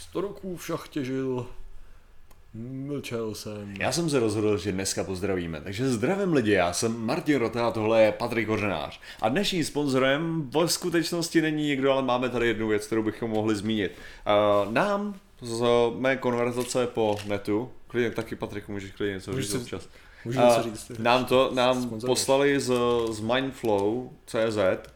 100 roků v šachtě žil. Mlčel jsem. Já jsem se rozhodl, že dneska pozdravíme, takže zdravím lidi, já jsem Martin Rota a tohle je Patrik Kořenář. A dnešním sponzorem v skutečnosti není nikdo, ale máme tady jednu věc, kterou bychom mohli zmínit. Nám z mé konverzace po netu, klidně taky Patrik, můžeš klidně něco říct občas. Můžu něco říct. Nám poslali z Mindflow.cz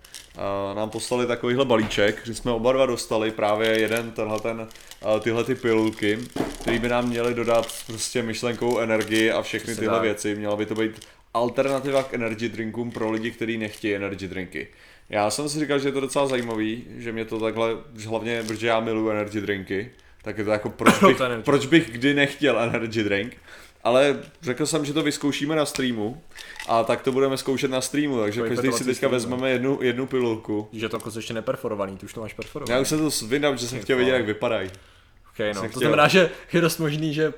nám poslali takovýhle balíček, že jsme oba dva dostali právě jeden tyhle ty pilulky, které by nám měly dodat prostě myšlenkovou energii a všechny tyhle věci. Měla by to být alternativa k energy drinkům pro lidi, kteří nechtějí energy drinky. Já jsem si říkal, že je to docela zajímavý, že mě to takhle, hlavně protože já miluji energy drinky, tak je to jako proč bych kdy nechtěl energy drink. Ale řekl jsem, že to vyzkoušíme na streamu a tak to budeme zkoušet na streamu, takže každý si teďka vezmeme jednu pilulku. Že to jako ještě neperforovaný, ty už to máš perforovaný. Já už jsem to vydal, že jsem chtěl vidět, jak vypadají. Okay, no. To znamená, že je dost možný, že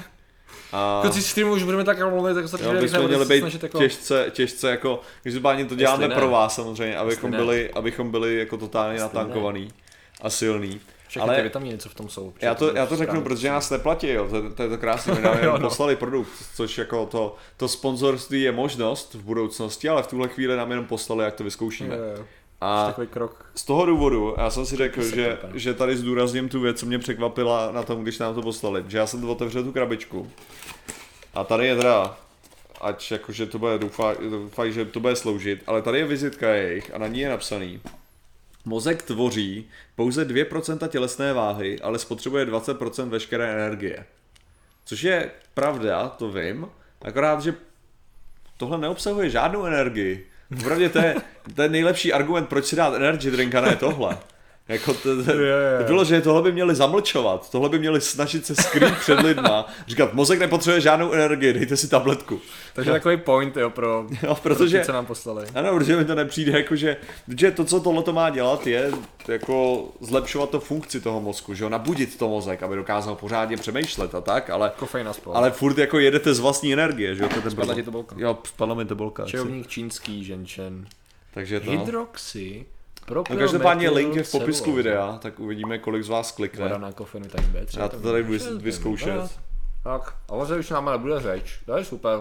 když streamu už budeme tak mluvit, tak se bychom měli být těžce jako, každopádně to děláme pro vás samozřejmě, abychom byli jako totálně natankovaný a silný. Všechny ty vitamíny, co v tom jsou. Já to řeknu, protože nás neplatí, jo. To je to krásné, my nám jenom poslali produkt, což jako to sponzorství je možnost v budoucnosti, ale v tuhle chvíli nám jenom poslali, jak to vyzkoušíme. A z toho důvodu, já jsem si řekl, že tady zdůrazním tu věc, co mě překvapila na tom, když nám to poslali, že já jsem to otevřel tu krabičku a tady je teda, ať jakože to bude, doufaj, že to bude sloužit, ale tady je vizitka jejich a na ní je napsaný: mozek tvoří pouze 2% tělesné váhy, ale spotřebuje 20% veškeré energie. Což je pravda, to vím, akorát, že tohle neobsahuje žádnou energii. Opravdu to je nejlepší argument, proč si dát energy drink a ne tohle. Jako bylo, že tohle by měli zamlčovat, tohle by měli snažit se skrýt před lidma, říkat, mozek nepotřebuje žádnou energii, dejte si tabletku. Takže takový point, jo, protože co nám poslali. Ano, protože mi to nepřijde, jakože to, co tohle to má dělat, je jako zlepšovat to funkci toho mozku, že jo, nabudit to mozek, aby dokázal pořádně přemýšlet a tak, ale furt jako jedete z vlastní energie, že jo. Spadla ti to bolka. Jo, spadla mi to bolka. Čajovník čínský, ženčen. Takže to. Hydroxy. No každopádně link je v popisku videa, tak uvidíme, kolik z vás klikne. Voda na kofenu tady B3. Já to tady vyzkoušet. Tak, ale už náma nebude řeč, to je super.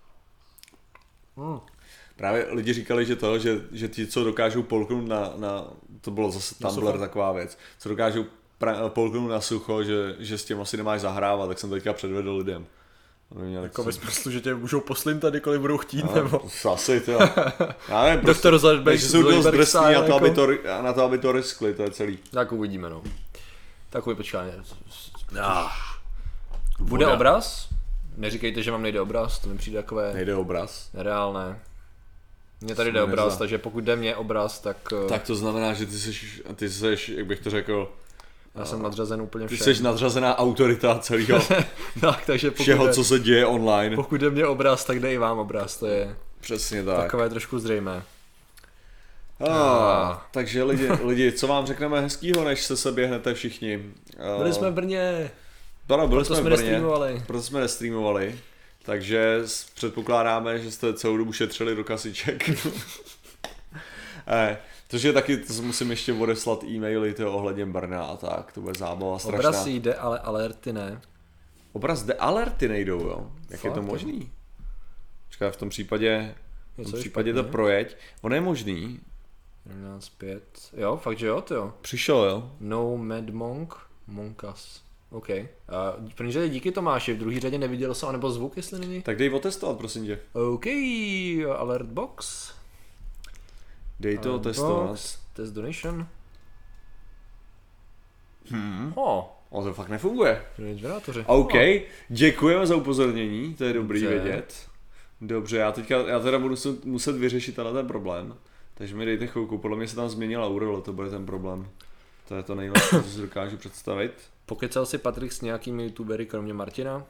Právě lidi říkali, že ti, co dokážou polknout na to bylo zase Tumblr taková věc, co dokážou polknout na sucho, že s tím asi nemáš zahrávat, tak jsem to teďka předvedl lidem. Jako ve smyslu, že tě můžou poslintat, kdykoliv budou chtít, nebo? Asi to. Já nevím, Doktor Zalberg, že jsou dost drsný na to, aby to riskli, to je celý. Tak uvidíme, no. Takový počkání. Bude obraz? Neříkejte, že vám nejde obraz, to mi přijde takové... Nejde obraz? Nereálné. Mně tady jde obraz, takže pokud jde mě obraz, tak... Tak to znamená, že ty seš, jak bych to řekl... Já jsem nadřazen úplně všem. Ty jsi nadřazená autorita celého tak, takže všeho, co se děje online. Pokud jde mě obraz, tak jde i vám obraz, to je přesně tak. Takové trošku zřejmé. Takže lidi, co vám řekneme hezkýho, než se běhnete všichni? Byli jsme v Brně. Byli jsme v Brně, proto jsme nestreamovali. Takže předpokládáme, že jste celou dobu šetřili do kasiček. Což je taky, to musím ještě odeslat e-maily ohledně Brna a tak, to bude zábava strašná. Obraz jde, ale alerty ne. Obraz jde, alerty nejdou, jo? Jak je to možný? Počkej, v tom případě to projeď. Ono je možný. 11.5. Jo, fakt, že jo, to jo. Přišel, jo. No Mad Monk, Monkas. OK. V první řadě díky Tomáši, v druhé řadě neviděl jsem, anebo zvuk, jestli není. Tak dej otestovat, prosím tě. OK, alert box. Dej to testovat. Test donation. To fakt nefunguje. Generátoři. OK, děkujeme za upozornění, to je dobrý vědět. Dobře, já teda budu muset vyřešit ten problém. Takže mi dejte chvilku, podle mě se tam změnila URL, to bude ten problém. To je to nejlepší, co si dokážu představit. Pokecal si Patrik s nějakými youtubery kromě Martina?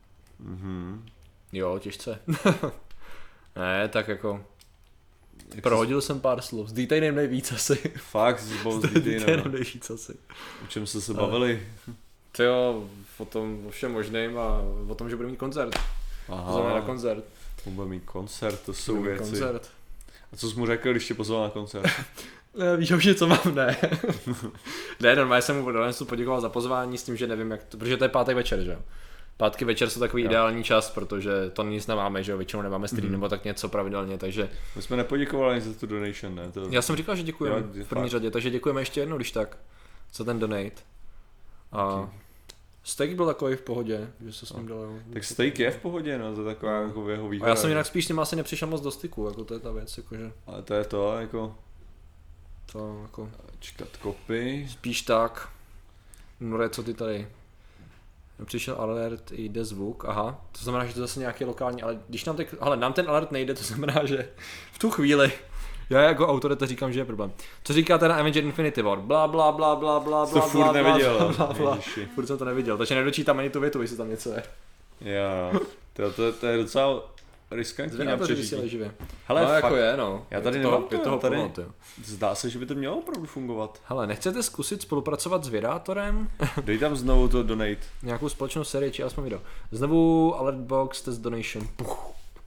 Jo, těžce. Ne, tak jako... Prohodil jsem pár slov, s Detainem nejvíc asi. Fakt, s Detainem nejvíc asi. O čem jste se bavili? Jo, o všem možným a o tom, že bude mít koncert. Pozváme na koncert. Bude mít koncert, to jsou věci. Koncert. A co jsi mu řekl, když tě pozval na koncert? Víš už co mám, ne. Ne, normálně jsem mu poděkoval za pozvání s tím, že nevím jak to, protože to je pátek večer, že jo. Pátky večer jsou takový ideální čas, protože to nic nemáme, že jo, většinou nemáme stream nebo tak něco pravidelně, takže... My jsme nepoděkovali za tu donation, ne? Já jsem říkal, že děkujeme v první řadě, takže děkujeme ještě jednou, když tak, za ten donate. A steak byl takový v pohodě, že se s ním dalo. Tak steak je v pohodě, no, to je taková jako jeho výhoda. A já jsem jinak spíš s ním asi nepřišel moc do styku, jako to je ta věc, jakože... Ale to je to, jako... To, jako... Čekat kopy... Spíš tak... Nore, co ty tady... Přišel alert, jde zvuk, aha, to znamená, že to zase nějaký lokální, ale když nám nám ten alert nejde, to znamená, že v tu chvíli, já jako autor to říkám, že je problém. Co říkáte na Avenger Infinity War? Bla bla bla bla bla to furt neviděl. Furt jsem to neviděl, takže nedočítám ani tu větu, jestli tam něco je. Jo, to je docela riskantní na přežití. Hele, no, fakt, jako je, no. Já tady nemám toho tady. Zdá se, že by to mělo opravdu fungovat. Hele, nechcete zkusit spolupracovat s Vědátorem? Dej tam znovu to donate. Nějakou společnou sérii, či aspoň video. Znovu Alertbox Test Donation. Puch.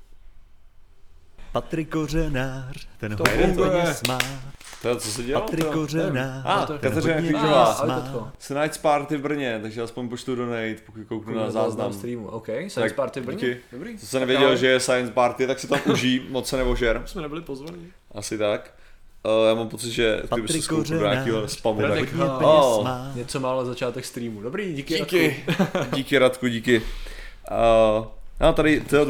Patrik Kořenář, ten hodně smá. To co se dělalo? Patrik Kořenář, Kateřina Křížová. Science Party v Brně, takže aspoň poštu donate, pokud kouknu na záznam. Streamu. OK, Science Party v Brně. Dobrý. To jsem nevěděl, že je Science Party, tak si tam užij, moc se nevožer. Jsme nebyli pozvaní. Asi tak. Já mám pocit, že kdyby se zkouknu do nějakého spamu, tak... Něco málo začátek streamu. Dobrý, díky. Díky Radku, díky. No tady to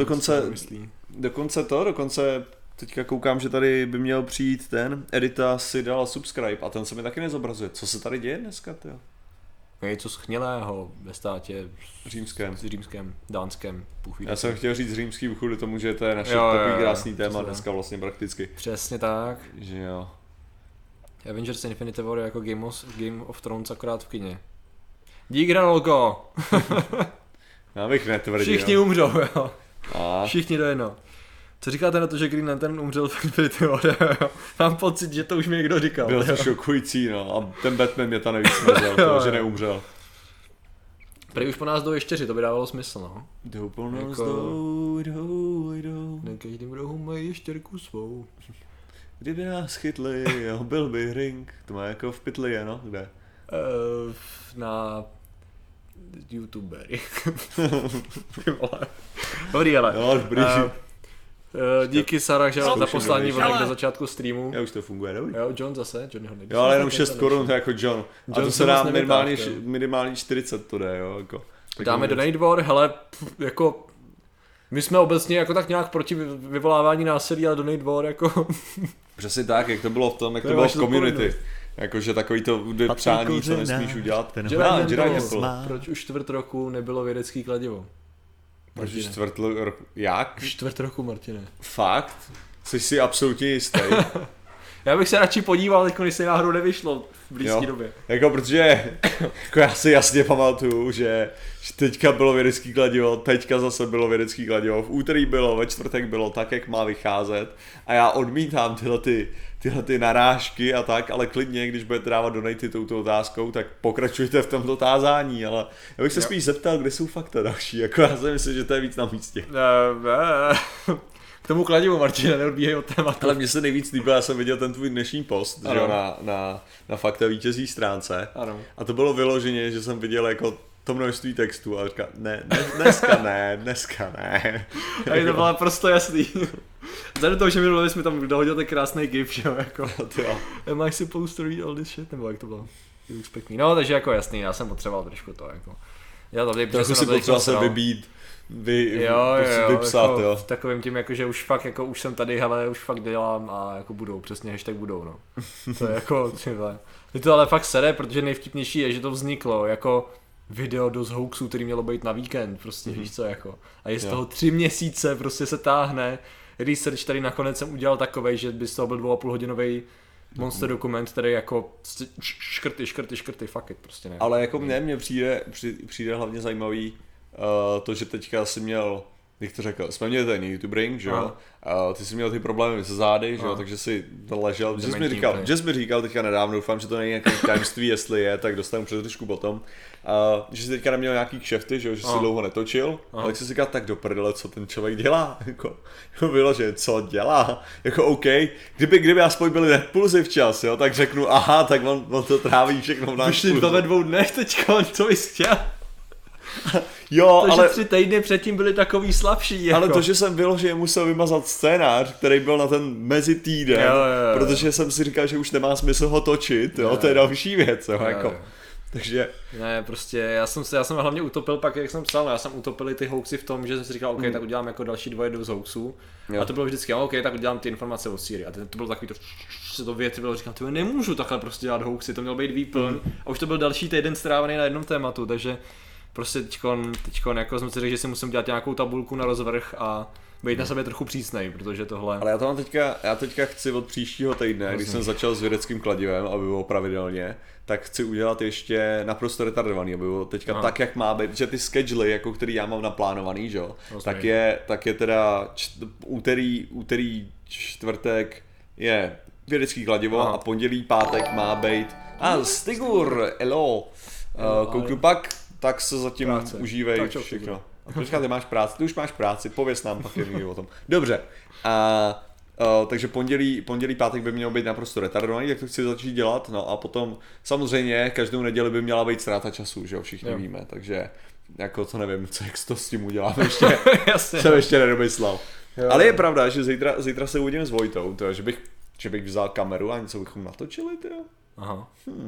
dokonce teďka koukám, že tady by měl přijít ten, Edita si dala subscribe a ten se mi taky nezobrazuje. Co se tady děje dneska, tyjo? Něco schnilého ve státě římském, dánském. Já jsem chtěl říct římský kvůli tomu, že to je naše takový krásný téma dneska vlastně prakticky. Přesně tak. Že jo. Avengers Infinity War jako Game of Thrones akorát v kině. Dík, Ranolko! Já bych netvrdil. Všichni umřou, jo. Všichni do jedno. Co říkáte na to, že Green Lantern umřel v Infinity War? Mám pocit, že to už mi někdo říkal. Bylo to šokující, no. A ten Batman mě to nejvíc smrzel, že neumřel. Prý už po nás jdou ještěři, to by dávalo smysl, no. Jdou po nás, jako... jdou. Ne každým rohu mají ještěrku svou. Kdyby nás chytli, byl by ring. To má jako v pytli, je, no? Kde? Na... YouTubery. Dobrý, ale. No, dobrý. Díky Sarah, že za poslání vonek do začátku streamu. Já už to funguje, dobrý. Jo, John zase, Johnny ho nejde. Jo, ale jenom 6 korun, jako John. A to se dá minimálně 40 to jde, jo. Jako. Dáme Donate War, hele, jako... My jsme obecně jako tak nějak proti vyvolávání násilí, ale Donate War jako... Přesně tak, jak to bylo v tom, jak to bylo v community. Jakože takový to přání, co nesmíš udělat. Proč už čtvrt roku nebylo vědecký kladivo? Proč už čtvrt roku? Jak? Čtvrt roku, Martine. Fakt? Jsi si absolutně jistý? Já bych se radši podíval, jako když se náhodou nevyšlo v blízké době. Jako protože jako já si jasně pamatuju, že teďka bylo vědecký kladivo, teďka zase bylo vědecký kladivo, v úterý bylo, ve čtvrtek bylo tak, jak má vycházet a já odmítám tyhle ty narážky a tak, ale klidně, když budete dávat donaty touto otázkou, tak pokračujte v tomto tázání, ale já bych se spíš zeptal, kde jsou fakta další, jako já si myslím, že to je víc na místě. K tomu kladivu, Martina, neodbíhej od tématu. Ale mně se nejvíc líbil, já jsem viděl ten tvůj dnešní post, že na Fakta vítězí stránce. Ano. A to bylo vyloženě, že jsem viděl jako to množství textů a říkal, dneska ne. A to bylo prostě jasný. Vzhledem toho, že minulé jsme tam dohodil ten krásný gif, že jo, jako. Am I supposed to read all this shit? Nebo jak to bylo? You expect me. No, takže jako jasný, já jsem potřeboval trošku to, jako. Já tady trochu si potřeboval se vybít. Vypsat, jako jo. Takovým tím, jako, že už fakt, jako už jsem tady, hele, už fakt dělám a jako budou, přesně hashtag budou, no. To je jako, tyhle. Je to ale fakt sere, protože nejvtipnější je, že to vzniklo jako video do hoaxu, který mělo být na víkend, prostě, víš co, jako. A je z toho 3 měsíce, prostě se táhne. Research tady nakonec jsem udělal takovej, že by z toho byl 2,5 hodinový monster dokument, který jako škrty, fuck it, prostě ne. Ale jako mně přijde hlavně zajímavý to, že teďka si měl jak to řekl, jsme měli ten YouTube ring, že jo, a ty jsi měl ty problémy se zády, že jo, takže si ležel, Jess mi říkal teďka nedávno, doufám, že to není nějaké tajemství, jestli je, tak dostanu předřečku potom, že jsi teďka neměl nějaký kšefty, že jo, že jsi dlouho netočil, ale tak jsi si říkal, tak do prdele, co ten člověk dělá, jako bylo, že co dělá, jako OK, kdyby aspoň byly nepulzy včas, jo, tak řeknu, aha, tak on to tráví všechno v náš vyšli 2 ve 2 dnech teďka, co bys chtěl? Jo, to, ale 3 týdny předtím byli takový slabší. Jako. Ale to, že jsem vyloženě musel vymazat scénář, který byl na ten mezi týden, jo. Protože jsem si říkal, že už nemá smysl ho točit, jo, to je další věc, jo, jako. Takže... Ne, prostě já jsem hlavně utopil pak, jak jsem psal, já jsem utopil ty hoaxy v tom, že jsem si říkal, OK, tak udělám jako další 2 z hoaxů. Jo. A to bylo vždycky, OK, tak udělám ty informace o Siri. A to bylo takový to větřilo, říkal, ty nemůžu takhle prostě dělat hoaxy, to měl být výplň. A už to byl další týden strávený na jednom tématu, takže prostě teďkon jako jsem si řekl, že si musím dělat nějakou tabulku na rozvrh a být na sebe trochu přísnej, protože tohle... Ale já teďka chci od příštího týdne, když jsem začal s vědeckým kladivem, aby bylo pravidelně, tak chci udělat ještě naprosto retardovaný, aby bylo teďka tak, jak má být, že ty schedule, jako který já mám naplánovaný, že jo, tak je teda úterý, čtvrtek je vědecký kladivo a pondělí, pátek má být Stigur, hello, kouknu pak, tak se zatím užívej všechno. Počkat, ty máš práci, ty už máš práci, pověz nám pak jen o tom. Dobře, takže pondělí, pátek by mělo být naprosto retardovaný, tak to chci začít dělat, no a potom samozřejmě každou neděli by měla být ztráta času, že jo, všichni víme, takže jako to nevím, jak to s tím udělám ještě, jsem ještě nedomyslel. Ale je pravda, že zítra se uvidím s Vojtou, to, že bych vzal kameru a něco bychom natočili, tyjo. Aha.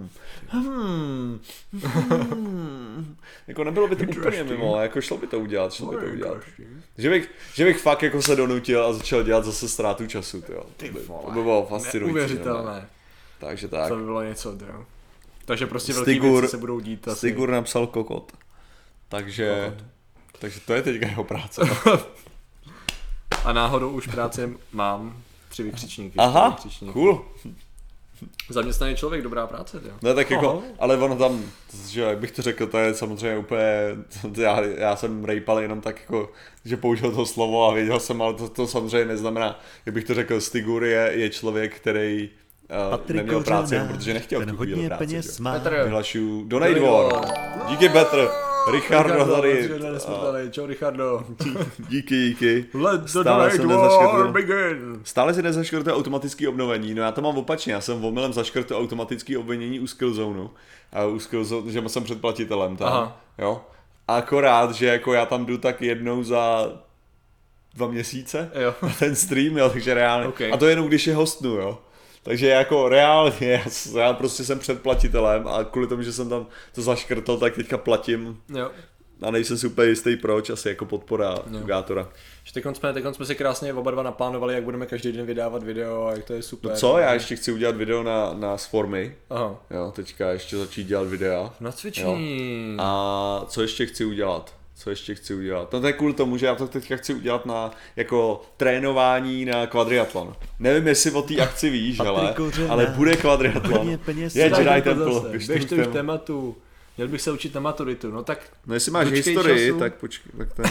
Jako nebylo by to úplně mimo, jako šlo by to udělat. Že bych fakt jako se donutil a začal dělat zase ztrátu času, tyjo. To by bylo fascinující. Neuvěřitelné. Takže tak. To by bylo něco, tyjo. Takže prostě velký věci se budou dít asi. Stigur napsal kokot. Takže to je teďka jeho práce. A náhodou už práce mám 3 vykřičníky. Aha, cool. Zaměstnaný člověk, dobrá práce, jo. Ne, tak jako, ale ono tam, že jak bych to řekl, to je samozřejmě úplně, já jsem rejpal jenom tak jako, že použil to slovo a věděl jsem, ale to samozřejmě neznamená, jak bych to řekl, Stigur je člověk, který neměl práci jenom protože nechtěl tu chvíli práci. Petr. Vyhlašuju Donate War. Díky Petr. Richardo tady. Čau Richardo. Díky. Let the donate war begin. Stále si nezaškrtuje automatické obnovení, no já to mám opačně, já jsem omylem zaškrtl automatické obvinění u Skillzone, že jsem předplatitelem tam, jo. Akorát, že jako já tam jdu tak jednou za 2 měsíce na ten stream, jo, takže reálně, a to jenom když je hostnu, jo. Takže jako reálně, já prostě jsem předplatitelem a kvůli tomu, že jsem tam to zaškrtl, tak teďka platím. Jo. A nejsem si úplně jistý proč, asi jako podpora Gátora. Teď jsme si krásně oba dva naplánovali, jak budeme každý den vydávat video a jak to je super. No co, já ještě chci udělat video na Sformy. Aha. Jo, teďka ještě začít dělat videa. Na cvičení. Jo. A co ještě chci udělat? No to je kvůli tomu, že já to teďka chci udělat na jako trénování na kvadriatlon. Nevím, jestli o té akci víš, ale bude kvadriatlon. Je Jedi Temple. Běžte už tématu. Měl bych se učit na maturitu, no tak... No jestli máš historii, tak počkej. Tak to je...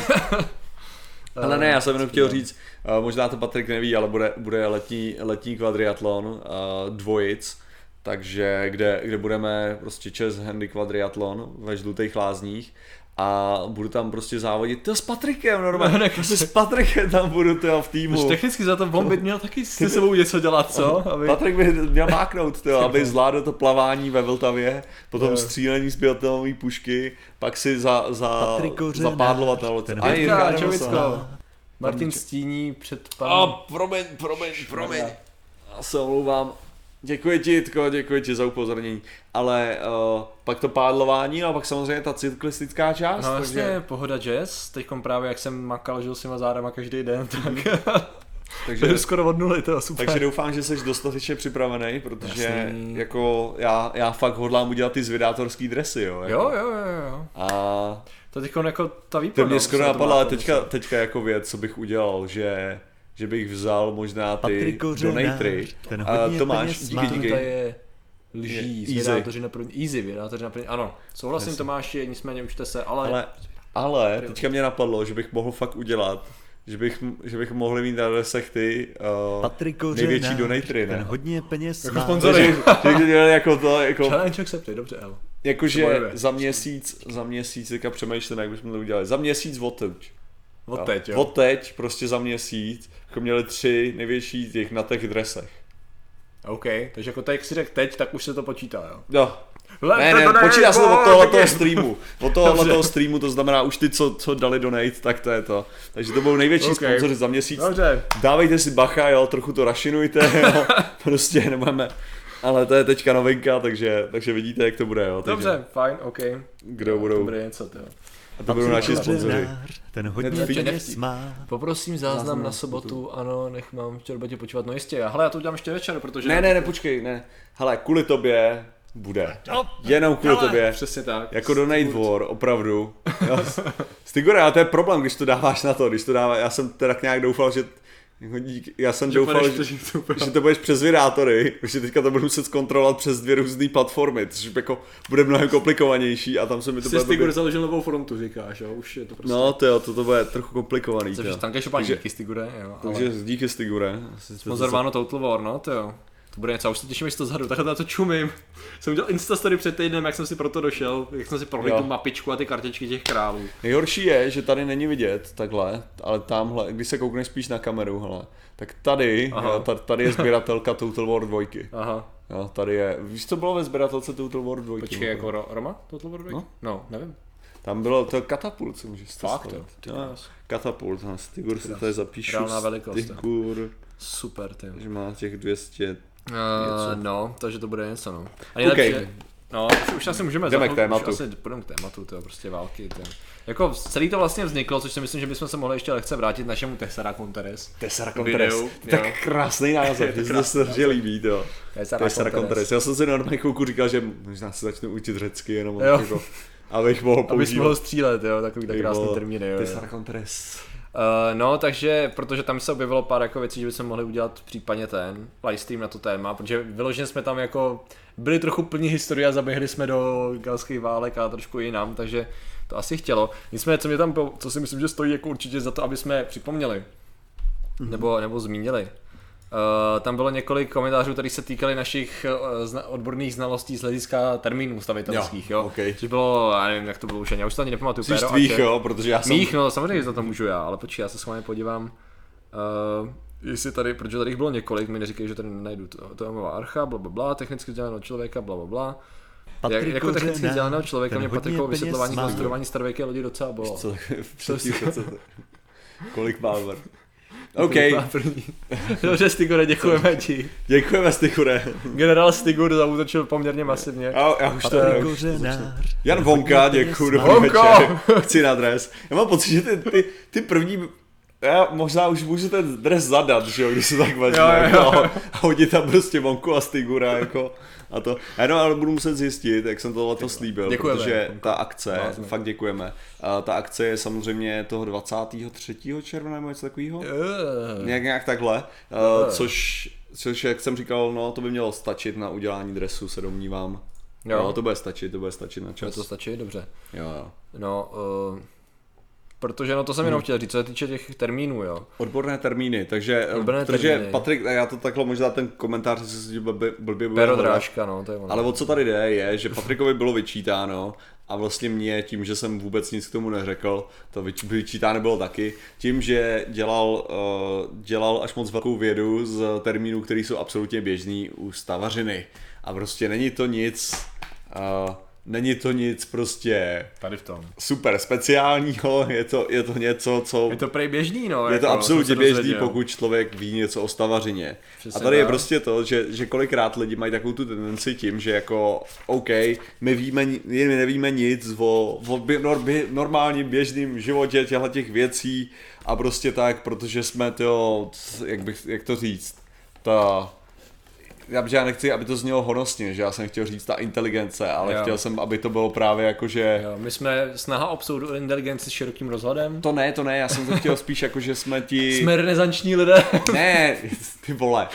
Ale ne, já jsem jenom chtěl říct, možná to Patrik neví, ale bude letní kvadriatlon dvojic, takže kde budeme prostě Čes Handy kvadriatlon ve Žlutých Lázních a budu tam prostě závodit s Patrikem normálně, s Patrikem tam budu v týmu. Už technicky za to on by měl taky se sebou něco dělat, co? Aby... Patrik by měl máknout, aby zvládl to plavání ve Vltavě, potom střílení z bělotelové pušky, pak si zapádlovat na loď. Martin stíní před panem. Promiň. Já se omlouvám. Děkuji ti, Jitko, děkuji ti za upozornění. Ale pak to pádlování, a pak samozřejmě ta cyklistická část. No vlastně takže... pohoda jazz, teďkom právě jak jsem makal, žil s těma zádama každý den, tak... Takže to skoro od nuly, to je super. Takže doufám, že jsi dostatečně připravený, protože jako já fakt hodlám udělat ty zvědátorský dresy, jo. Jako. Jo. A... To teďkon jako ta výplň. To mě skoro napadlo, ale teďka jako věc, co bych udělal, že bych vzal možná ty donatory. Tomáš, díky. To je lží, zvědátoři na první, ano, souhlasím Tomáši, nicméně učte se, ale Ale teďka mě napadlo, že bych mohl fakt udělat, že bych mohli mít na dresech ty největší donatory, ne? Ten hodně peněz jako sponzory. Takže jako to, jako... Challenge accepted, dobře, ale. Jakože za měsíc, teďka přemýšlím, jak bychom to udělali. Za měsíc od teď, jo. Od teď, prostě za měsíc, jako měli 3 největší těch na těch dresech. OK, takže jako jak si řekl teď, tak už se to počítá, jo? Jo. Ne, počítá se to od tohoto streamu. Od tohoto streamu, to znamená už ty, co dali donate, tak to je to. Takže to byl největší sponzor za měsíc. Dobře. Dávejte si bacha, jo, trochu to rašinujte, jo. Prostě nebudeme. Ale to je teďka novinka, takže vidíte, jak to bude, jo. Takže dobře, fajn, OK. Kdo budou? To bude něco, jo. A to budou naši sponzory. Ten hodně peněz má. Poprosím záznam na sobotu, ano, nech mám v robotě počívat, no jistě. Hele, já to udělám ještě večer, protože... Ne, počkej, ne. Hele, kvůli tobě bude. Jenom kvůli tobě. Přesně tak. Jako donate war, opravdu. Stigore, ale to je problém, když to dáváš na to, já jsem teda nějak doufal, že že to budeš přes vydátory, protože teďka to budu muset zkontrolovat přes 2 různé platformy, což jako bude mnohem komplikovanější a tam se mi to bude... Stigor založil novou frontu, říkáš, jo, už je to prostě... No to bude trochu komplikovaný. Což tam každopádně díky Stigore, jo. Takže díky Stigore. Sponzorováno Total War, no to jo. To bude něco, už se těším, jestli to zhadu, takhle na to čumím. Jsem udělal Instastory před týdnem, jak jsem si proto došel, jak jsem si prohlídl tu mapičku a ty kartičky těch králů. Nejhorší je, že tady není vidět takhle, ale tamhle, když se koukneš spíš na kameru, hele, tak tady je sběratelka Total War 2. Aha. Jo, tady je, víš co bylo ve sběratelce Total War 2? Počkej, jako Roma Total War 2? No, nevím. Tam bylo to katapult, co můžeš fakt, katapult, Stigur se tady zapíšu. Reálná velikost. Stigur. Super, ty. Takže má těch 200. No, takže to bude něco, no. A nejlepší, no, už asi můžeme jdeme k tématu. Už asi půjdeme k tématu, to je prostě války, to. Jako celý to vlastně vzniklo, což si myslím, že bychom se mohli ještě lehce vrátit našemu Tesseract Contest. Tesseract Contest, tak krásný název, že se to líbí, to. Tesseract Contest. Já jsem si normálně chvilku říkal, že možná se začnu učit řecky, jenom jako, abych mohl používat. Abys mohl střílet, jo, takový tak krásný termíny, jo. Tesseract Contest. No, takže, protože tam se objevilo pár jako věcí, že bychom mohli udělat případně ten livestream na to téma, protože vyloženě jsme tam jako byli trochu plní historie a zaběhli jsme do galských válek a trošku jinam, takže to asi chtělo. Nicméně, co si myslím, že stojí jako určitě za to, aby jsme připomněli, nebo zmínili. Tam bylo několik komentářů, které se týkaly našich odborných znalostí z hlediska termínů stavitelských, jo. Okay. Což bylo, já nevím, jak to bylo už, já už to ani nepamatuju. Jsi tvých, jo, protože já jsem... Mých, no samozřejmě za to můžu já, ale počkej, já se s vámi podívám, jestli tady, protože tady jich bylo několik, mi neříkají, že tady nenajdu to je nová archa, blablabla, technicky vzdělaného člověka, blablabla. Jako technicky vzdělaného člověka mě Patrikovo vysvětlování a studování starověké lodi docela bylo. Kolik máme? OK. Dobře, Stigore, děkujeme ti. Děkujeme, Stigore. Generál Stigur zaútočil poměrně masivně. Já už to Jan Vonka, děkuju, dobrý večer. Chci na dres. Já mám pocit, že ty první... Já možná už můžu ten dres zadat, že jo, když se tak vezme. A hodit tam prostě Vonku a Stigura, jako... A to, ale budu muset zjistit, jak jsem tohle slíbil, děkujeme, protože ta akce, fakt děkujeme, ta akce je samozřejmě toho 23. června nebo něco takového, nějak takhle, což jak jsem říkal, no to by mělo stačit na udělání dresu, se domnívám. Jo, to bude stačit na čas. Bude to stačit, dobře. Jo. No, protože to jsem jenom chtěl říct, co se týče těch termínů, jo. Odborné termíny, takže Patrik, já to takhle možná ten komentář si blbě bude Perodrážka, no, to je ono. Ale o co tady jde je, že Patrikovi bylo vyčítáno a vlastně mě tím, že jsem vůbec nic k tomu neřekl, to vyčítáno bylo taky, tím, že dělal až moc velkou vědu z termínů, které jsou absolutně běžný u stavařiny. A prostě není to nic prostě tady v tom super speciálního, je to něco, co... Je to prej běžný, no. Je to absolutně běžný, pokud člověk ví něco o stavařině. Přesně a tady je prostě to, že kolikrát lidi mají takovou tu tendenci tím, že jako OK, my nevíme nic o normálním běžným životě těch věcí a prostě tak, protože jsme jak to říct, já nechci, aby to znělo honosně, že já jsem chtěl říct ta inteligence, ale chtěl jsem, aby to bylo právě jako, že... Jo, my jsme snaha o pseudo-inteligenci s širokým rozhledem. To ne, já jsem to chtěl spíš jako, že jsme ti... Jsme renesanční lidé. Ne, ty vole.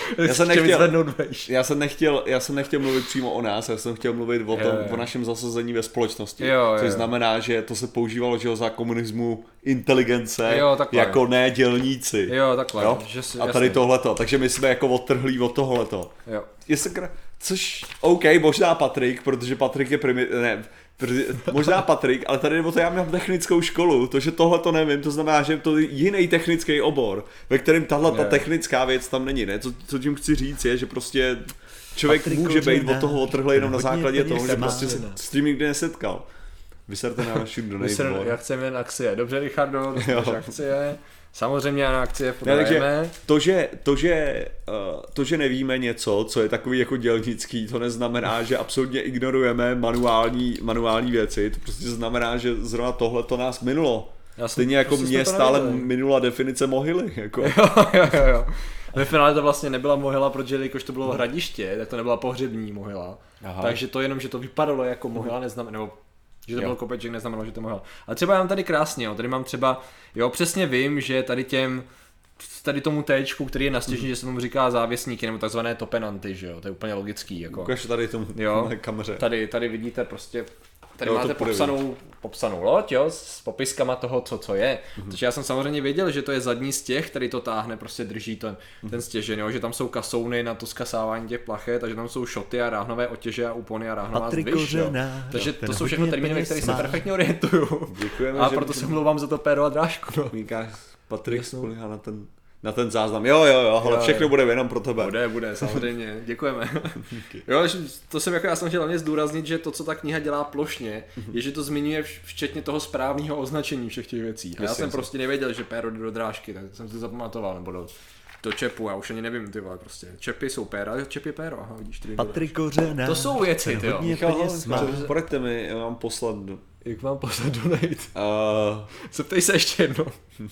Já jsem nechtěl mluvit přímo o nás, já jsem chtěl mluvit o našem zasazení ve společnosti. Což znamená, že to se používalo, že za komunismu inteligence, jako ne dělníci. Jo, takhle. Jo? A tady tohleto, takže my jsme jako odtrhlí od tohleto. Jo. Což, OK, možná Patrik, protože Patrik je možná Patrik, ale tady nebo to já mám technickou školu, to, že tohle to nevím, to znamená, že to je jiný technický obor, ve kterém tahle technická věc tam není, ne? Co tím chci říct je, že prostě člověk může být od toho otrhlý jenom na základě toho, že prostě se s tím nikdy nesetkal. Vyserte na naši donate. Já chceme jen akcie. Dobře, Richardo, dostaneš akcie. Samozřejmě na akcie podajeme. To, že nevíme něco, co je takový jako dělnický, to neznamená, že absolutně ignorujeme manuální věci. To prostě znamená, že zrovna tohle to nás minulo. Stejně jako mě stále minula definice mohyly. Jako. Jo. Ve finále to vlastně nebyla mohyla, protože jakož to bylo hradiště, tak to nebyla pohřební mohyla. Aha. Takže to jenom, že to vypadalo jako mohyla, neznamená, že to byl kopeček, neznamenalo, že to mohyla. A třeba já mám tady krásně, tady mám třeba, přesně vím, že tady tomu téčku, který je nastěžný, že se tomu říká závěsníky, nebo takzvané topenanty, že jo, to je úplně logický. Jako. Ukaž tady tomu kameře. Tady vidíte prostě, tady máte popsanou loď, s popiskama toho, co je. Takže já jsem samozřejmě věděl, že to je zadní stěh, který to táhne, prostě drží ten stěžen, že tam jsou kasouny na to skasávání těch plachet, takže tam jsou šoty a ráhnové otěže a úpony a ráhnová zvyš, takže to jsou všechno termíny, ve kterých se perfektně orientuju. Děkujeme, a proto se mluvám za to péro a drážku. Patrik spolíhá na ten záznam. Jo, ale všechno bude jenom pro tebe. Bude, samozřejmě. Děkujeme. Jo, to jsem já jsem chtěl hlavně zdůraznit, že to, co ta kniha dělá plošně, je, že to zmiňuje včetně toho správného označení všech těch věcí. A já jsem prostě nevěděl, že péro jde do drážky, tak jsem si zapamatoval, nebo do čepu, já už ani nevím, ty vole, prostě. Čepy jsou péra, čep je péro, aha, vidíš, tady. Patrik Kořená. To jsou věci, ty jo. Poraďte mi, já mám poslat. Jak mám poslat donate? Zeptej se ještě jednou.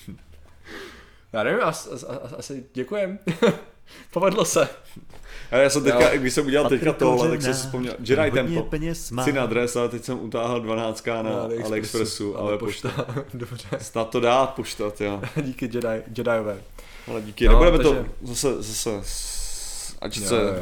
Já nevím, asi děkujem. Povedlo se. Já jsem teďka, když jsem udělal teďka tohle, tak jsem si vzpomněl, Jedi Tempo, si na adres, ale teď jsem utáhl 12 na AliExpressu, ale pošta. Dobře. Snad to dá poštat, jo. Díky Jediové. Ale díky, nebudeme to zase, ať se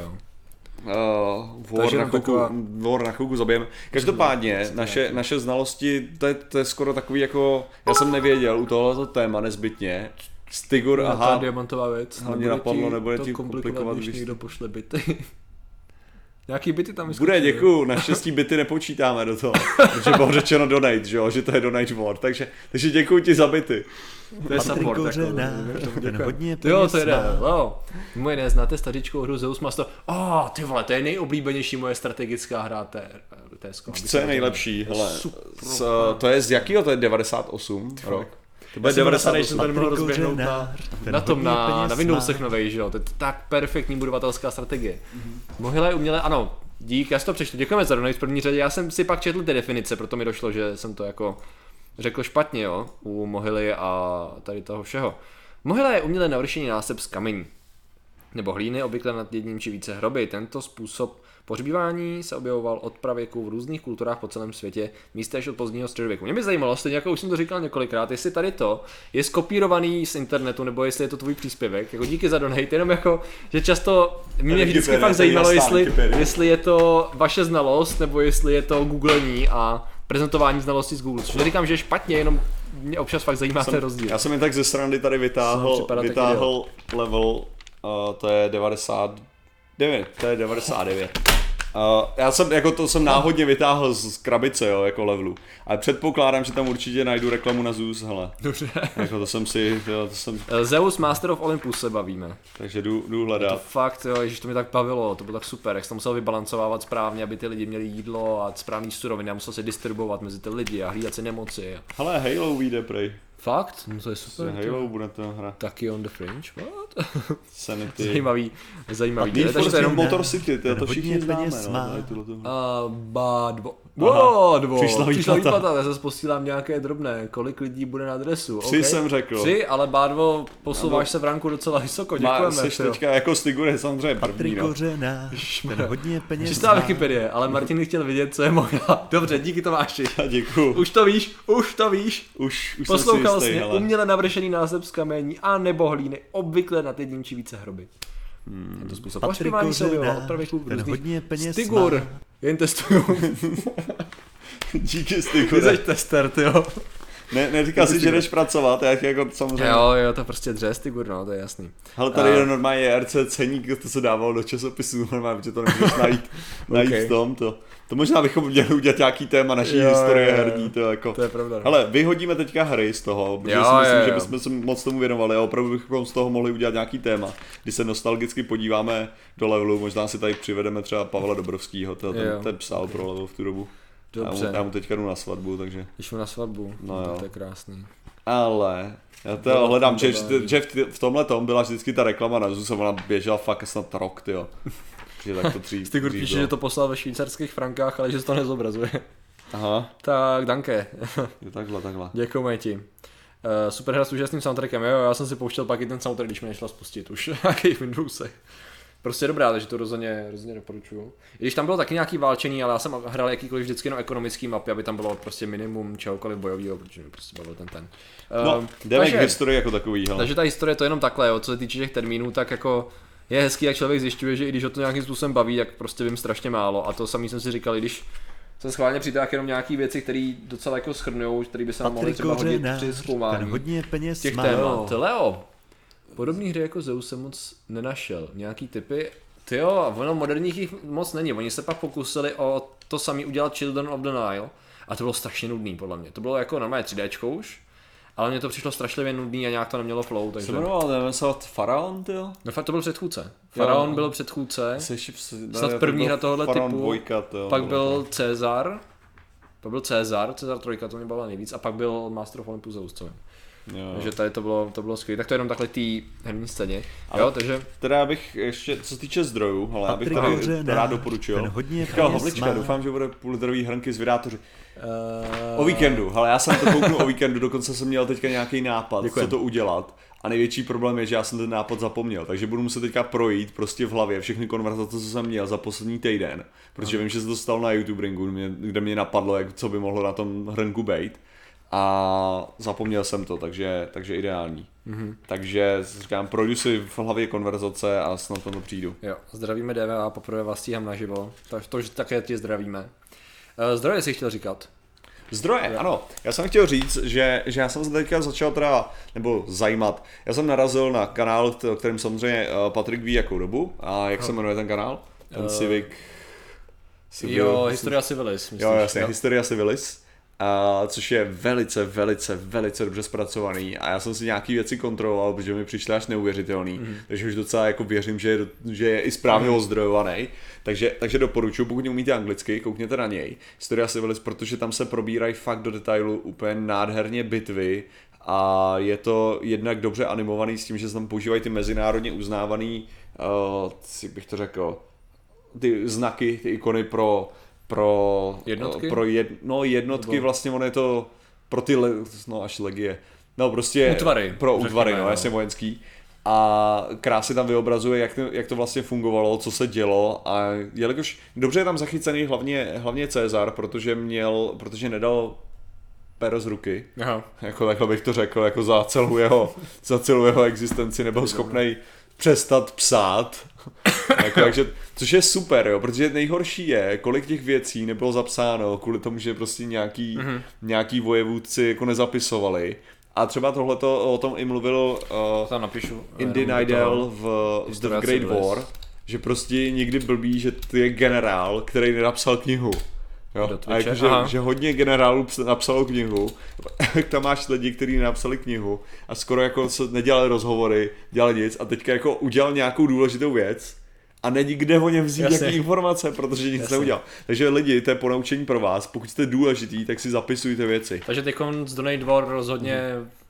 War na chvilku zabijeme. Každopádně, naše znalosti, to je skoro takový jako, já jsem nevěděl u tohoto téma nezbytně, Stigur, aha. Ta diamantová věc. Hlavně napadlo, nebude ti komplikovat, když někdo pošle byty. Nějaký byty tam vyskočí. Bude, děkuju, naštěstí byty nepočítáme do toho, protože bylo řečeno donate, že to je donate war, takže děkuju ti za byty. To je support, jo, to jde, wow. Moje neznáte stařičkou hru Zeus Master. Ty vole, to je nejoblíbenější moje strategická hra TSK. Co je nejlepší, hele, to je z jakýho, to je 98 rok? To bude 90, jsem tady mohl rozběhnout na Windowsech novej, že jo, to je tak perfektní budovatelská strategie. Mohyla je umělé, ano, dík, já si to přečtu, děkujeme za donate v první řadě, já jsem si pak četl ty definice, proto mi došlo, že jsem to jako řekl špatně, jo, u mohyly a tady toho všeho. Mohyla je umělé navršený násep z kamení nebo hlíny, obvykle nad jedním či více hroby. Tento způsob pohřbívání se objevoval od pravěku v různých kulturách po celém světě, místo až od pozdního středověku. Mě by zajímalo, stejně jako už jsem to říkal několikrát, jestli tady to je skopírovaný z internetu, nebo jestli je to tvůj příspěvek. Jako díky za donate, jenom jako, že často mě vždycky fakt zajímalo, jestli je to vaše znalost, nebo jestli je to googlení a prezentování znalostí z Google. Což neříkám, že je špatně, jenom mě občas fakt zajímá ten rozdíl. Já jsem jen tak ze srandy tady vytáhl level, to je 99. Já jsem jako to jsem náhodně vytáhl z krabice, jo, jako levelu. Ale předpokládám, že tam určitě najdu reklamu na Zeus, hele. Dobře. Jako to jsem. Zeus Master of Olympus se bavíme. Takže jdu hledat. To fakt, jo, ježiš, to mi tak bavilo, to bylo tak super, jak jsem musel vybalancovávat správně, aby ty lidi měli jídlo a správný suroviny, a musel se distribuovat mezi ty lidi a hlídat si nemoci. Hele, Halo vyjde prej. Fakt? No to je super. Halo bude to hra. Taky on the fringe, what? Sanity. Zajímavý. A Need for Speed Motor City, to všichni známe, Bádvo. Přišla výplata, já se posílám nějaké drobné, kolik lidí bude na adresu. 3 jsem řekl. 3, ale Bádvo, posouváš se v ranku docela vysoko, děkujeme. Jsi teďka jako Stigur je samozřejmě první, no. Ten hodně peněz čistá Wikipedie, ale Martin chtěl vidět, co je mohla. Dobře, díky Tomáši. Děkuju. Už to víš. Už poslouchal jsi uměle navršený název z kamení a nebo hlíny, obvykle na týdním či více hroby. Je to způsob ošpívání se objevil od prvých klubů různých. Stigur, jen testuju. Díky Stigur. Ty jsi tester, tyjo. Neříkal si, že jdeš pracovat, jak jako samozřejmě. Jo, to prostě dře Stigur, no, to je jasný. Ale tady je normálně RC ceník, to se dával do časopisu, normálně, protože to nemůžeš najít v tom. To možná bychom měli udělat nějaký téma naší historie herní. To je pravda. Hele, vyhodíme teďka hry z toho, protože si myslím, že bychom se moc tomu věnovali a opravdu bychom z toho mohli udělat nějaký téma. Když se nostalgicky podíváme do levelu, možná si tady přivedeme třeba Pavla Dobrovskýho, ten psal pro level v tu dobu. Dobře. Já mu teďka jdu na svatbu, takže... Když mu na svatbu, to je krásný. Ale... Já to hledám, že v tomhletom byla vždycky ta reklama na Zuse, ona běžela fakt snad rok, tyjo. Tak to Stigur píše, že to poslal ve švýcarských frankách, ale že se to nezobrazuje. Aha. Tak, danke. Takhle. Děkujeme ti. Super hra s úžasným soundtrackem, jo, já jsem si pouštěl pak i ten soundtrack, když mi nešla spustit už v nějakých Windowsech. Prostě dobrá, takže to rozhodně doporučuju. I když tam bylo taky nějaký válčení, ale já jsem hrál jakýkoliv vždycky na ekonomický mapě, aby tam bylo prostě minimum čehokoliv bojového, protože mi prostě bavil ten. Jdeme k historii jako takový, hele. Takže ta historie to je jenom takhle, jo, co se týče těch termínů, tak jako je hezký, jak člověk zjišťuje, že i když ho to nějakým způsobem baví, tak prostě vím strašně málo. A to samý jsem si říkal, i když jsem schválně přitáhl jenom nějaký věci, které docela jako shrnujou, které by se nám mohly třeba hodit při zkoumání těch témat. Leo, podobný hry jako Zeus jsem moc nenašel. Nějaký typy? Tyjo, ono moderních jich moc není. Oni se pak pokusili o to samý udělat Children of the Nile a to bylo strašně nudný podle mě. To bylo jako normálně 3Dčko už, ale mně to přišlo strašlivě nudný a nějak to nemělo flow, takže... Se jmenoval Faraon, tyjo? No to byl předchůdce. Faraon byl předchůdce, snad první hra tohohle typu, pak byl Cezar, Cezar 3, to mě bavilo nejvíc, a pak byl Master of Olympus Zeus, co vím. Takže tady to bylo skvělé, tak to je jenom takhle tý herní scéně. Jo, takže... Teda bych ještě, co se týče zdrojů, ale já bych tady rád doporučil. Havlička, doufám, že bude půllitrový hrnky z vydátoři. O víkendu, ale já jsem to kouknu o víkendu, dokonce jsem měl teďka nějaký nápad, co to udělat. A největší problém je, že já jsem ten nápad zapomněl, takže budu muset teďka projít prostě v hlavě všechny konverzace, co jsem měl za poslední týden, protože vím, že se to stalo na YouTube Ringu, kde mě napadlo, co by mohlo na tom hrnku být. A zapomněl jsem to, takže ideální. Takže říkám, projdu si v hlavě konverzace a snad to přijdu. Jo, zdravíme DVA, poprvé vás stíhám naživo, takže to také ti zdravíme. Zdroje jsi chtěl říkat? Zdroje, ano. Já jsem chtěl říct, že já jsem se teďka začal zajímat. Já jsem narazil na kanál, o kterém samozřejmě Patrik ví jakou dobu. A jak se jmenuje ten kanál? Ten Civic... Historia Civilis. Jo, jasně, Historia Civilis. Což je velice dobře zpracovaný a já jsem si nějaký věci kontroloval, protože mi přišly až neuvěřitelný, takže už docela jako věřím, že je i správně ozdrojovaný, takže doporučuji, pokud umíte anglicky, koukněte na něj, Historia Civilis, protože tam se probírají fakt do detailu úplně nádherně bitvy a je to jednak dobře animovaný s tím, že se tam používají ty mezinárodně uznávaný, jak bych to řekl, ty znaky, ty ikony pro jednotky? Jednotky vlastně, ono je to pro ty, až legie. No prostě útvary. Pro útvary, jasně vojenský. A krásně tam vyobrazuje, jak to vlastně fungovalo, co se dělo a jelikož dobře je tam zachycený hlavně Cezar, protože nedal pero z ruky. Aha. Jako takhle bych to řekl, jako za celou jeho existenci nebyl schopnej přestat psát. Takže, což je super, jo, protože nejhorší je, kolik těch věcí nebylo zapsáno, kvůli tomu, že prostě nějaký vojevůdci jako nezapisovali. A třeba tohleto o tom i mluvil Indy Neidel v The Great War, že prostě někdy blbý, že ty je generál, který nenapsal knihu. Jo? A jakože, že hodně generálů napsalo knihu, tam máš lidi, kteří napsali knihu a skoro jako nedělali rozhovory, dělali nic a teďka jako udělal nějakou důležitou věc a není kde o něm vzít jaký informace, protože nic neudělal. Takže lidi, to je ponaučení pro vás, pokud jste důležitý, tak si zapisujte věci. Takže teď z Donate War rozhodně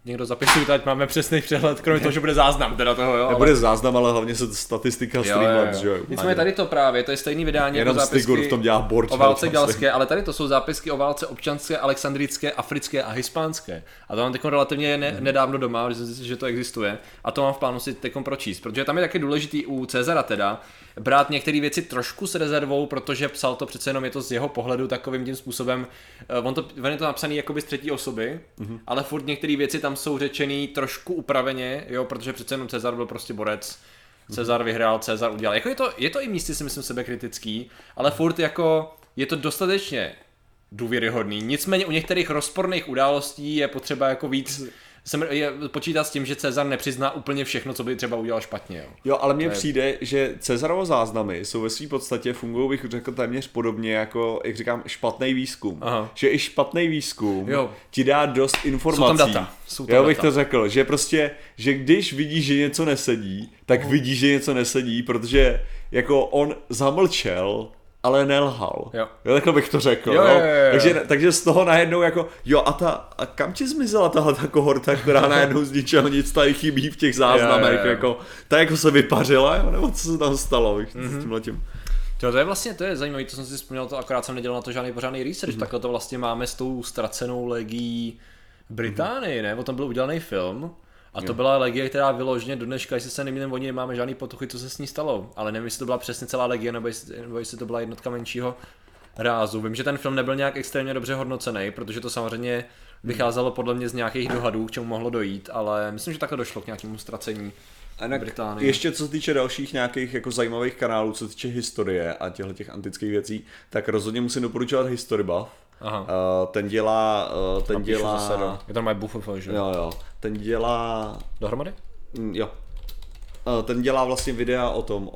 někdo zapisuje, ať máme přesný přehled, kromě toho, že bude záznam teda toho, jo. Nebude záznam, ale hlavně se statistika streamovat, že jo. Nicméně tady to právě, to je stejný vydání jako zápisky v tom dělá board o válce galské, ale tady to jsou zápisky o válce občanské, alexandrické, africké a hispánské. A to mám teď relativně nedávno doma, že to existuje. A to mám v plánu si teď pročíst, protože tam je taky důležitý u Cezara teda brát některé věci trošku s rezervou, protože psal to přece jenom je to z jeho pohledu takovým tím způsobem. On je to napsaný jakoby z třetí osoby, ale furt některé věci tam jsou řečený trošku upraveně, jo, protože přece jenom Cezar byl prostě borec. Cezar vyhrál, Cezar udělal. Jako je to i místy si myslím sebekritický, ale furt jako je to dostatečně důvěryhodný. Nicméně u některých rozporných událostí je potřeba jako víc počítat s tím, že Cezar nepřizná úplně všechno, co by třeba udělal špatně. Jo, ale mně přijde, že Cezarovo záznamy jsou ve své podstatě fungují, bych řekl téměř podobně jako, jak říkám, špatný výzkum. Aha. Že i špatný výzkum ti dá dost informací. Jsou tam data. Bych to řekl, že prostě, že když vidíš, že něco nesedí, tak vidíš, že něco nesedí, protože jako on zamlčel, ale nelhal. Jo, takhle bych to řekl. Jo. Takže z toho najednou jako, a kam ti zmizela tahle kohorta, která najednou z ničeho nic tady chybí v těch záznamech, jako, ta jako se vypařila, nebo co se tam stalo, s tímhletím. To je zajímavé, to jsem si vzpomněl, to akorát jsem nedělal na to žádný pořádný research, takhle to vlastně máme s tou ztracenou legií Británii, ne? O tom byl udělaný film. A to byla legie, která vyloženě do dneška, jestli se nemýlím, oni nemáme žádný potuchy, co se s ní stalo. Ale nevím, jestli to byla přesně celá legie, nebo jestli to byla jednotka menšího rázu. Vím, že ten film nebyl nějak extrémně dobře hodnocený, protože to samozřejmě vycházelo podle mě z nějakých dohadů, k čemu mohlo dojít, ale myslím, že takhle došlo k nějakému ztracení Británie. Ještě co se týče dalších nějakých jako zajímavých kanálů, co se týče historie a těch antických věcí, tak rozhodně musím doporučovat History Buff. Ten dělá... Je tam mají buff, že? Jo. Ten dělá... Dohromady? Jo. Ten dělá vlastně videa o tom,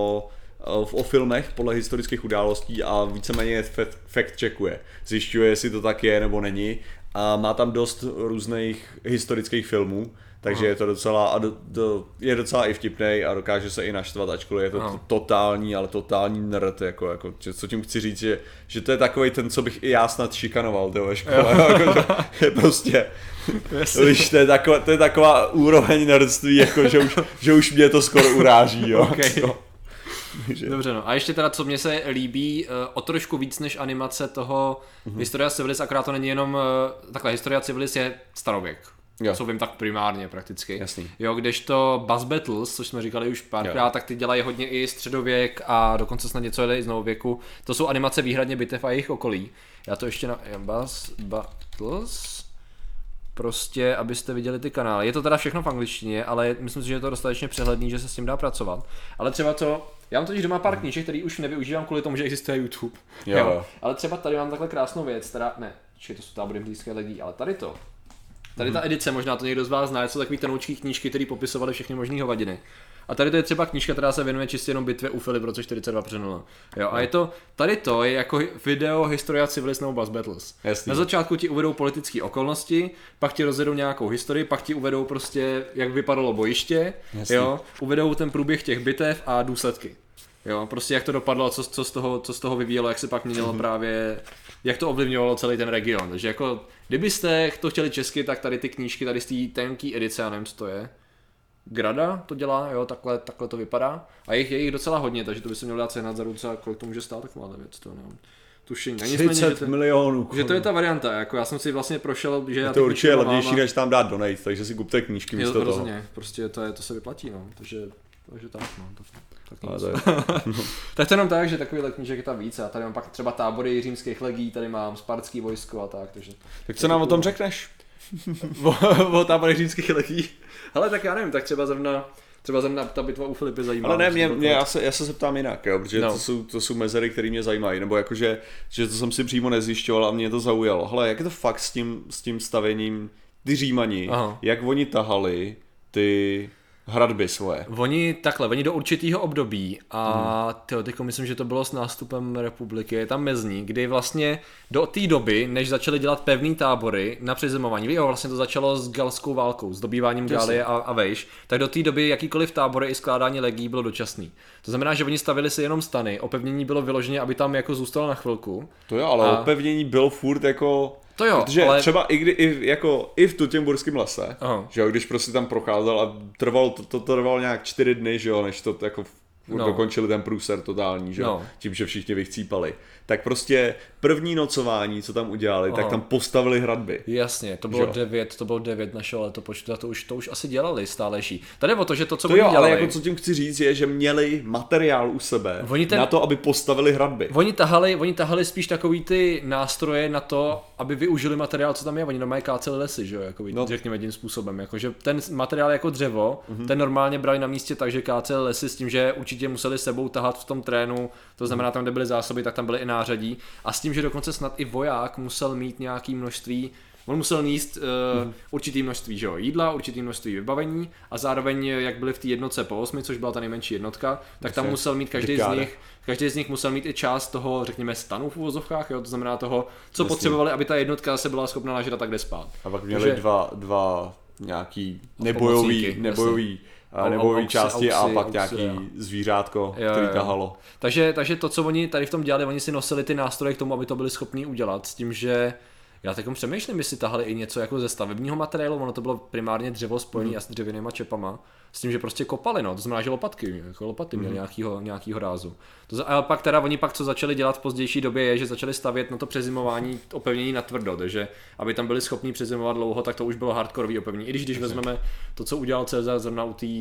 o filmech podle historických událostí a víceméně fact-checkuje. Zjišťuje, jestli to tak je nebo není. A má tam dost různých historických filmů, takže je to docela, je docela i vtipnej a dokáže se i naštvat, ačkoliv je to totální nerd, jako, co tím chci říct, že to je takovej ten, co bych i já snad šikanoval ve škole, je prostě, víš, to je taková úroveň nerdství, jako, že už mě to skoro uráží, jo. Okay. Dobře, no. A ještě teda, co mně se líbí, o trošku víc než animace toho Historia Civilis, akorát to není jenom takhle, Historia Civilis je starověk. Co vím tak primárně prakticky. Jasný. Jo, kdežto Buzz Battles, což jsme říkali už párkrát, tak ty dělají hodně i středověk a dokonce snad něco i z novověku. To jsou animace výhradně bitev a jejich okolí. Já to ještě Buzz Battles, prostě abyste viděli ty kanály. Je to teda všechno v angličtině, ale myslím si, že je to dostatečně přehledný, že se s tím dá pracovat. Ale třeba já mám totiž doma pár knížek, který už nevyužívám kvůli tomu, že existuje YouTube. Jo. Ale třeba tady mám takhle krásnou věc, to jsou tábory blízké legí, ale tady ta edice, možná to někdo z vás zná, jsou takový tenoučký knížky, které popisovaly všechny možný hovadiny. A tady to je třeba knížka, která se věnuje čistě jenom bitvě u Filip v roce 42 před 0. Jo, a tady to je jako video Historia Civilis nebo Buzz Battles. Jasný. Na začátku ti uvedou politické okolnosti, pak ti rozjedou nějakou historii, pak ti uvedou prostě, jak vypadalo bojiště, jo, uvedou ten průběh těch bitev a důsledky. Jo, prostě jak to dopadlo, co z toho vyvíjelo, jak se pak měnilo právě, jak to ovlivňovalo celý ten region. Takže jako, kdybyste to chtěli česky, tak tady ty knížky, tady z té tenký edice, já nevím, co to je. Grada to dělá, jo, takhle to vypadá. A je jich docela hodně, takže to by se mělo dát sehnat za ruce a kolik to může stát, tak máte věc, to nevím. Tušení. 30 milionů. Že to je ta varianta, jako já jsem si vlastně prošel, že já to určitě je levnější, než tam dát donate, takže si kupte knížky místo toho. Prostě to se vyplatí, no, takže tak, no. Tak to jenom tak, že takovýhle knížek je tam více a tady mám pak třeba tábory římských legií, tady mám spartský vojsko a tak, takže... Tak co nám o tom řekneš? o táborech římských legií? Hele, tak já nevím, tak třeba zrovna ta bitva u Filipy zajímavá. Ale ne, já se zeptám jinak, jo, protože to jsou mezery, které mě zajímají, nebo jakože, že to jsem si přímo nezjišťoval a mě to zaujalo. Hele, jak je to fakt s tím stavěním, ty Římani, jak oni tahali ty hradby svoje. Oni do určitého období a teoreticky myslím, že to bylo s nástupem republiky, je tam mezní, kdy vlastně do té doby, než začali dělat pevný tábory na přizimování, vlastně to začalo s galskou válkou, s dobýváním Galie a vejš, tak do té doby jakýkoliv tábory i skládání legií bylo dočasný. To znamená, že oni stavili si jenom stany, opevnění bylo vyloženě, aby tam jako zůstalo na chvilku. To jo, ale opevnění bylo furt jako... To jo, protože ale... třeba i v Tutěmburském lese, že jo, když prostě tam procházel a to trvalo nějak 4 dny, že jo, než to jako dokončili ten průser totální, že jo, tím, že všichni vychcípali. Tak prostě první nocování, co tam udělali, tak tam postavili hradby. Jasně, to bylo 9 našeho letopočtu a to už asi dělali stálejší. Tady o to, že to, co oni dělali... ale jako co tím chci říct je, že měli materiál u sebe na to, aby postavili hradby. Oni tahali spíš takový ty nástroje na to, aby využili materiál, co tam je. Oni normálně káceli lesy, že jo, jako řekněme tím způsobem. Jakože ten materiál jako dřevo, ten normálně brali na místě tak, že káceli lesy s tím, že určitě museli sebou tahat v tom trénu, to znamená tam, kde byly zásoby, tak tam byly i nářadí. A s tím, že dokonce snad i voják musel mít nějaký množství, on musel níst určitý množství, že jo, jídla, určitý množství vybavení a zároveň, jak byli v té jednotce po 8, což byla ta nejmenší jednotka, tak tam musel mít každý z nich musel mít i část toho, řekněme, stanu v uvozovkách, jo, to znamená toho, co potřebovali, aby ta jednotka zase byla schopná nažrat a kde spát. A pak měli dva nějaký nebojový části a pak nějaký zvířátko, který tahalo. Takže to, co oni tady v tom dělali, oni si nosili ty nástroje k tomu, aby to byli schopní udělat, s tím, že já takom přemýšlím, jestli tahali i něco jako ze stavebního materiálu, ono to bylo primárně dřevo spojené s dřevěnýma čepama, s tím, že prostě kopali, no, to znamená, že lopaty měli nějakýho rázu. Ale pak teda oni co začali dělat v pozdější době je, že začali stavět na to přezimování opevnění na tvrdo, takže aby tam byli schopni přezimovat dlouho, tak to už bylo hardkorový opevnění. I když vezmeme to, co udělal Cezar zrovna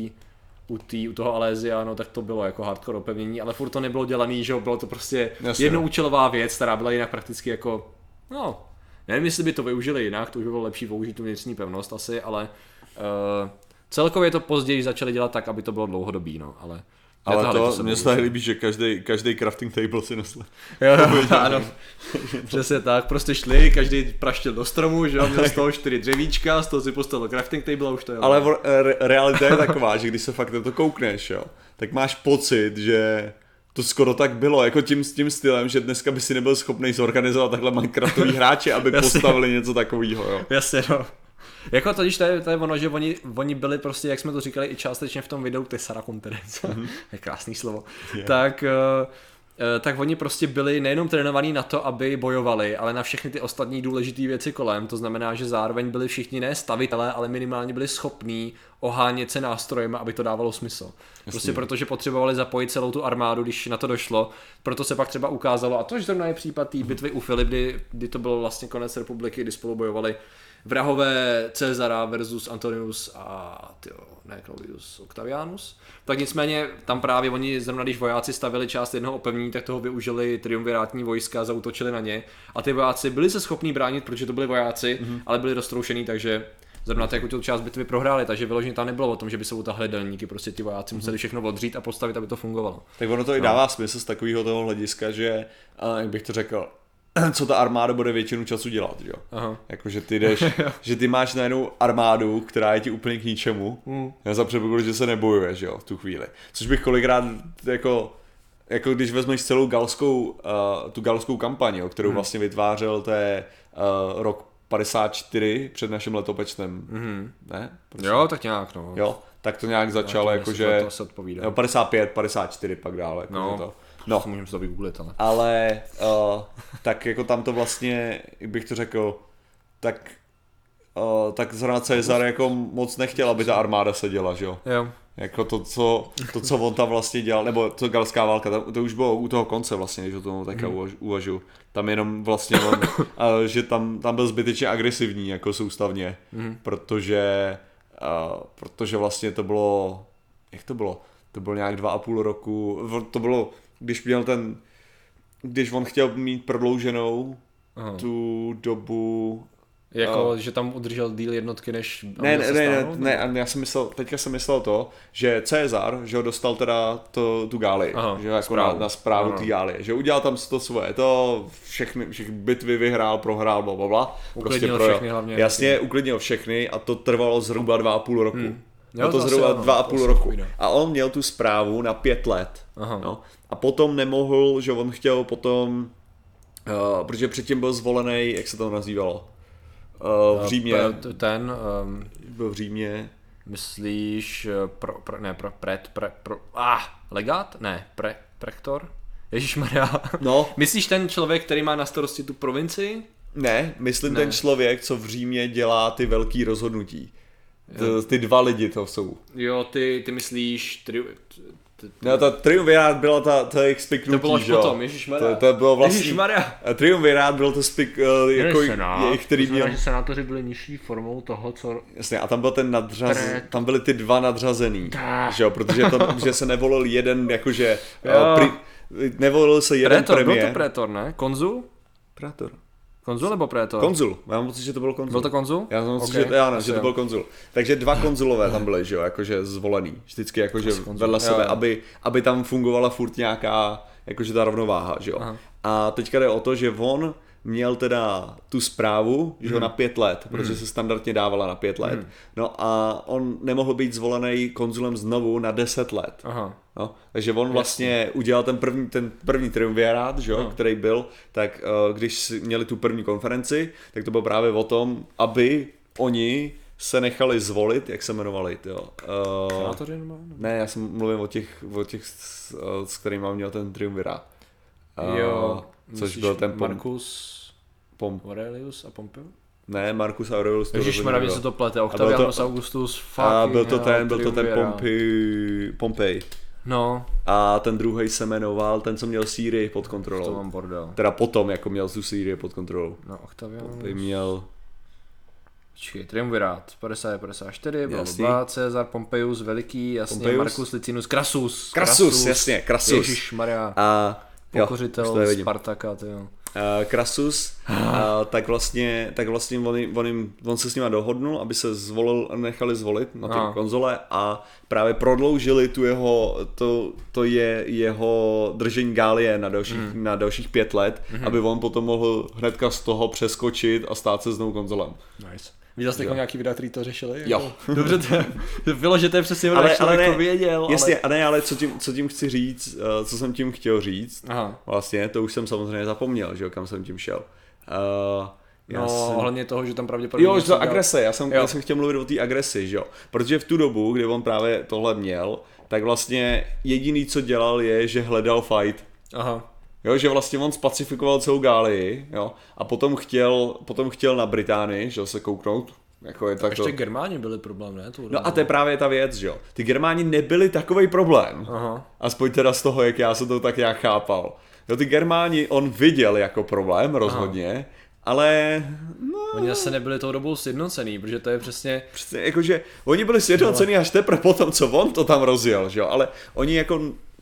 u toho Alésia, no tak to bylo jako hardcore opevnění, ale furt to nebylo dělaný, že bylo to prostě jednoúčelová věc, která byla jinak prakticky jako, no, nevím, jestli by to využili jinak, to už by bylo lepší použít tu vnitřní pevnost asi, ale celkově to později začali dělat tak, aby to bylo dlouhodobý, no, ale to mně se líbí, že každý crafting table si nosil. Jo, ano, přesně tak, prostě šli, každý praštil do stromu, že jo, měl z toho 4 dřevíčka, z toho si postavil crafting table a už to je. Ale realita je taková, že když se fakt na to koukneš, jo, tak máš pocit, že to skoro tak bylo, jako tím stylem, že dneska by si nebyl schopný zorganizovat takhle Minecraftový hráče, aby postavili něco takového, jo. Jasně, no. Jako totiž to je ono, že oni byli prostě, jak jsme to říkali i částečně v tom videu, Tessera Conference, je krásný slovo, tak oni prostě byli nejenom trénovaní na to, aby bojovali, ale na všechny ty ostatní důležité věci kolem, to znamená, že zároveň byli všichni ne stavitelé, ale minimálně byli schopní ohánět se nástrojem, aby to dávalo smysl. Prostě protože potřebovali zapojit celou tu armádu, když na to došlo, proto se pak třeba ukázalo, a to zrovna je případ té bitvy u Filip, kdy to bylo vlastně konec republiky, kdy spolu bojovali vrahové Cezara versus Antonius a Claudius Octavianus. Tak nicméně tam právě oni zrovna, když vojáci stavili část jednoho opevnění, tak toho využili triumvirátní vojska, zaútočili na ně a ty vojáci byli se schopní bránit, protože to byli vojáci, ale byli roztroušení, takže zrovna jako tu část bitvy prohráli, takže vyloženě tam nebylo o tom, že by se utahli delníky, prostě ti vojáci museli všechno odřít a postavit, aby to fungovalo. Tak ono to i dává smysl z takového toho hlediska, že, jak bych to řekl, co ta armáda bude většinu času dělat, jo? Jakože ty jdeš, že ty máš najednou armádu, která je ti úplně k ničemu, za předpokladu, že se nebojuješ, jo, v tu chvíli. Což bych kolikrát jako když vezmeš celou tu galskou kampaň, jo, kterou vlastně vytvářel, to je rok 54 před naším letopočtem, ne? Prostě. Jo, tak nějak, no. Jo, tak to nějak začalo, jakože 55, 54 pak dále, jako no. to. No, můžeme to vygooglit, ale. Ale tak jako tam to vlastně, jak bych to řekl, tak zrovna Cezar jako moc nechtěl, aby ta armáda seděla, že jo? Jo. Jako to, co on tam vlastně dělal, nebo to galská válka, to už bylo u toho konce vlastně, když o tom také uvažuji. Tam jenom vlastně on, že tam byl zbytečně agresivní jako soustavně, protože vlastně to bylo, jak to bylo? To bylo nějak 2,5 roku, to bylo, když on chtěl mít prodlouženou tu dobu. Jako, že tam udržel díl jednotky, než... Ne, teďka jsem myslel to, že Cezar, že ho dostal teda tu Gálii, že jako na správu té Gálie, že udělal tam to svoje, všechny bitvy vyhrál, prohrál, blablabla. Uklidnil prostě všechny hlavně. Jasně, uklidnil všechny a to trvalo zhruba 2,5 roku. Jo, to zhruba 2,5 roku. A on měl tu správu na 5 let. No. A potom nemohl, že on chtěl potom, protože předtím byl zvolený, jak se to nazývalo? V Římě. Byl v Římě. Myslíš legát? Ne, prektor? Ježišmarja. No. Myslíš ten člověk, který má na starosti tu provincii? Ne, myslím ten člověk, co v Římě dělá ty velký rozhodnutí. Ty dva lidi to jsou. Jo, ty myslíš... No, ta triumvirát byla ta jejich spiknutí, to bylo až potom, ježišmarja. To bylo vlastně... Ježišmarja. Triumvirát byl to spik, jako jejich, který měl... že senátoři byli nižší formou toho, co... Jasně, a tam byl ten tam byly ty dva nadřazený, že jo, protože že se nevolil jeden, jakože... nevolil se jeden premiér. Byl to prétor, ne? Konzul? Prétor. Konzul nebo prétor? Konzul. Já mám pocit, že to byl konzul. Byl to konzul? Já mám pocit, že to byl konzul. Takže dva konzulové tam byli, že jo, jakože zvolený. Vždycky jakože vedle sebe, aby tam fungovala furt nějaká, jakože ta rovnováha, že jo. Aha. A teďka jde o to, že on měl teda tu zprávu, že ho na 5 let, protože se standardně dávala na 5 let. No a on nemohl být zvolený konzulem znovu na 10 let. Aha. No, takže on vlastně udělal ten první triumvirát, že jo, který byl, tak když měli tu první konferenci, tak to bylo právě o tom, aby oni se nechali zvolit, jak se jmenovali, jo. Ne, já jsem mluvím o těch s kterými měl ten triumvirát. Jo, což byl ten Marcus Aurelius a Pompeo? Ne, Marcus Aurelius to Ježišmarja, mě se to plete, Octavianus Augustus, a byl to ten Pompej. No. A ten druhý se jmenoval, ten, co měl Sýrii pod kontrolou. To mám bordel. Teda potom, jako měl tu Sýrii pod kontrolou. No, Octavianus. Pompej měl... Počkej, triumvirát, 50-54, blablabla, Cezar, Pompeius, Veliký, jasně, Pompeius? Marcus Licinus, Crassus, jasně, Crassus. Ježišmarja, pokořitel Spartaka, tyjo. Crassus, tak vlastně on se s nima dohodnul, aby se nechali zvolit na té konzole a právě prodloužili to je jeho držení Gálie na dalších 5 let, aby on potom mohl hnedka z toho přeskočit a stát se znovu konzolem. Nice. Viděl jste nějaký videa, který to řešili? Jo. Dobře, to bylo, že to je přesně ale to věděl. Jasně, ale co tím chci říct, co jsem tím chtěl říct, vlastně, to už jsem samozřejmě zapomněl, že jo, kam jsem tím šel. Ohledně toho, že tam pravděpodobně... Jo, to agrese, já jsem chtěl mluvit o té agresi, že jo, protože v tu dobu, kdy on právě tohle měl, tak vlastně jediný, co dělal, je, že hledal fight. Aha. Jo, že vlastně on spacifikoval celou Gálii, jo, a potom chtěl na Británii, že se kouknout. Jako je tak ještě Germáni byli problém, ne? No a to je právě ta věc, že jo. Ty Germáni nebyli takovej problém. Aha. Aspoň teda z toho, jak já jsem to tak nějak chápal. Jo, ty Germáni on viděl jako problém rozhodně, ale... Oni zase nebyli tou dobou sjednocený, protože to je přesně... Jakože oni byli sjednocený až teprve potom, co on to tam rozjel, že jo, ale oni jako...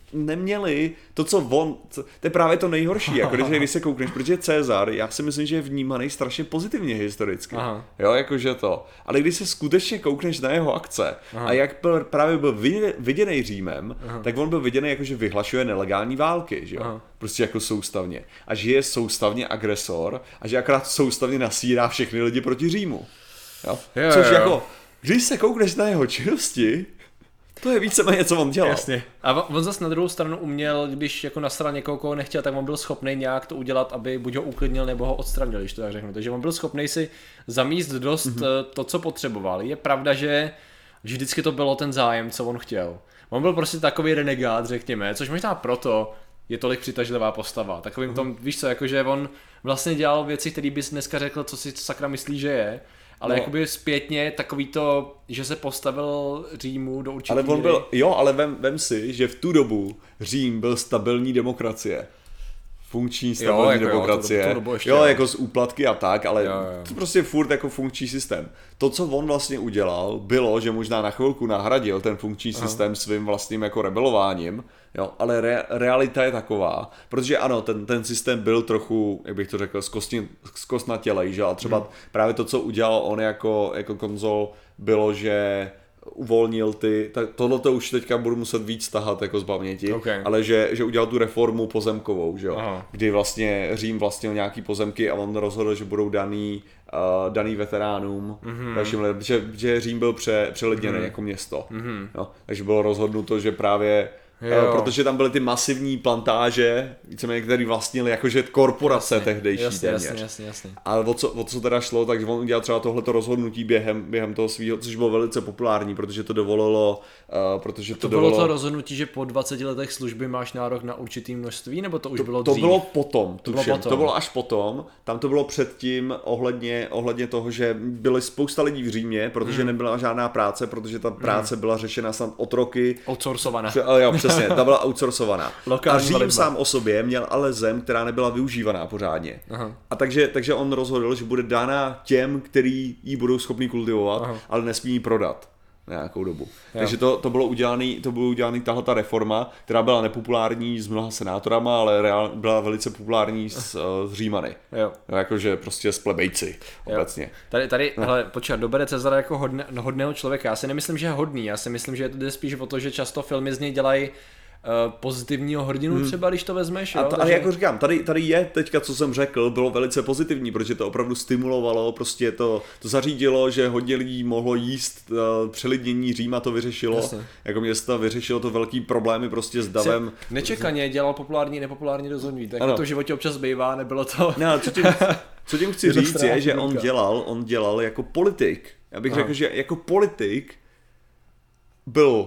neměli to, co on, to je právě to nejhorší, jako když se koukneš, protože Cezar, já si myslím, že je vnímaný strašně pozitivně historicky, jo, jakože to, ale když se skutečně koukneš na jeho akce a jak právě byl viděný Římem, tak on byl viděný jako, že vyhlašuje nelegální války, že jo, prostě jako soustavně a že je soustavně agresor a že akorát soustavně nasírá všechny lidi proti Římu, jo, což jako, když se koukneš na jeho činnosti, to je víceméně, co on dělal. Jasně. A on zase na druhou stranu uměl, když jako nasral někoho, koho nechtěl, tak on byl schopný nějak to udělat, aby buď ho uklidnil, nebo ho odstranil, když to tak řeknu. Takže on byl schopný si zamíst dost to, co potřeboval. Je pravda, že vždycky to bylo ten zájem, co on chtěl. On byl prostě takový renegát, řekněme, což možná proto je tolik přitažlivá postava. Takovým tom, víš co, jakože on vlastně dělal věci, které bys dneska řekl, co si sakra myslí, že je. Ale jakoby zpětně takový to, že se postavil Římu do určitý míry. Ale on byl, ale vem si, že v tu dobu Řím byl stabilní demokracie. Funkční stabilní demokracie. Jako z úplatky a tak, ale to prostě furt jako funkční systém. To, co on vlastně udělal, bylo, že možná na chvilku nahradil ten funkční systém svým vlastním jako rebelováním, jo, ale realita je taková, protože ano, ten systém byl trochu, jak bych to řekl, zkostnatělej, že, a třeba právě to, co udělal on jako konzol, bylo, že uvolnil tohleto už teďka budu muset víc tahat jako z paměti, ale že udělal tu reformu pozemkovou, že jo, kdy vlastně Řím vlastnil nějaký pozemky a on rozhodl, že budou daný veteránům, dalším lidem, že Řím byl přelidněný jako město, jo, takže bylo rozhodnuto, že právě protože tam byly ty masivní plantáže, víceméně, který vlastnili jakože korporace tehdejší téměř. Jasně. Ale o co teda šlo, takže on udělal třeba tohleto rozhodnutí během toho svého, což bylo velice populární, protože to dovolilo... To bylo to rozhodnutí, že po 20 letech služby máš nárok na určitý množství, nebo to už bylo dřív? To bylo potom, to bylo až potom. Tam to bylo předtím ohledně toho, že byly spousta lidí v Římě, protože nebyla žádná práce, protože ta práce byla řešena snad otroky. Outsourcovaná. Jo, přesně, ta byla outsourcovaná. A Řím sám o sobě měl ale zem, která nebyla využívaná pořádně. Aha. A takže on rozhodl, že bude dána těm, který ji budou schopni kultivovat, ale nesmí ji prodat na nějakou dobu. Jo. Takže to bylo udělaný tahle ta reforma, která byla nepopulární s mnoha senátorama, ale byla velice populární s Římany. Jo. Jakože prostě s plebejci obecně. Tady hele, počkat, dobere Cezara jako hodného člověka. Já si nemyslím, že je hodný, já si myslím, že jde spíš o to, že často filmy z něj dělají pozitivního hrdinu třeba, když to vezmeš. Jo? Ale jako říkám, tady je teďka, co jsem řekl, bylo velice pozitivní, protože to opravdu stimulovalo, prostě to zařídilo, že hodně lidí mohlo jíst, přelidnění Říma to vyřešilo, jako města vyřešilo to velký problémy prostě s davem. Nečekaně dělal populární, nepopulární rozhodnutí, tak to v životě občas bývá, nebylo to... No, co tím chci říct je, že on dělal jako politik. Já bych řekl, že jako politik byl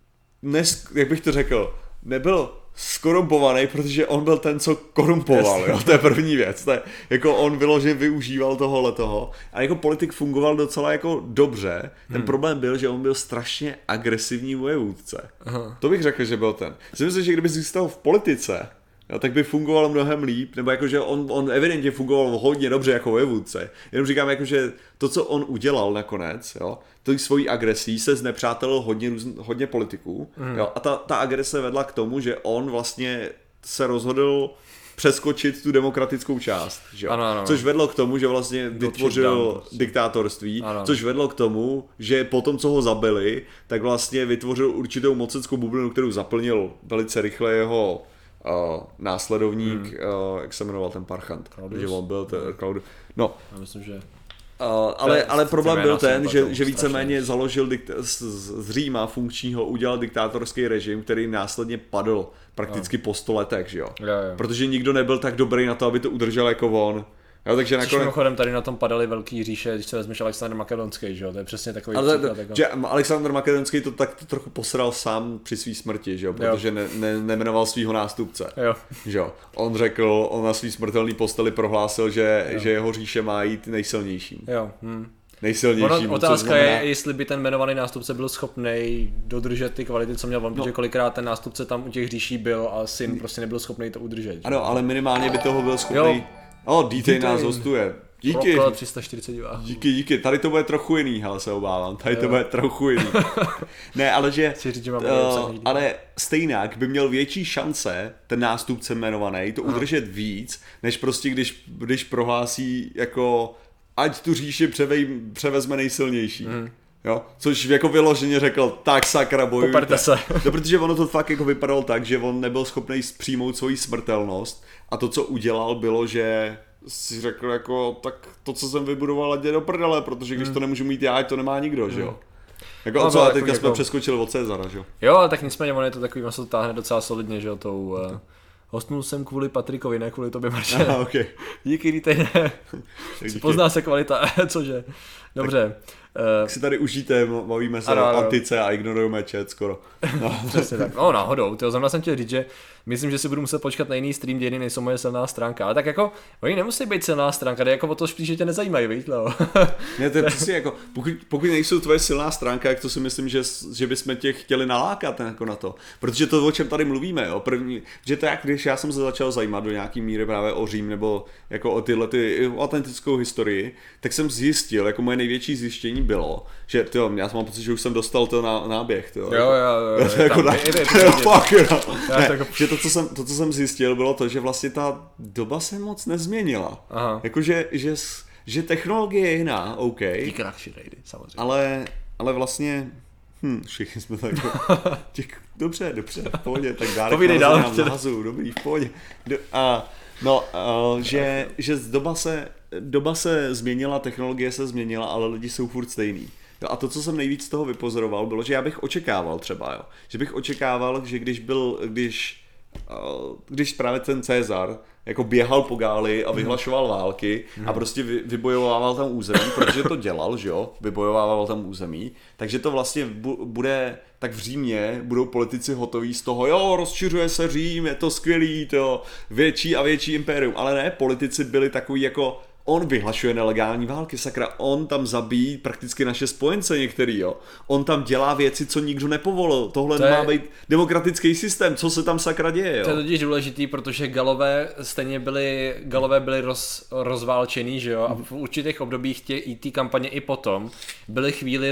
jak bych to řekl, nebyl skorumpovaný, protože on byl ten, co korumpoval, jo? To je první věc. To je, jako on vyloženě využíval toho. A jako politik fungoval docela jako dobře. Ten problém byl, že on byl strašně agresivní vojevůdce. To bych řekl, že byl ten. Myslím, že kdyby zůstal v politice, jo, tak by fungoval mnohem líp, nebo jakože on evidentně fungoval hodně dobře jako vojevůdce. Jenom říkám, jakože to, co on udělal nakonec, jo, to svojí agresí se znepřátelil hodně politiků, jo, a ta agrese vedla k tomu, že on vlastně se rozhodl přeskočit tu demokratickou část, že? Ano. Což vedlo k tomu, že vlastně vytvořil diktátorství, což vedlo k tomu, že po tom, co ho zabili, tak vlastně vytvořil určitou mocenskou bublinu, kterou zaplnil velice rychle jeho následovník, jak se jmenoval ten parchant, že on byl Claudius. No. Já myslím, že... Ale problém byl ten, že víceméně založil z Říma funkčního, udělal diktátorský režim, který následně padl prakticky po 100 letech, že jo? Protože nikdo nebyl tak dobrý na to, aby to udržel jako on. Jo, takže nakonec... Mimochodem tady na tom padaly velký říše, když se vezmeš Alexandr Makedonský, že jo, to je přesně takový příklad. Že Alexandr Makedonský to tak trochu posral sám při své smrti, že jo, protože nemenoval svého nástupce. Že jo. On na svý smrtelný posteli prohlásil, že jeho říše má jít nejsilnějším. Nejsilnějším. Otázka je, jestli by ten jmenovaný nástupce byl schopný dodržet ty kvality, co měl on, protože kolikrát ten nástupce tam u těch říší byl a syn prostě nebyl schopný to udržet. Ano, ale minimálně by toho byl schopný. D-Tay nás hostuje. Díky. 340 diváků. Díky. Tady to bude trochu jiný, hele, se obávám. Tady to bude trochu jiný. Ne, ale že... ale stejnak by měl větší šance ten nástupce jmenovaný to udržet víc, než prostě když prohlásí jako ať tu říši převezme nejsilnější. Jo? Což jako vyloženě řekl, tak sakra bojujte. Poperte se. No, protože ono to fakt jako vypadalo tak, že on nebyl schopný přijmout svoji smrtelnost a to, co udělal, bylo, že si řekl jako, tak to, co jsem vybudoval, ať jde do prdele, protože když to nemůžu mít já, to nemá nikdo, že jo. Jako no, co, teďka jsme přeskočili od Cezara, že jo. Jo, tak nicméně on je to takový, on se to táhne docela solidně, že jo, tou... Hostnul jsem kvůli Patrikovi, ne kvůli tobě, Marče. Okay. Díky, dítej, ne. Pozná se kvalita, cože. Dobře. Tak si tady užijte, bavíme se o antice a ignorujeme chat skoro. No. Přesně tak. No náhodou, zrovna jsem chtěl říct, že myslím, že si budu muset počkat na jiný stream, dějiny nejsou moje silná stránka. Ale tak jako, oni nemusí být silná stránka, jde jako o to spíš, že tě nezajímají, víš, no. Ne, to je přesně jako, pokud nejsou tvoje silná stránka, tak to si myslím, že bychom tě chtěli nalákat jako na to. Protože to, o čem tady mluvíme, jo, první, že to jak když já jsem se začal zajímat do nějaký míry právě o Řím nebo jako o tyhle o autentickou historii, tak jsem zjistil, jako moje největší zjištění bylo, že tyjo, já mám pocit, že už jsem dostal to náběh, tyjo. Jo. Že to, co jsem zjistil, bylo to, že vlastně ta doba se moc nezměnila. Jakože, že technologie je jiná, OK. samozřejmě. Ale vlastně, všichni jsme tak, dobře, v pohodě, tak dárek povídej dál, dobrý, v pohodě. Že doba se změnila, technologie se změnila, ale lidi jsou furt stejný. No a to, co jsem nejvíc z toho vypozoroval, bylo, že já bych očekával třeba, jo, že bych očekával, že když právě ten Cezar jako běhal po Gálii a vyhlašoval války a prostě vybojovával tam území, protože to dělal, že jo, vybojovával tam území, takže to vlastně bude, tak v Římě budou politici hotoví z toho, jo, rozšiřuje se Řím, je to skvělý, to větší a větší impérium, ale ne, politici byli takový jako, on vyhlašuje nelegální války, sakra, on tam zabíjí prakticky naše spojence některý, jo. On tam dělá věci, co nikdo nepovolil. Tohle nemá být demokratický systém, co se tam sakra děje, jo. To je totiž důležitý, protože Galové byli rozválčený, že jo, a v určitých obdobích té kampaně i potom byly chvíli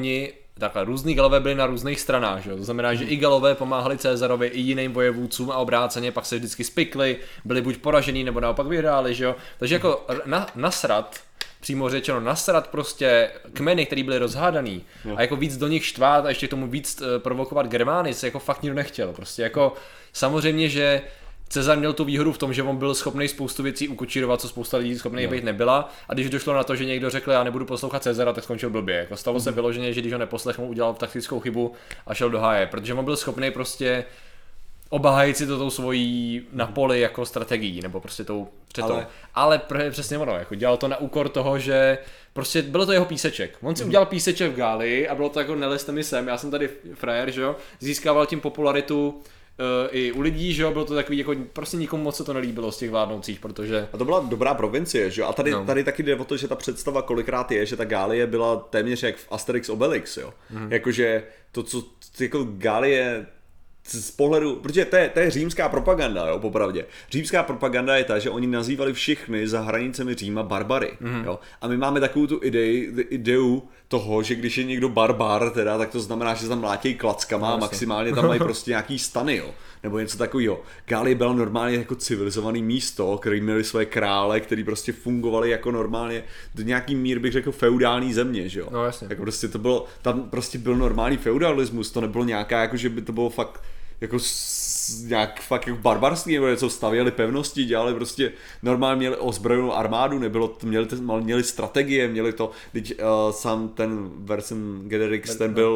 různý Galové byli na různých stranách, že jo? To znamená, že i Galové pomáhali Cezarovi i jiným vojevůdcům a obráceně, pak se vždycky spikli, byli buď poražený nebo naopak vyhráli, že jo? Takže jako nasrat, přímo řečeno nasrat prostě kmeny, který byly rozhádaný a jako víc do nich štvát a ještě tomu víc provokovat Germány, se jako fakt nikdo nechtěl, prostě jako samozřejmě, že Cezar měl tu výhodu v tom, že on byl schopný spoustu věcí ukočírovat, co spousta lidí schopných být nebyla, a když došlo na to, že někdo řekl, já nebudu poslouchat Cezara, tak skončil blbě. Jako stalo se vyloženě, že když ho neposlechl, udělal taktickou chybu a šel do háje, protože on byl schopný prostě obhájit si to tou svojí na poli jako strategií, nebo prostě tou přetou. Ale přesně ono, jako dělal to na úkor toho, že prostě bylo to jeho píseček. On si udělal píseček v Gálii a bylo to jako nelezte mi sem, já jsem tady frajer, že jo, získával tím popularitu i u lidí, že jo, bylo to takový, jako prostě nikomu moc se to nelíbilo z těch vládnoucích, protože... A to byla dobrá provincie, že jo, a tady taky jde o to, že ta představa kolikrát je, že ta Gálie byla téměř jak v Asterix Obelix, jo, jakože to, co jako Gálie z pohledu, protože to je římská propaganda, jo, popravdě. Římská propaganda je ta, že oni nazývali všechny za hranicemi Říma barbary, jo. A my máme takovou tu ideu toho, že když je někdo barbar, teda, tak to znamená, že se tam mlátějí klackama a maximálně tam mají prostě nějaký stany, jo. Nebo něco takového. Gálie bylo normálně jako civilizovaný místo, který měli své krále, který prostě fungovali jako normálně do nějaký mír, bych řekl, feudální země, že jo. No jasně. Jako prostě to bylo, tam prostě byl normální feudalismus, to nebylo nějaká, jako že by to bylo fakt jako nějak fakt jako barbarství, nebo něco, stavěli pevnosti, dělali prostě normálně, měli ozbrojenou armádu, nebylo to, měli strategie, měli to, teď sám ten Vercingetorix,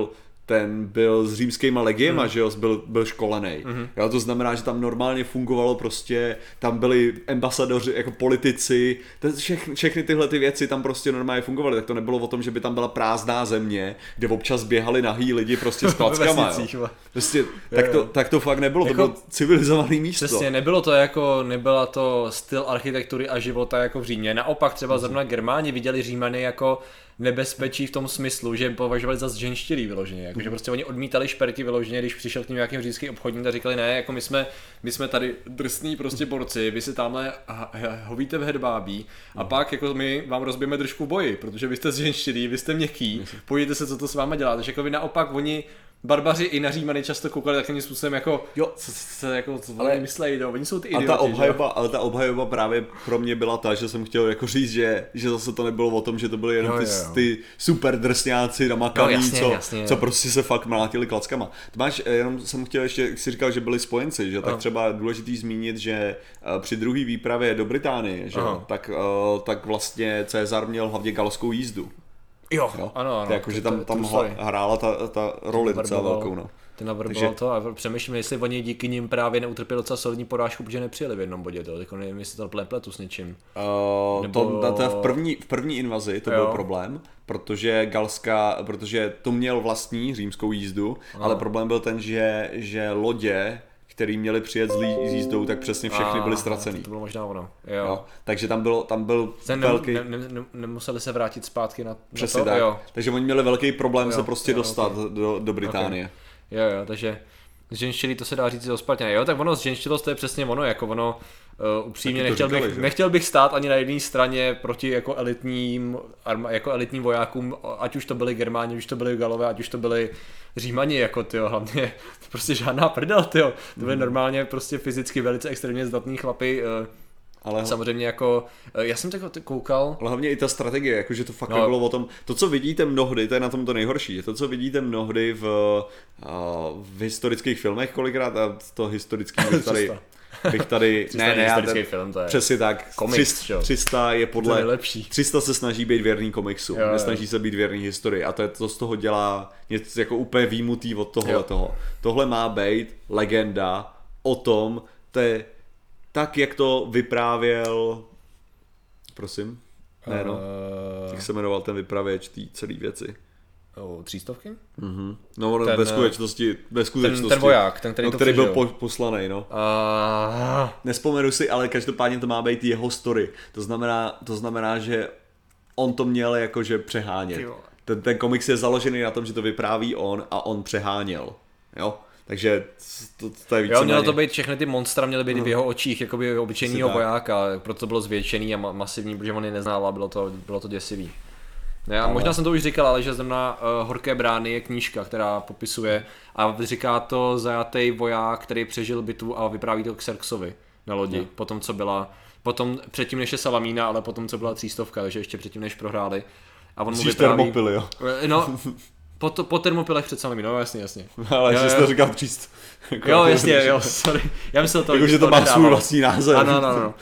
ten byl s římskýma legiema, že jo, byl školený. Jo, to znamená, že tam normálně fungovalo prostě, tam byli ambasadoři, jako politici, všechny tyhle ty věci tam prostě normálně fungovaly, tak to nebylo o tom, že by tam byla prázdná země, kde občas běhali nahý lidi prostě s klackama, jo. Prostě, tak to fakt nebylo, jako, to bylo civilizovaný místo. Přesně, nebyla to styl architektury a života jako v Římě, naopak třeba zrovna Germáni viděli Římany jako nebezpečí v tom smyslu, že považovali za zženštilý vyloženě, jakože prostě oni odmítali šperky vyloženě, když přišel k ním nějakým římským obchodník a říkali, ne, jako my jsme tady drsní prostě borci, vy si tamhle hovíte v hedbábí a pak jako my vám rozbijeme držku v boji, protože vy jste zženštilí, vy jste měkký, podívejte se, co to s váma dělá, takže jako vy naopak oni barbaři i na Římany často koukali takovým způsobem jako, jo, co oni myslejí, no, oni jsou ty idioti. Ale ta obhajoba právě pro mě byla ta, že jsem chtěl jako říct, že zase to nebylo o tom, že to byly jenom ty super drsňáci namakaný, co prostě se fakt mlátili klackama. Jenom jsem chtěl ještě, jak jsi říkal, že byli spojenci, že tak třeba důležitý zmínit, že při druhé výpravě do Británie, že tak vlastně Cezar měl hlavně galskou jízdu. Jo, ano. Jakože tam hrála ta roli docela velkou, no. Ty navrboval to a přemýšlím, jestli oni díky nim právě neutrpěli docela solidní porážku, protože nepřijeli v jednom bodě, to jako nevím, jestli to pletu s něčím. V první invazi to byl problém, protože to měl vlastní římskou jízdu, ale problém byl ten, že lodě, který měli přijet s jízdou, tak přesně všechny byly ztracený. To bylo možná ono. Jo. Takže tam byl velký... Nemuseli se vrátit zpátky na přesně to? Tak. Jo. Takže oni měli velký problém se prostě dostat do Británie. Okay. Jo, takže zženštilí, to se dá říct o Spartané. Jo, tak ono zženštilost, to je přesně ono, jako ono upřímně nechtěl bych stát ani na jedné straně proti jako elitním vojákům, ať už to byli Germáni, ať už to byli Galové, ať už to byli Římani, jako tyjo, hlavně to prostě žádná prdel, tyjo. To byly normálně prostě fyzicky velice extrémně zdatný chlapy, ale samozřejmě jako, já jsem tak koukal. Ale hlavně i ta strategie, jakože to fakt nebylo o tom, to co vidíte mnohdy, to je na tom to nejhorší, to co vidíte mnohdy v historických filmech kolikrát, a to historický tady bych tady... 300 je historický film, to je přesně tak. Komiks, 300 je podle... 300 se snaží být věrný komiksu, nesnaží se být věrný historii a to z toho dělá něco jako úplně výjimutý od toho. Tohle má být legenda o tom, to je tak, jak to vyprávěl... Prosím? Ne, no. Jak se jmenoval ten vypravěč té celé věci? O 300? No, ve skutečnosti. Ten voják, který byl poslanej, no. Nespomenu si, ale každopádně to má být jeho story. To znamená, že on to měl jakože přehánět. Ten komiks je založený na tom, že to vypráví on a on přeháněl. Jo? Takže to je víceméně... Jo, mělo to být, všechny ty monstra měly být v jeho očích, jakoby obyčejného vojáka, proto to bylo zvětšený a masivní, protože on je neznal a bylo to děsivý. A možná jsem to už říkal, ale že Země horké brány je knížka, která popisuje a říká to zajatý voják, který přežil bitvu a vypráví to k Xerxovi na lodi, potom předtím než je Salamína, ale potom co byla 300, takže ještě předtím než prohráli. A on mu vypráví... Termopily, jo? No, po termopilech před Salamínou, no jasně. Ale že jsi to říkal 300. Jo, jasně, sorry. Já myslel to, že to má svůj vlastní název. Ano.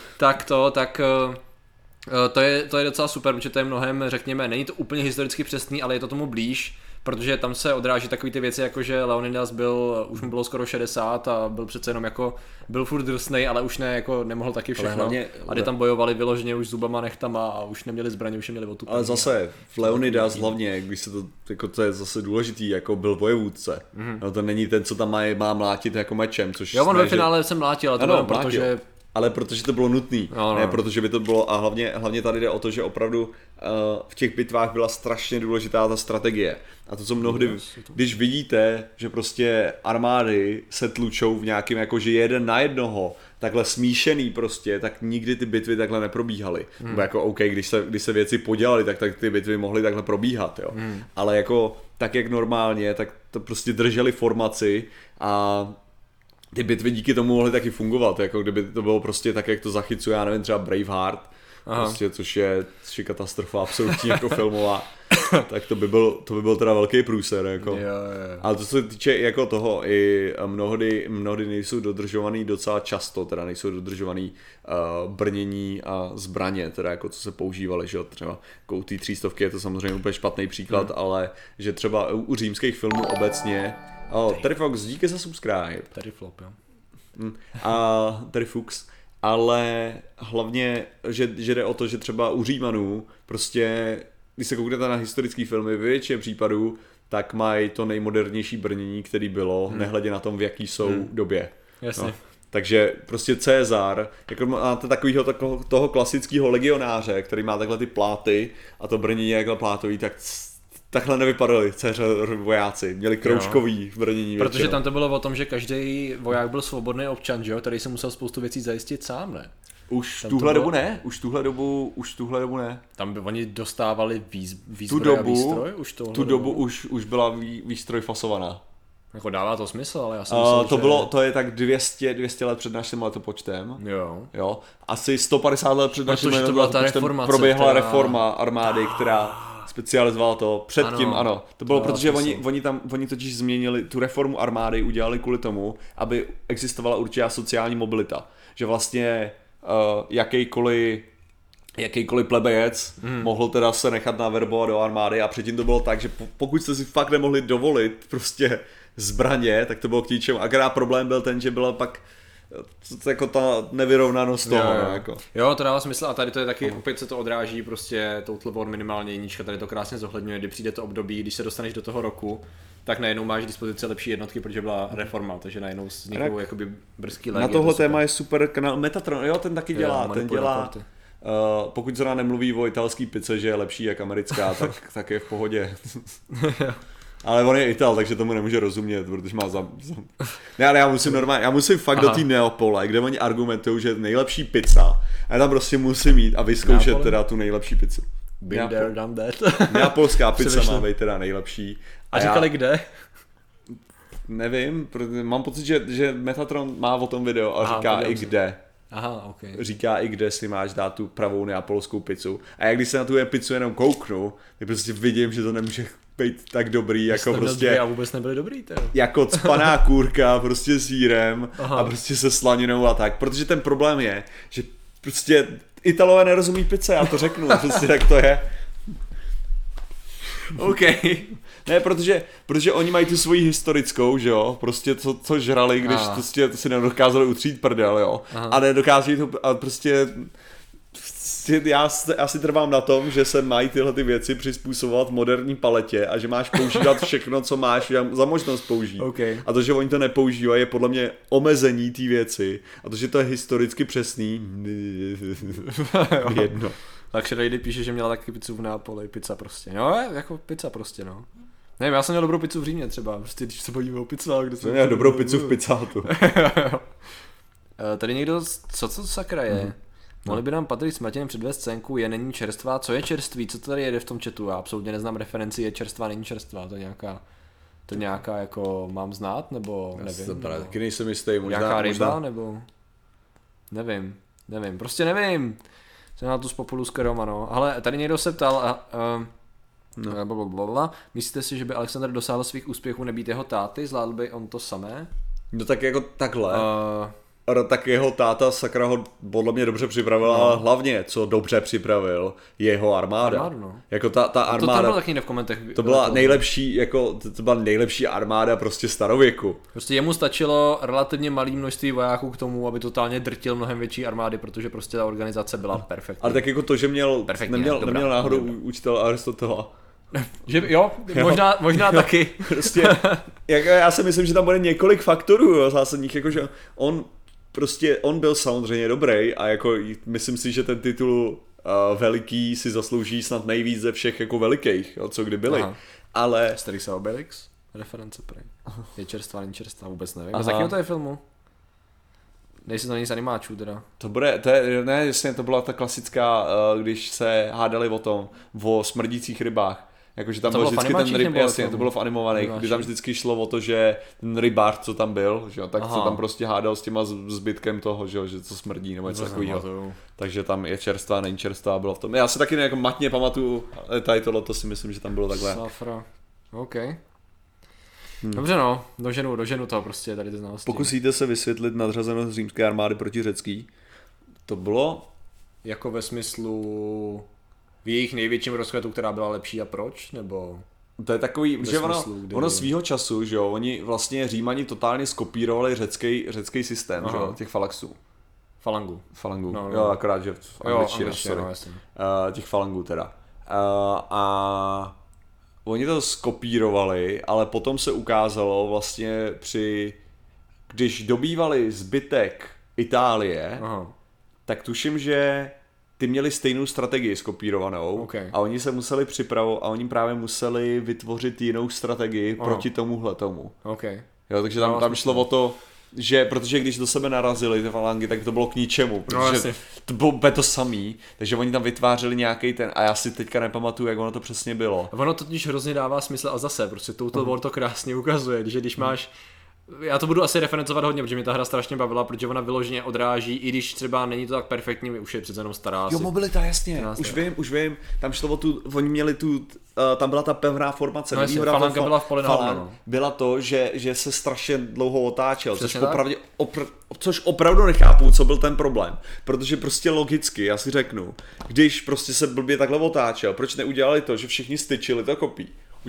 To je docela super, protože to je mnohem, řekněme, není to úplně historicky přesný, ale je to tomu blíž, protože tam se odráží takové ty věci, jako že Leonidas už mu bylo skoro 60 a byl přece jenom byl furt drsnej, ale už nemohl taky všechno. A kdy tam bojovali vyloženě už zubama, nechtama a už neměli zbraně, už je měli otupení. Ale zase v Leonidas hlavně, když se to je zase důležitý, jako byl vojevůdce. No to není ten, co tam má mlátit jako mečem, což... Jo, on ve finále se mlátil, ale to bylo protože... Ale protože to bylo nutné, ne protože by to bylo, a hlavně tady jde o to, že opravdu v těch bitvách byla strašně důležitá ta strategie. A to, co mnohdy, když vidíte, že prostě armády se tlučou v nějakým, jakože jeden na jednoho, takhle smíšený prostě, tak nikdy ty bitvy takhle neprobíhaly. Nebo jako OK, když se věci podělaly, tak ty bitvy mohly takhle probíhat, jo. Ale jako tak, jak normálně, tak to prostě drželi formaci a ty bitvy díky tomu mohly taky fungovat, jako kdyby to bylo prostě tak, jak to zachycuje, já nevím, třeba Braveheart, prostě, což je katastrofa absolutní jako filmová, tak to by byl teda velký průser, jako. Ale to se týče jako toho, i mnohdy nejsou dodržovaný docela často, teda nejsou dodržovaný brnění a zbraně, teda jako co se používaly, že jo, třeba jako u té 300 je to samozřejmě úplně špatný příklad, ale že třeba u římských filmů obecně. Terry Fox, díky za subscribe. Terry Flop, jo. A Terry Fox. Ale hlavně, že jde o to, že třeba u Římanů prostě, když se kouknete na historické filmy, v většině případů, tak mají to nejmodernější brnění, který bylo, nehledě na tom, v jaký jsou době. Jasně. No. Takže prostě Cezar, jako máte takovýho toho klasického legionáře, který má takhle ty pláty a to brnění je takhle plátový, tak takhle nevypadali vojáci, měli kroužkový brnění. Protože tam to bylo o tom, že každý voják byl svobodný občan, že jo, který se musel spoustu věcí zajistit sám, ne? Už tuhle dobu ne, už tuhle dobu ne. Tam by oni dostávali výzbroj a výstroj? Tu dobu už byla výstroj fasovaná. Jako dává to smysl, ale já jsem myslel, to je tak 200 let před naším letopočtem. Jo. Asi 150 let před naším letopočtem proběhla reforma armády, která specializovala to. Předtím ano. To bylo, protože oni totiž změnili tu reformu armády, udělali kvůli tomu, aby existovala určitá sociální mobilita. Že vlastně jakýkoliv plebejec mohl teda se nechat naverbovat do armády a předtím to bylo tak, že pokud jste si fakt nemohli dovolit prostě zbraně, tak to bylo k ničemu. Akorát problém byl ten, že byla pak jako ta nevyrovnanost toho. Jako. Jo, to dává smysl a tady to je taky, opět se to odráží, prostě Total War minimálně jednička, tady to krásně zohledňuje, kdy přijde to období, když se dostaneš do toho roku, tak najednou máš k dispozici lepší jednotky, protože byla reforma, takže najednou vzniknou jakoby brzký legie. Na tohle téma je super kanál Metatron, jo, ten taky dělá, pokud se nám nemluví o italský pice, že je lepší jak americká, tak je v pohodě. Ale on je Ital, takže tomu nemůže rozumět, protože má Ne, ale já musím fakt do té Neapole, kde oni argumentují, že je nejlepší pizza. A já tam prostě musím jít a vyzkoušet teda tu nejlepší pizzu. Been there, done that. Neapolská pizza má být teda nejlepší. A říkali kde? Nevím, mám pocit, že Metatron má o tom video a říká i kde. Aha, okay. Říká i, kde si máš dát tu pravou neapolskou pizzu. A jak když se na tu pizzu jenom kouknu, tak prostě vidím, že to nemůže být tak dobrý, jako prostě... A vůbec nebyly dobrý, to. Jako cpaná kůrka, prostě s sýrem a prostě se slaninou a tak. Protože ten problém je, že prostě Italové nerozumí pizze, já to řeknu, prostě tak to je. OK. Ne, protože oni mají tu svoji historickou, že jo, prostě co žrali, když prostě to si nedokázali utřít prdel, jo. Aha. A nedokáží to, a prostě já si trvám na tom, že se mají tyhle ty věci přizpůsobovat moderní paletě a že máš používat všechno, co máš za možnost použít. Okay. A to, že oni to nepoužívají, je podle mě omezení té věci. A to, že to je historicky přesný, jedno. Tak Shady píše, že měla taky pizzu v Neapoli, pizza prostě. No, jako pizza prostě, no. Nevím, já jsem měl dobrou pizzu v Římě třeba, prostě když se bavíme o pizzách, kde jsem... Měl dobrou pizzu v pizzátu. Tady někdo, co sakra je? Mohli by nám Patrik s Martinem předvést scénku, není čerstvá, co je čerství, co to tady jede v tom chatu, já absolutně neznám referenci, je čerstvá, není čerstvá, to je nějaká jako mám znát, nebo nevím. Já právě taky nejsem jistý, nějaká ryba, nebo nevím, prostě nevím. Jsem na tu z Populuska Roma, no, ale tady někdo se ptal myslíte si, že by Alexander dosáhl svých úspěchů nebýt jeho táty, zvládl by on to samé? No tak jako takhle. Tak jeho táta sakra ho podle mě dobře připravil, ale hlavně, co dobře připravil, jeho armáda. Jako ta armáda. To tam bylo taky v komentech. To byla nejlepší, jako to byla nejlepší armáda prostě starověku. Prostě jemu stačilo relativně malý množství vojáků k tomu, aby totálně drtil mnohem větší armády, protože prostě ta organizace byla perfektní. Ale tak jako to, že neměl náhodou učitel Aristotela. Že jo, možná taky. Prostě, jako já si myslím, že tam bude několik faktorů, jo, zásadních, jakože on byl samozřejmě dobrý a jako myslím si, že ten titul veliký si zaslouží snad nejvíc ze všech jako velikých, jo, co kdy byli. Aha. Ale... Asterix a Obelix? Reference prej. Je čerstvá, není čerstvá, vůbec nevím. A z jakého to je filmu? Nejsi to není z animáčů teda. To byla ta klasická, když se hádali o smrdících rybách. Jakože tam to byl vždycky ten ryb, jasně, to bylo v animovaných, kdy tam vždycky šlo o to, že ten rybář, co tam byl, že, tak se tam prostě hádal s těma zbytkem toho, že co smrdí nebo něco takového. Takže tam je čerstvá, není čerstvá, bylo v tom. Já si taky jako matně pamatuju, tady tohle si myslím, že tam bylo takhle. Safra. OK. Dobře no, doženu toho prostě tady ty znalosti. Pokusíte se vysvětlit nadřazenost římské armády proti řecký? To bylo? Jako ve smyslu... v jejich největším rozkvětu, která byla lepší a proč, nebo... To je takový, že ono svýho času, že jo, oni vlastně Římani totálně skopírovali řecký systém, že jo, těch falaxů. Falangu, no. Jo, akorát, že v angličtině, no, těch falangů teda. A oni to skopírovali, ale potom se ukázalo vlastně když dobývali zbytek Itálie, tak tuším, že ty měli stejnou strategii skopírovanou a oni se museli připravovat a oni právě museli vytvořit jinou strategii proti tomuhletomu. Jo, takže tam šlo o to, že protože když do sebe narazili ty falangy, tak to bylo k ničemu, protože to bylo úplně to samý, takže oni tam vytvářeli nějaký ten, a já si teďka nepamatuju, jak ono to přesně bylo. Ono to totiž hrozně dává smysl a zase, prostě Total War to krásně ukazuje, že když máš já to budu asi referencovat hodně, protože mě ta hra strašně bavila, protože ona vyloženě odráží, i když třeba není to tak perfektní, už je přece jenom stará. Jo, mobilita, jasně, už vím, tam šlo o oni měli tam byla ta pevná formace. No jasně, falanga byla v poli nahoru. Byla to, že se strašně dlouho otáčel, což opravdu nechápu, co byl ten problém, protože prostě logicky, já si řeknu, když prostě se blbě takhle otáčel, proč neudělali to, že všichni styčili to kopí,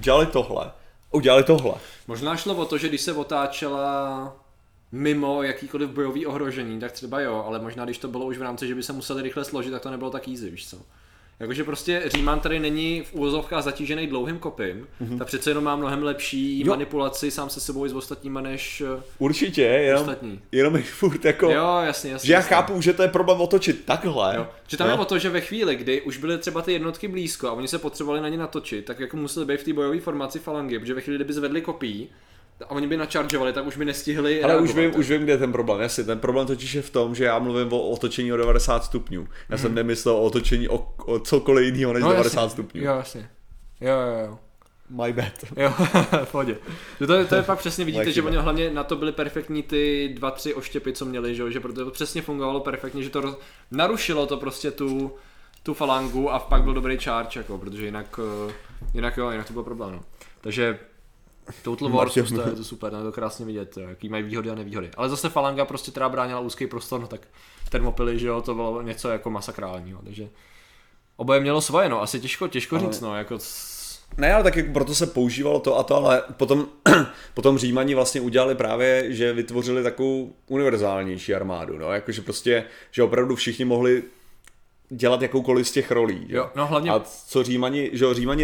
udělali tohle. Možná šlo o to, že když se otáčela mimo jakýkoliv bojový ohrožení, tak třeba jo, ale možná když to bylo už v rámci, že by se museli rychle složit, tak to nebylo tak easy, víš co. Jakože prostě Říman tady není v úvozovkách zatížený dlouhým kopím, tak přece jenom má mnohem lepší manipulaci sám se sebou i s ostatníma než určitě, jenom jich furt jako, jo, jasně. Že já chápu, že to je problém otočit takhle. Jo. Že tam je o to, že ve chvíli, kdy už byly třeba ty jednotky blízko a oni se potřebovali na ně natočit, tak jako museli být v té bojové formaci falangy, protože ve chvíli, kdyby zvedli kopí a oni by načaržovali, tak už by nestihli. Ale už vím, kde je ten problém. Jasně, ten problém totiž je v tom, že já mluvím o otočení o 90 stupňů. Já jsem nemyslel o otočení o cokoliv jiného než 90 stupňů. Jo, jasně. Jo. My bad. Jo, v pohodě. To je pak přesně vidíte, že oni hlavně na to byly perfektní ty 2-3 oštěpy, co měli, že proto to přesně fungovalo perfektně, že to narušilo to prostě tu falangu a pak byl dobrý charge, jako, protože jinak to byl problém. No. Takže Total War to je to super, to krásně vidět, jaký mají výhody a nevýhody. Ale zase falanga prostě, která bránila úzký prostor, no tak termopily, že jo, to bylo něco jako masakrálního, takže oboje mělo svoje, no, asi těžko říct, no, jako... Ne, ale taky proto se používalo to a to, ale potom Římani vlastně udělali právě, že vytvořili takovou univerzálnější armádu, no, jakože prostě, že opravdu všichni mohli dělat jakoukoliv z těch rolí. Jo, no hlavně... A co Římani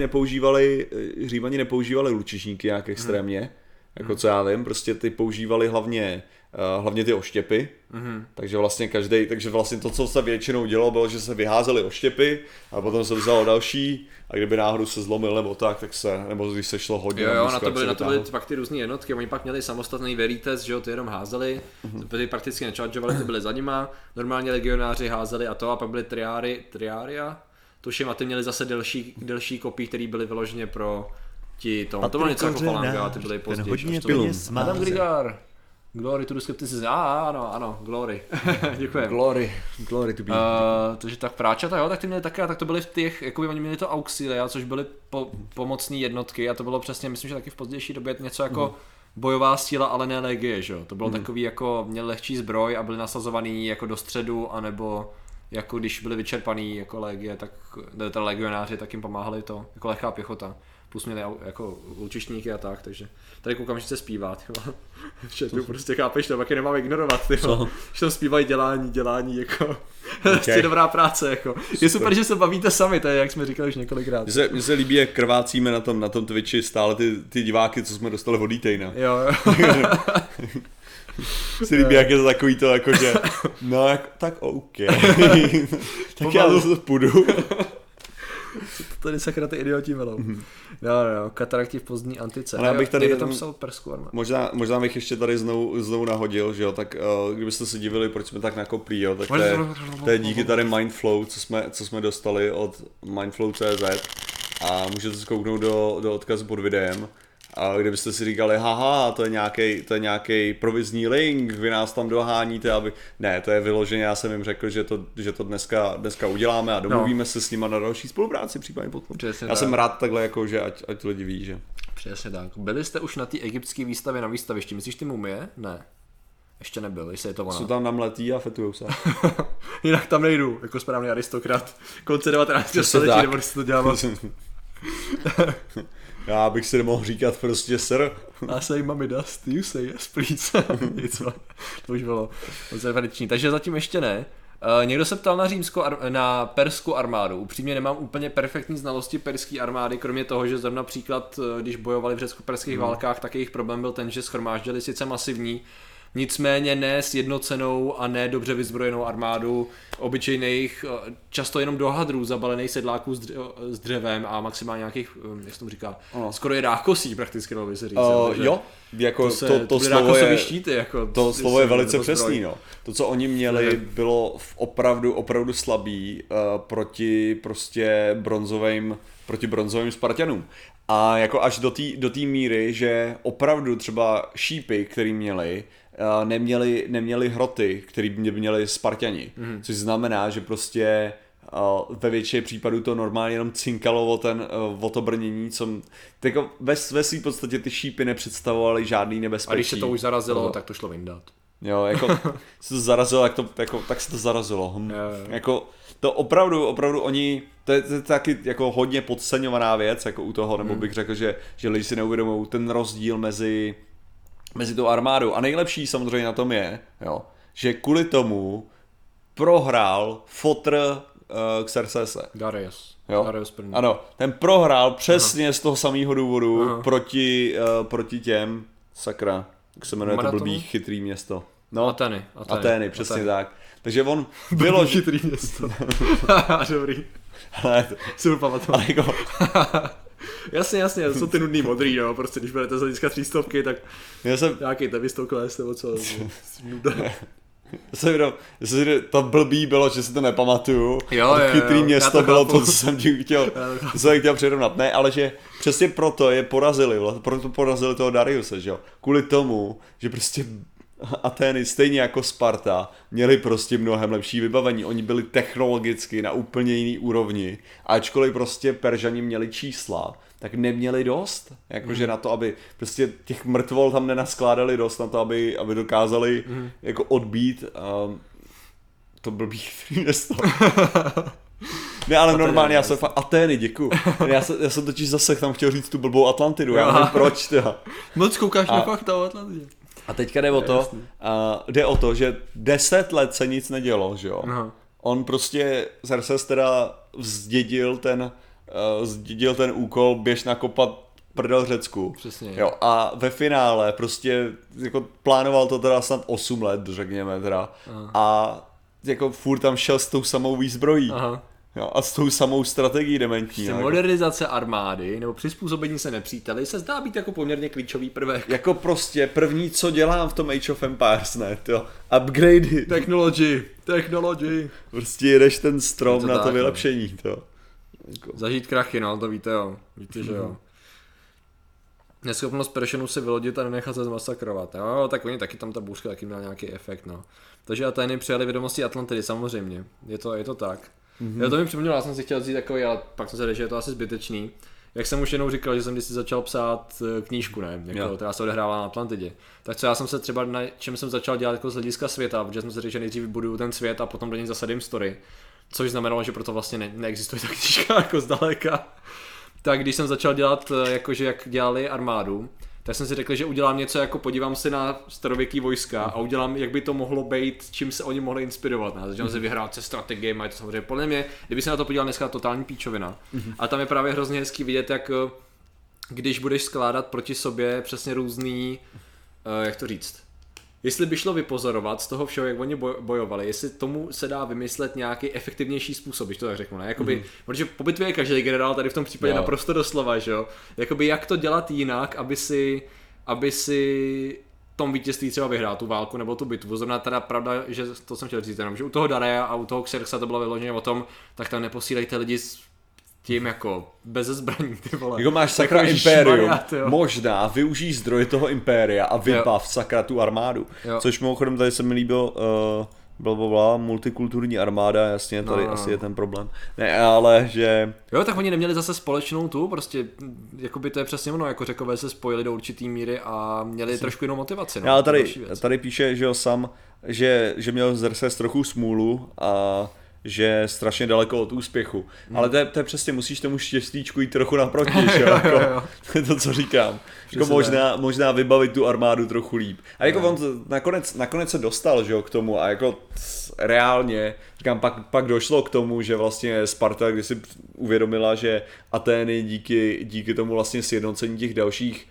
nepoužívali lučišníky nějak extrémně, jako co já vím, prostě ty používali hlavně ty oštěpy, takže vlastně to, co se většinou dělalo, bylo, že se vyházely oštěpy a potom se vzalo další a kdyby náhodou se zlomil nebo když se šlo hodně. Jo, na to byly pak ty různé jednotky, oni pak měli samostatný verites, že jo, ty jenom házeli, ty prakticky nechargeovali, ty byly za nima, normálně legionáři házeli a pak byly triária, tuším, a ty měli zase delší kopí, které byly vyloženě pro to bylo něco jako falanga, a ty byly později. Adam Grigar. Glory to the skepticism. Ano, Glory. Děkujem. Glory to be. Takže tak práčata, jo, tak ty měli také, tak to byly v těch, jakoby oni měli to auxilia, což byly pomocné jednotky a to bylo přesně, myslím, že taky v pozdější době něco jako bojová síla, ale ne legie, že jo. To bylo takový jako, měli lehčí zbroj a byli nasazovaný jako do středu, anebo jako když byli vyčerpaný jako legie, tak legionáři, tak jim pomáhali to, jako lehká pěchota. Plus měli jako lučišníky a tak, takže tady koukám, že se zpívá, v chatu prostě chápeš, to taky nemáme ignorovat, že tam zpívají dělání, jako, okay. Dobrá práce, jako. Je super, že se bavíte sami, to je, jak jsme říkali už několikrát. Mně se líbí, jak krvácíme na tom Twitchi stále ty diváky, co jsme dostali od Dejna. Jo. Se líbí, jak je to takový to, jakože, no tak OK, tak já to půjdu. Co to tady sakra ty idioti velou. No, katarakti v pozdní antice. Ale abych tady tam psal perskou armádu. Možná bych ještě tady znovu nahodil, že jo, tak kdybyste se divili, proč jsme tak nakoplí, jo, tak to je díky tady Mindflow, co jsme dostali od mindflow.cz a můžete zkouknout do odkazu pod videem. A kdybyste si říkali, haha, to je nějaký provizní link, vy nás tam doháníte, aby... Ne, to je vyloženě, já jsem jim řekl, že to dneska uděláme a domluvíme se s nima na další spolupráci, případně potom. Já jsem rád takhle, jako, že ať lidi ví, že... Přesně tak. Byli jste už na té egyptské výstavě na výstavišti, myslíš ty mumie? Ne. Ještě nebyl, jestli je to ona. Jsou tam namletí a fetujou se. Jinak tam nejdu, jako správný aristokrat. Konce 19. století, nebo to dělám. Já bych si nemohl říkat prostě sir. I say mommy dust, you say yes please. To už bylo konzervační, takže zatím ještě ne. Někdo se ptal na perskou armádu. Upřímně nemám úplně perfektní znalosti perské armády, kromě toho, že zrovna například, když bojovali v řecko-perských válkách, tak jejich problém byl ten, že shromáždili sice masivní, nicméně ne sjednocenou a ne dobře vyzbrojenou armádu obyčejných, často jenom do hadrů zabalených sedláků s dřevem a maximálně nějakých, jak se tomu říká, skoro je rákosí prakticky, dalo by se říct. Jo, jako to slovo je, štíty, jako, to slovo je velice přesný. No. To, co oni měli, bylo opravdu slabý proti prostě bronzovým Spartanům. A jako až do té míry, že opravdu třeba šípy, který měli, neměli hroty, který by měli Spartani. Což znamená, že prostě ve většině případů to normálně jenom cinkalo o to brnění, jako ve své podstatě ty šípy nepředstavovaly žádný nebezpečí. A když se to už zarazilo, tak to šlo vyndat. Jo, jako se to zarazilo, tak se to zarazilo. Jako to opravdu oni, to je taky jako hodně podceňovaná věc, jako u toho, nebo bych řekl, že lidi si neuvědomují ten rozdíl mezi tou armádou. A nejlepší samozřejmě na tom je, jo, že kvůli tomu prohrál fotr Xerxese. Darius první. Ano, ten prohrál přesně z toho samého důvodu proti těm, sakra, jak se jmenuje to blbý chytrý město. No, Atény, přesně tak. Takže on bylo... chytrý město. Dobrý. Ale si budu pamatovat. Jako... Jasně, to jsou ty nudný modrý, no, prostě když budete z hlediska 300, tak nějaký ten vystokles, nebo co, nuda. To blbý bylo, že si to nepamatuju. Jo, chytrý město bylo to, co jsem ti chtěl přirovnat. Ne, ale že přesně proto porazili toho Dariuse, že jo. Kvůli tomu, že prostě Atény, stejně jako Sparta, měli prostě mnohem lepší vybavení. Oni byli technologicky na úplně jiný úrovni. A ačkoliv prostě Peržani měli čísla, tak neměli dost. Jakože na to, aby prostě těch mrtvol tam nenaskládali dost na to, aby dokázali jako odbít to blbý město. Ne, ale normálně, já jsem fakt Atény, děkuju. Já jsem totiž zase tam chtěl říct tu blbou Atlantidu, já nevím proč teda. Moc koukáš na fakta o Atlantidě. A teďka jde o to, že 10 let se nic nedělo, že jo. Aha. On prostě, Xerxes teda zdědil ten úkol, běž nakopat prdel Řecku. Přesně. Jo, a ve finále prostě jako plánoval to teda snad 8 let, řekněme teda. Aha. A jako furt tam šel s tou samou výzbrojí. Aha. Jo, a s tou samou strategií dementní. Jako. Modernizace armády nebo přizpůsobení se nepříteli se zdá být jako poměrně klíčový prvek. Jako prostě první, co dělám v tom Age of Empires, ne, jo, upgradey. Technology. Prostě jedeš ten strom na to vylepšení, to. Jako. Zažít krachy, no, to víte, jo. Víte, že jo. Neschopnost Peršanů se vylodit a nenechat se zmasakrovat. Jo, tak oni taky tam ta bůřka taky měla nějaký efekt, no. Takže Atény přijali vědomosti Atlantidy, samozřejmě. Je to tak. Jo, to mi připomnělo, já jsem si chtěl říct takový, ale pak jsem se řekl, že je to asi zbytečný. Jak jsem už jednou říkal, že jsem kdysi začal psát knížku, ne? Jako, která se odehrává na Atlantidě. Tak co já jsem se třeba na čem jsem začal dělat jako z hlediska světa, protože jsem se řekl, že nejdřív vybuduju ten svět a potom do něj zasadím story. Což znamenalo, že proto vlastně neexistuje ta knížka jako zdaleka. Tak když jsem začal dělat, jakože jak dělali armádu, tak jsem si řekl, že udělám něco jako podívám se na starověký vojska a udělám, jak by to mohlo být, čím se oni mohli inspirovat. Začal se vyhrát se strategiemi, je to samozřejmě podle mě, kdyby se na to podíval dneska, totální píčovina. A tam je právě hrozně hezký vidět, jak když budeš skládat proti sobě přesně různý, jak to říct, jestli by šlo vypozorovat z toho všeho, jak oni bojovali, jestli tomu se dá vymyslet nějaký efektivnější způsob, když to tak řeknu, ne? Jakoby, protože po bitvě je každý generál tady v tom případě naprosto doslova, že jo? Jakoby jak to dělat jinak, aby si tom vítězství třeba vyhrál tu válku nebo tu bitvu. Znamená teda pravda, že to jsem chtěl říct jenom, že u toho Dareia a u toho Xerxa to bylo vyloženě o tom, tak tam neposílejte lidi tím jako bez zbraní, ty vole. Jako máš sakra impérium, možná využij zdroje toho impéria a vybav sakra tu armádu. Jo. Což mimochodem tady se mi líbil multikulturní armáda, jasně, tady asi je ten problém. Ne, ale že... Jo, tak oni neměli zase společnou tu, prostě, jakoby to je přesně ono, jako Řekové se spojili do určitý míry a měli trošku jinou motivaci. No, ale tady píše, že jo, sám, že měl Xerxes trochu smůlu a že strašně daleko od úspěchu. Ale to je přesně, musíš tomu štěstíčku jít trochu naproti, že jo? To je to, co říkám. Jako možná vybavit tu armádu trochu líp. A jako on nakonec se dostal, že jo, k tomu a jako reálně, říkám, pak došlo k tomu, že vlastně Sparta, když si uvědomila, že Atény díky tomu vlastně sjednocení těch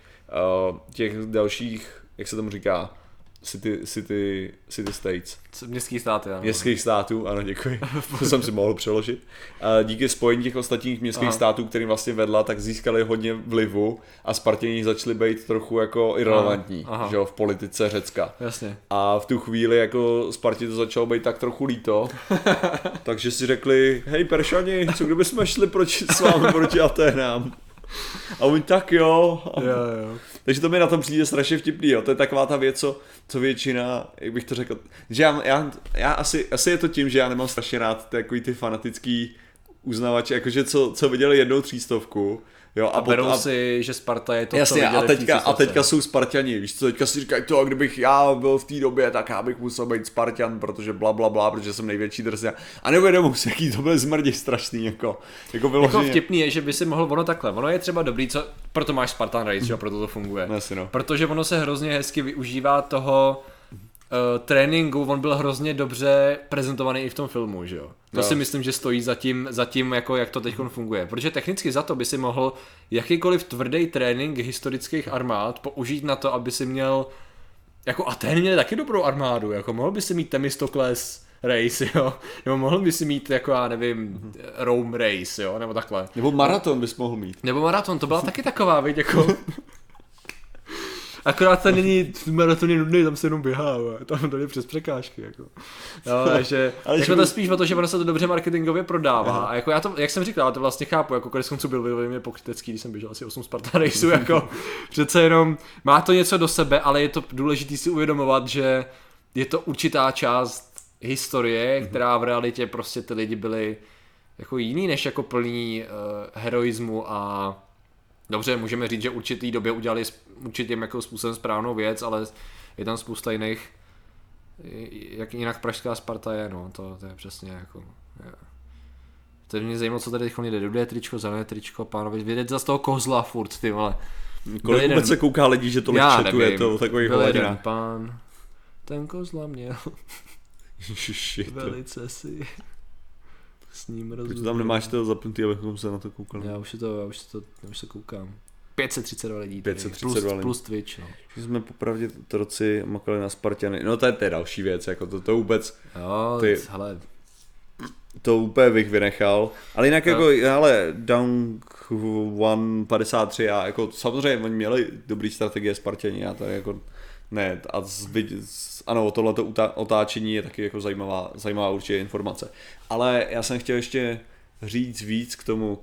dalších, jak se tomu říká, City States. Městských států, ano. Městských států, ano, děkuji. To jsem si mohl přeložit. Díky spojení těch ostatních městských států, kterým vlastně vedla, tak získali hodně vlivu a Spartěni začali být trochu jako irrelevantní, že jo, v politice Řecka. Jasně. A v tu chvíli jako Spartě to začalo být tak trochu líto, takže si řekli, hej Peršani, co kdybychom šli s vámi proti Aténám? A oni tak jo. Jo. Takže to mi na tom přijde strašně vtipný, jo. To je taková ta věc, co většina, jak bych to řekl, že já asi je to tím, že já nemám strašně rád takový ty fanatický uznavače, jakože co viděli jednou 300, jo. A berou si, že Sparta je to, jasně, co viděli a teďka jsou Sparťani, víš co, teďka si říkají to, kdybych já byl v té době, tak já bych musel být Spartan, protože blablabla, protože jsem největší drsňa. A neuvědomuji si, jaký to byl zmrdi strašný, jako vtipný je, že by si mohl, ono je třeba dobrý, proto máš Spartan Race, že proto to funguje. No. Protože ono se hrozně hezky využívá toho tréninku, on byl hrozně dobře prezentovaný i v tom filmu, že jo. To si myslím, že stojí za tím jako jak to teď funguje. Protože technicky za to by si mohl jakýkoliv tvrdý trénink historických armád použít na to, aby si měl, jako Atény měli taky dobrou armádu, jako mohl by si mít Themistocles Race, jo, nebo mohl by si mít, jako já nevím, Rome Race, jo, nebo takhle. Nebo maraton bys mohl mít. Nebo maraton, to byla taky taková, viď, jako... Akorát to není maraton je nudný, tam se jenom běhá, tam to je přes překážky, jako. No, takže jako to spíš o to, že ono se to dobře marketingově prodává. A jako já to, jak jsem říkal, já to vlastně chápu, jako konec konců byl velmi pokrytecký, když jsem běžel asi 8 Spartan raceů, jako přece jenom má to něco do sebe, ale je to důležité si uvědomovat, že je to určitá část historie, která v realitě prostě ty lidi byli jako jiný, než jako plný heroismu a dobře, můžeme říct, že určitý době udělali určitým jako způsobem správnou věc, ale je tam spousta jiných, jak jinak pražská Sparta je, no, to je přesně jako, to mě zajímalo, co tady teď jde, rudé tričko, zelené tričko, pánové, vědět za z toho kozla furt, ty vole. Kolik vůbec se kouká lidí, že tolik chatu je to takový byl jeden pán, ten kozla měl, Shit, velice si s ním rozumím. Proč tam nemáš to zapnutý, abychom se na to koukali? Já už se koukám. 532 lidí. 532 lidí. Plus Twitch, no. Že jsme popravdě troci makali na Spartany. No to je další věc, jako to vůbec... Jo, hele. To úplně bych vynechal. Ale jinak jako, ale Down 153 a jako samozřejmě oni měli dobrý strategie Spartani a to je jako... Ne, a ano, tohleto otáčení je taky jako zajímavá určitě informace. Ale já jsem chtěl ještě říct víc k tomu,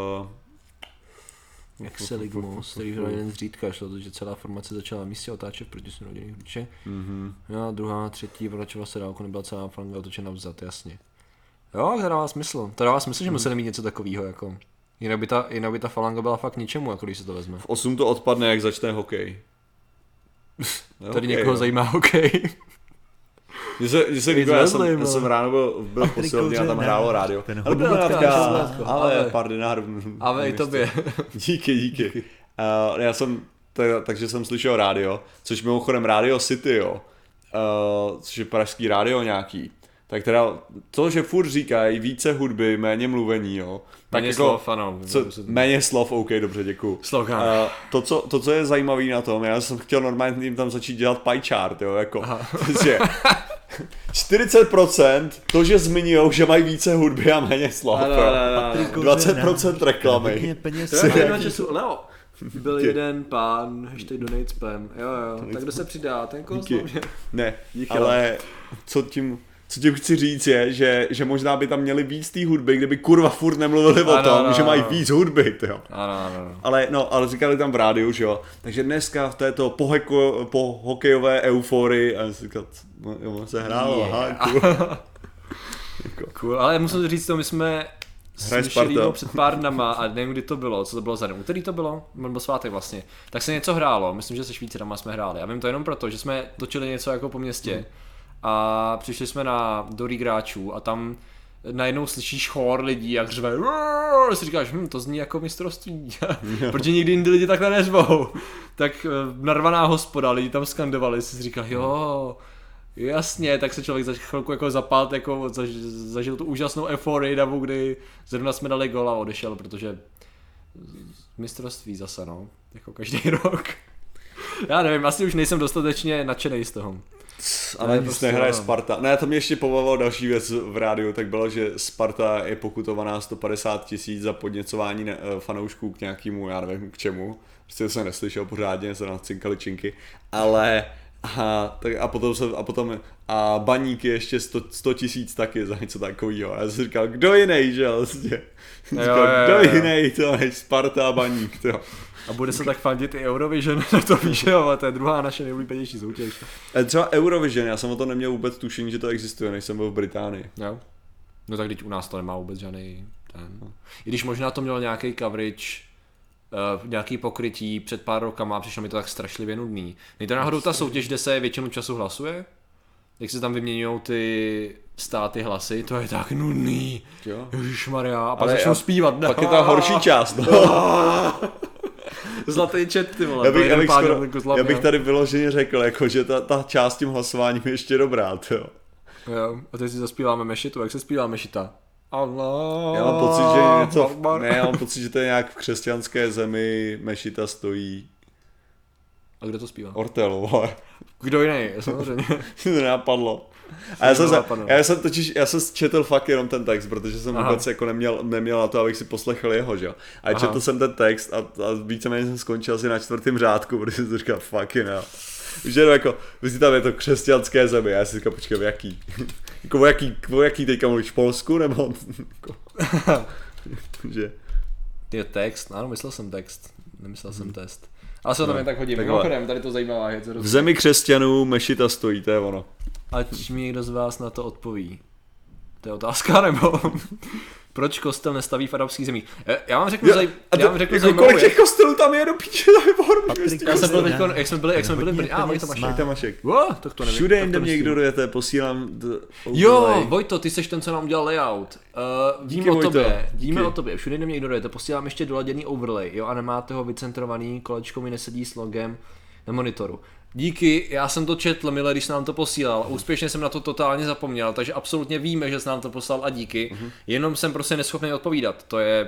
Exeligmus, který hrál jeden zřídka, šlo to, že celá formace začala na místě otáčet proti směru rodinných hruče. No, druhá, třetí, vrčila se dálku, nebyla celá flanga otočena vzad, jasně. Jo, to dává smysl. To dává smysl, že museli mít něco takového, jako. Jinak by ta falanga byla fakt ničemu, jako když se to vezme. V 8 to odpadne, jak začne hokej. Tady někoho zajímá hokej. Mně se líbilo, já jsem ráno byl v posilovně a tam hrálo rádio. Ale pardon. Ale i tobě. Díky. Takže jsem slyšel rádio, což mimochodem Radio City, jo. Což je pražský rádio nějaký. Tak teda to, že furt říkají více hudby, méně mluvení, jo. Tak méně jako, slov, ano. Méně slov, OK, dobře, děkuju. Slogan. To, co je zajímavé na tom, já jsem chtěl normálně jim tam začít dělat pie chart, jo, jako. Takže 40% to, že zmiňujou, že mají více hudby a méně slov, 20% reklamy. Leo. Byl jeden pán, hashtag donate spam, jo, tak kdo se přidá, ten koho slavně. Ne, ale co tím chci říct je, že možná by tam měli víc té hudby, kdyby kurva furt nemluvili o tom, že mají víc hudby, tyjo. Ano. Ale říkali tam v rádiu, že jo. Takže dneska v této po hokejové euforii, a já si říkal, jo, se hrálo, cool, ale musím říct to, my jsme slyšeli před pár dnama a nevím, kdy to bylo, co to bylo za den, úterý to bylo, byl svátek vlastně, tak se něco hrálo, myslím, že se Švýcarama jsme hráli a vím to jenom proto, že jsme točili něco jako po městě a přišli jsme do hráčů a tam najednou slyšíš chór lidí, jak řve, a si říkáš, to zní jako mistrovství, protože nikdy jindy lidi takhle neřvou, tak narvaná hospoda, lidi tam skandovali, si říkal, jo, jasně, tak se člověk za chvilku jako zapál, jako zažil tu úžasnou euforii davu, kdy zrovna jsme dali gól a odešel, protože mistrovství zase, no, jako každý rok. Já nevím, asi už nejsem dostatečně nadšenej z toho. Ale nic prostě nehraje Sparta. Ne, to mě ještě pobavilo další věc v rádiu, tak bylo, že Sparta je pokutovaná 150 000 za podněcování fanoušků k nějakému, já nevím k čemu. Prostě jsem neslyšel pořádně, se nacinkali činky, ale a potom baníky ještě 100 000 taky za něco takového. Já jsem říkal, kdo jiný, že vlastně. Kdo jiný to než Sparta a baník, to. A bude se tak fandit i Eurovision, to víš, jo, to je druhá naše nejoblíbenější soutěž. Třeba Eurovision, já jsem o tom neměl vůbec tušení, že to existuje, než jsem byl v Británii. Jo. No tak teď u nás to nemá vůbec žádný ten. I když možná to mělo nějaký coverage, nějaký pokrytí před pár rokama, přišlo mi to tak strašlivě nudný. Není to náhodou ta soutěž, kde se většinu času hlasuje? Jak se tam vyměňují ty státy hlasy, to je tak nudný. Ježišmarja, a pak začnou zpívat. Pak je ta horší část, no. Zlatý chat, ty vole. Já bych tady vyloženě řekl, jako, že ta část tím hlasováním je ještě dobrá, jo. Jo, a teď si zaspíváme mešitu, jak se zpívá mešita? Allah. Já mám pocit, že to je nějak v křesťanské zemi mešita stojí. A kdo to zpívá? Ortel, vole. Kdo jiný, samozřejmě. To nenapadlo. A já jsem četl fakt jenom ten text, protože jsem vůbec jako neměl na to, abych si poslechl jeho, že jo. A četl jsem ten text a víceméně jsem skončil asi na 4. řádku, protože jsem to říkal fucking hell. Už jenom jako, tam je to křesťanské zemi, já si říkám, počkej, jaký? Jako o jaký teďka mluvíš, Polsku, nebo? že... Je text, ano, myslel jsem text, nemyslel jsem test. Ale se o tom jen tak hodím, mimochodem, tady to zajímavá věc. V zemi křesťanů mešita stojí, to je ono. Ať mi někdo z vás na to odpoví. To je otázka, nebo... Proč kostel nestaví v arabských zemích? Já vám řeknu zajímavou věc. Kolik těch kostelů tam je do píče, tam je pohromí. Já jsem byl teďko, jak jsme byli v Brně. Vojtomašek. Tak to nevím. Všude jinde mě ignorujete, posílám... Jo, Vojto, ty seš ten, co nám udělal layout. Víme o tobě. Všude jinde mě ignorujete, posílám ještě doladěný overlay, jo, a nemáte ho vycentrovaný, kolečko mi nesedí s logem na monitoru. Díky, já jsem to četl, Mile, když jsem nám to posílal. Úspěšně jsem na to totálně zapomněl, takže absolutně víme, že jsi nám to poslal a díky. Jenom jsem prostě neschopný odpovídat. To je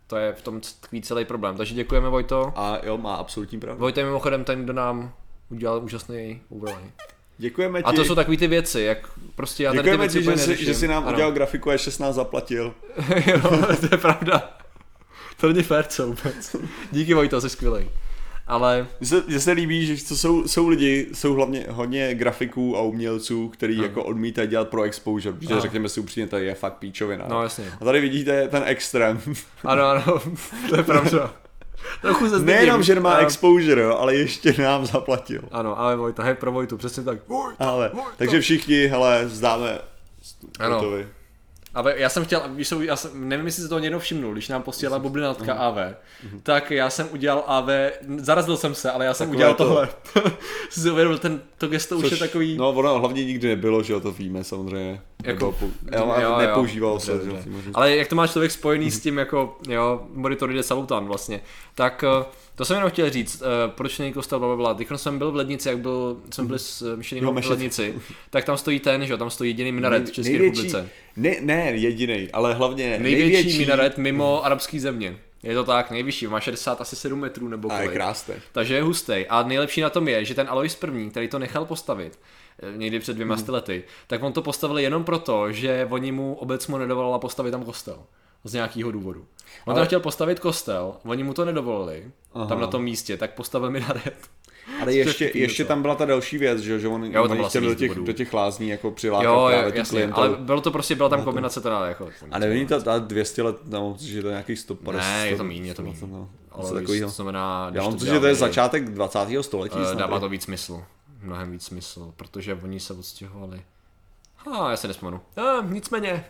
v tom tkví celý problém. Takže děkujeme, Vojto. A jo, má absolutní pravdu. Vojto je mimochodem ten, kdo nám udělal úžasný overlay. Děkujeme ti. A to jsou takový ty věci, jak prostě já tady ty věci úplně neřeším. Že jsi nám udělal grafiku a ještě 16 zaplatil. Jo, to je pravda. To není fér, co vůbec. Díky, Vojto, jsi skvělej. Ale... Mně se líbí, že jsou lidi, jsou hlavně hodně grafiků a umělců, který jako odmítají dělat pro exposure, protože řekněme si upřímně, to je fakt píčovina. No jasně. A tady vidíte ten extrém. Ano, to je pravda. Trochu se zdivím. Nejenom, že má exposure, jo, ale ještě nám zaplatil. Ano, ale Vojta, hej pro Vojtu, přesně tak. Vojta. Takže všichni, hele, zdáme Vojtovi. Ale já jsem chtěl, nevím, jestli se toho někdo všimnul, když nám posílala bublinatka AV, tak já jsem udělal AV, zarazil jsem se, ale já jsem udělal tohle. Jsi si uvědomil, to gesto už je takový... No, ono hlavně nikdy nebylo, že jo, to víme samozřejmě. Jako, nepoužíval se. Ale jak to má člověk spojený s tím, jako, jo, monitor jde salutant vlastně, tak to jsem jenom chtěl říct, proč není kostel blablabla. Když jsem byl v Lednici, jsme byli s Myšleným v Lednici, tak tam stojí tam stojí jediný minaret v České republice. Ne jediný, ale hlavně největší minaret mimo arabský země. Je to tak, nejvyšší, má 67 metrů nebo kolik. A je krásný. Takže je hustý. A nejlepší na tom je, že ten Alois I., který to nechal postavit, někdy před 200 lety, tak on to postavil jenom proto, že obec mu nedovolila postavit tam kostel. Z nějakého důvodu. On tam chtěl postavit kostel, oni mu to nedovolili, tam na tom místě, tak postavil minaret. Ale ještě tam byla ta další věc, že on chtěl do těch lázní jako přilákat právě ty klienty. Ale byla tam kombinace teda jako... A nevím, ta 200 let, no, že to je nějakých 150. Ne, je to míň. Ale to znamená... Já mám to, že to je začátek 20. století. Dává to víc smysl. Mnohem víc smysl, protože oni se odstěhovali. Já se nespomenu. Nicméně,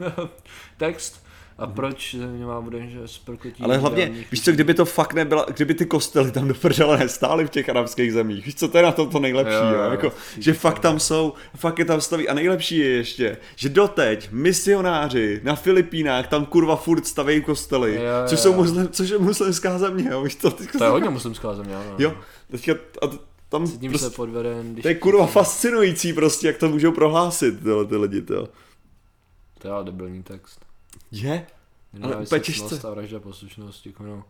text. A proč nemá bude, že sprkletí... Ale hlavně, víš co, kdyby to fakt nebyla, kdyby ty kostely tam do prdele nestály v těch arabských zemích, víš co, to je na to nejlepší, jo? Jako, že fakt tam jsou, fakt je tam staví a nejlepší je ještě, že doteď misionáři na Filipínách tam kurva furt staví kostely, což je muslimská země, jo, víš co? To je hodně muslimská země, ano. Jo, teďka tam prostě, se podveden, to je kurva fascinující prostě, jak to můžou prohlásit ty lidi, to. To je ale debilní text. Je? Ale úplně těžce. A vražda poslušnost, jako no.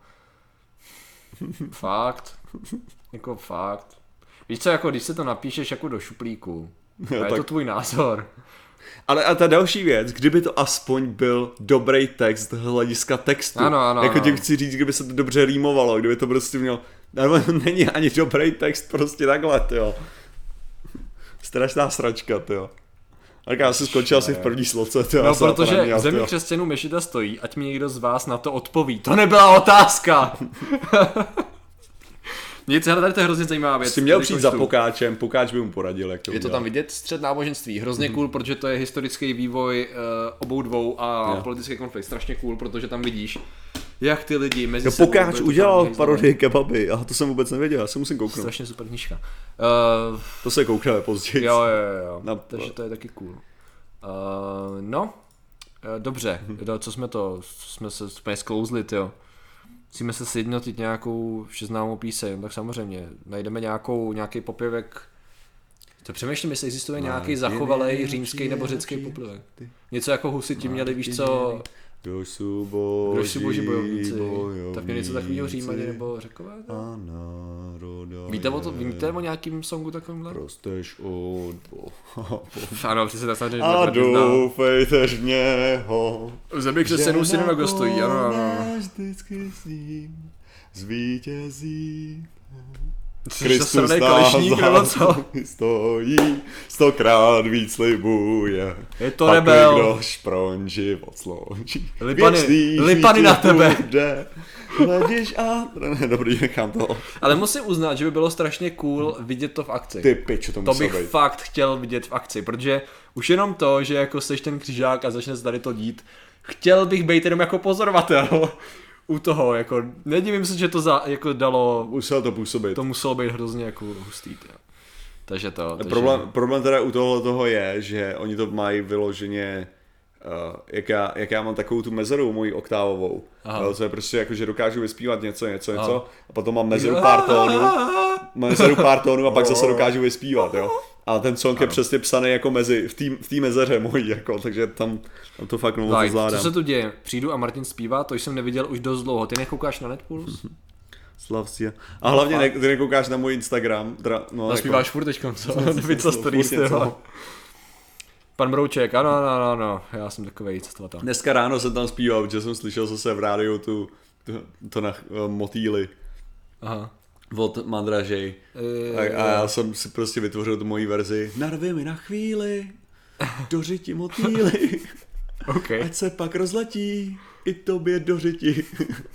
Fakt. Jako fakt. Víš co, jako když se to napíšeš jako do šuplíku, a je to tvůj názor. Ale a ta další věc, kdyby to aspoň byl dobrý text z hlediska textu. Ano. Jako tím chci říct, kdyby se to dobře rýmovalo, kdyby to prostě mělo... Není ani dobrý text prostě takhle, tyjo. Strašná sračka, tyjo. Tak já jsem skončil asi v první sloce. No, protože v zemi křesťanů mešita stojí, ať mi někdo z vás na to odpoví. To nebyla otázka! Nic, ale tady to je hrozně zajímavá věc. Jsi měl přijít za Pokáčem, Pokáč by mu poradil, jak to je udělat. To tam vidět, střed náboženství, hrozně cool, protože to je historický vývoj obou dvou a politický konflikt, strašně cool, protože tam vidíš, jak ty lidi mezi sebou... Pokáč udělal parodii kebaby, a to jsem vůbec nevěděl, já se musím kouknout. Strašně super knížka. To se koukneme později. Jo. Takže to je taky cool. Dobře, co jsme se úplně sklouzli, jo. Musíme se sjednotit nějakou všeznámou píseň, tak samozřejmě najdeme nějaký popěvek. To přemýšlím, jestli existuje nějaký zachovalej římský nebo řecký popěvek. Něco jako husiti měli, víš co... Kdo jsou boží bojovníci? Tak mě něco takového Římani nebo Řekové? Víte o nějakým songu takovýmhle? Prosteš od Boha. Ano, přesně tak samozřejmě. A doufejte v něho. V zemi křesťanů synu na stojí, ano. Vždycky s ním zvítězí. Kristus nás stojí, 100krát víc slibuje. Je to rebel. Kdož pro život slouží. Lipany na tebe. Hledíš a... Dobrý, nechám to. Ale musím uznat, že by bylo strašně cool vidět to v akci. Ty pičo, to bych být. Fakt chtěl vidět v akci, protože už jenom to, že jako seš ten křižák a začne se tady to dít, chtěl bych být jenom jako pozorovatel. U toho, jako, nedivím se, že to jako dalo... Muselo to působit. To muselo být hrozně jako hustý, tě. Takže to... Problém teda u toho je, že oni to mají vyloženě, jak já mám takovou tu mezeru moji oktávovou, to je prostě jako, že dokážu vyspívat něco a potom mám mezeru pár tónů a pak zase dokážu vyspívat, jo. A ten song je přesně psaný jako v té mezeře mojí, jako, takže tam to fakt moc zvládám. Co se tu děje? Přijdu a Martin zpívá, to jsem neviděl už dost dlouho. Ty nekoukáš na Netpuls? Slavcia. A hlavně ty nekoukáš na můj Instagram. No zpíváš furt teďkom, co? Více stories, Pan Brouček, ano, já jsem takovej cestovatel. Dneska ráno jsem tam zpíval, protože jsem slyšel zase v rádiu to na motýly. Aha. Od Mandražej. A já jsem si prostě vytvořil tu moji verzi. Narvi mi na chvíli, do řiti motýly. Okay. Ať se pak rozletí, i tobě do řiti.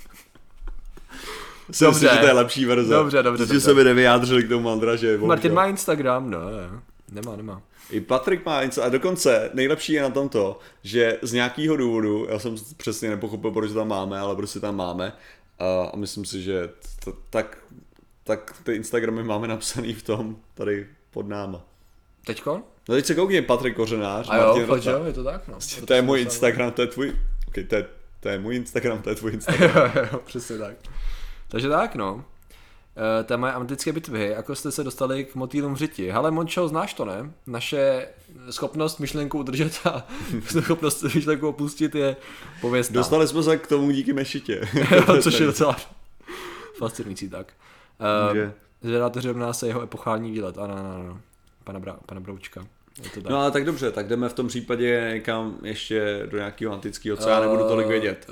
Dobře. Myslím, že to je lepší verze. Dobře. Protože se mi nevyjádřili k tomu Mandražej. Martin má Instagram, no. Nemá. I Patrik má Instagram. A dokonce nejlepší je na tom to, že z nějakého důvodu, já jsem přesně nepochopil, proč tam máme, ale prostě tam máme. A myslím si, že tak ty Instagramy máme napsaný v tom, tady pod náma. Teďko? No teď se koukni, Patrik Kořenář, a Martin Rota. Jo, je to tak, no. To je můj Instagram, to je tvůj... Okay, to je můj Instagram, to je tvůj Instagram. jo, přesně tak. Takže tak, no. Téma je antické bitvy, jako jste se dostali k motýlům v řiti. Hele, Mončo, znáš to, ne? Naše schopnost myšlenku udržet a schopnost myšlenku opustit je pověstná. Dostali jsme se k tomu díky mešitě. Což je docela fascinující, tak. Zvědáte od nás se jeho epochální výlet, ano. Pana Broučka. No ale tak dobře, tak jdeme v tom případě někam ještě do nějakého antického, co já nebudu tolik vědět.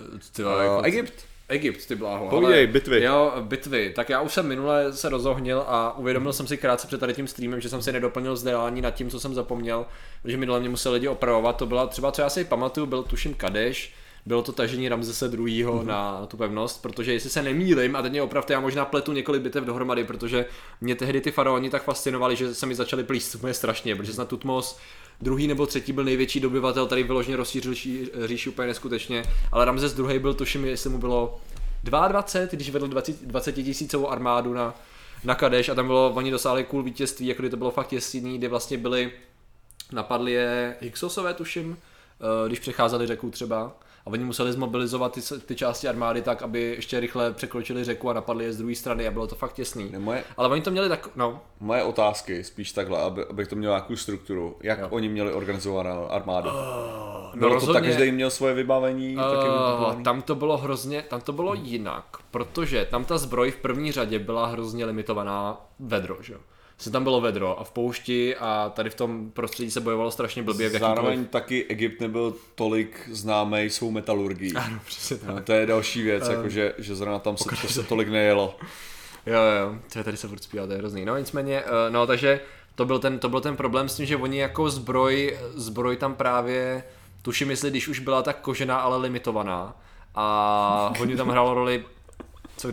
Egypt, ty bláho. Povídej, bitvy. Jo, bitvy. Tak já už jsem minule se rozohnil a uvědomil jsem si krátce před tady tím streamem, že jsem si nedoplnil vzdělání nad tím, co jsem zapomněl, protože minule mě museli lidi opravovat. To byla třeba, co já si pamatuju, byl tuším Kadeš, bylo to tažení Ramzese II. Na tu pevnost, protože jestli se nemýlím, a teď mě opravdu, já možná pletu několik bitev dohromady, protože mě tehdy ty faraoni tak fascinovali, že se mi začaly plíst úplně strašně, protože snad Tutmos druhý nebo třetí byl největší dobyvatel, tady vyloženě rozšířil říši úplně neskutečně, ale Ramzes II. Byl, tuším, jestli mu bylo 22, když vedl 20 000 armádu na Kadeš a tam bylo, oni dosáhli cool vítězství, jako kdy to bylo fakt jasný, kdy vlastně napadli je Hyksosové, tuším, když přecházeli řeku třeba. A oni museli zmobilizovat ty části armády tak, aby ještě rychle překročili řeku a napadli je z druhé strany a bylo to fakt těsný. Ale oni to měli tak, no. Moje otázky spíš takhle, abych to měl nějakou strukturu. Jak oni měli organizovanou armádu? Bylo to tak, že jim měl svoje vybavení? Tam to bylo jinak, protože tam ta zbroj v první řadě byla hrozně limitovaná vedro, že jo. Tam bylo vedro a v poušti a tady v tom prostředí se bojovalo strašně blbě. Zároveň taky Egypt nebyl tolik známý svou metalurgií. Ano, přesně tak. No, to je další věc, že zrovna tam se tolik nejelo. Jo, tady se furt zpívá, to je hrozný. No nicméně, takže to byl ten problém s tím, že oni jako zbroj tam právě, tuším jestli když už byla tak kožená, ale limitovaná a hodně tam hrálo roli, co.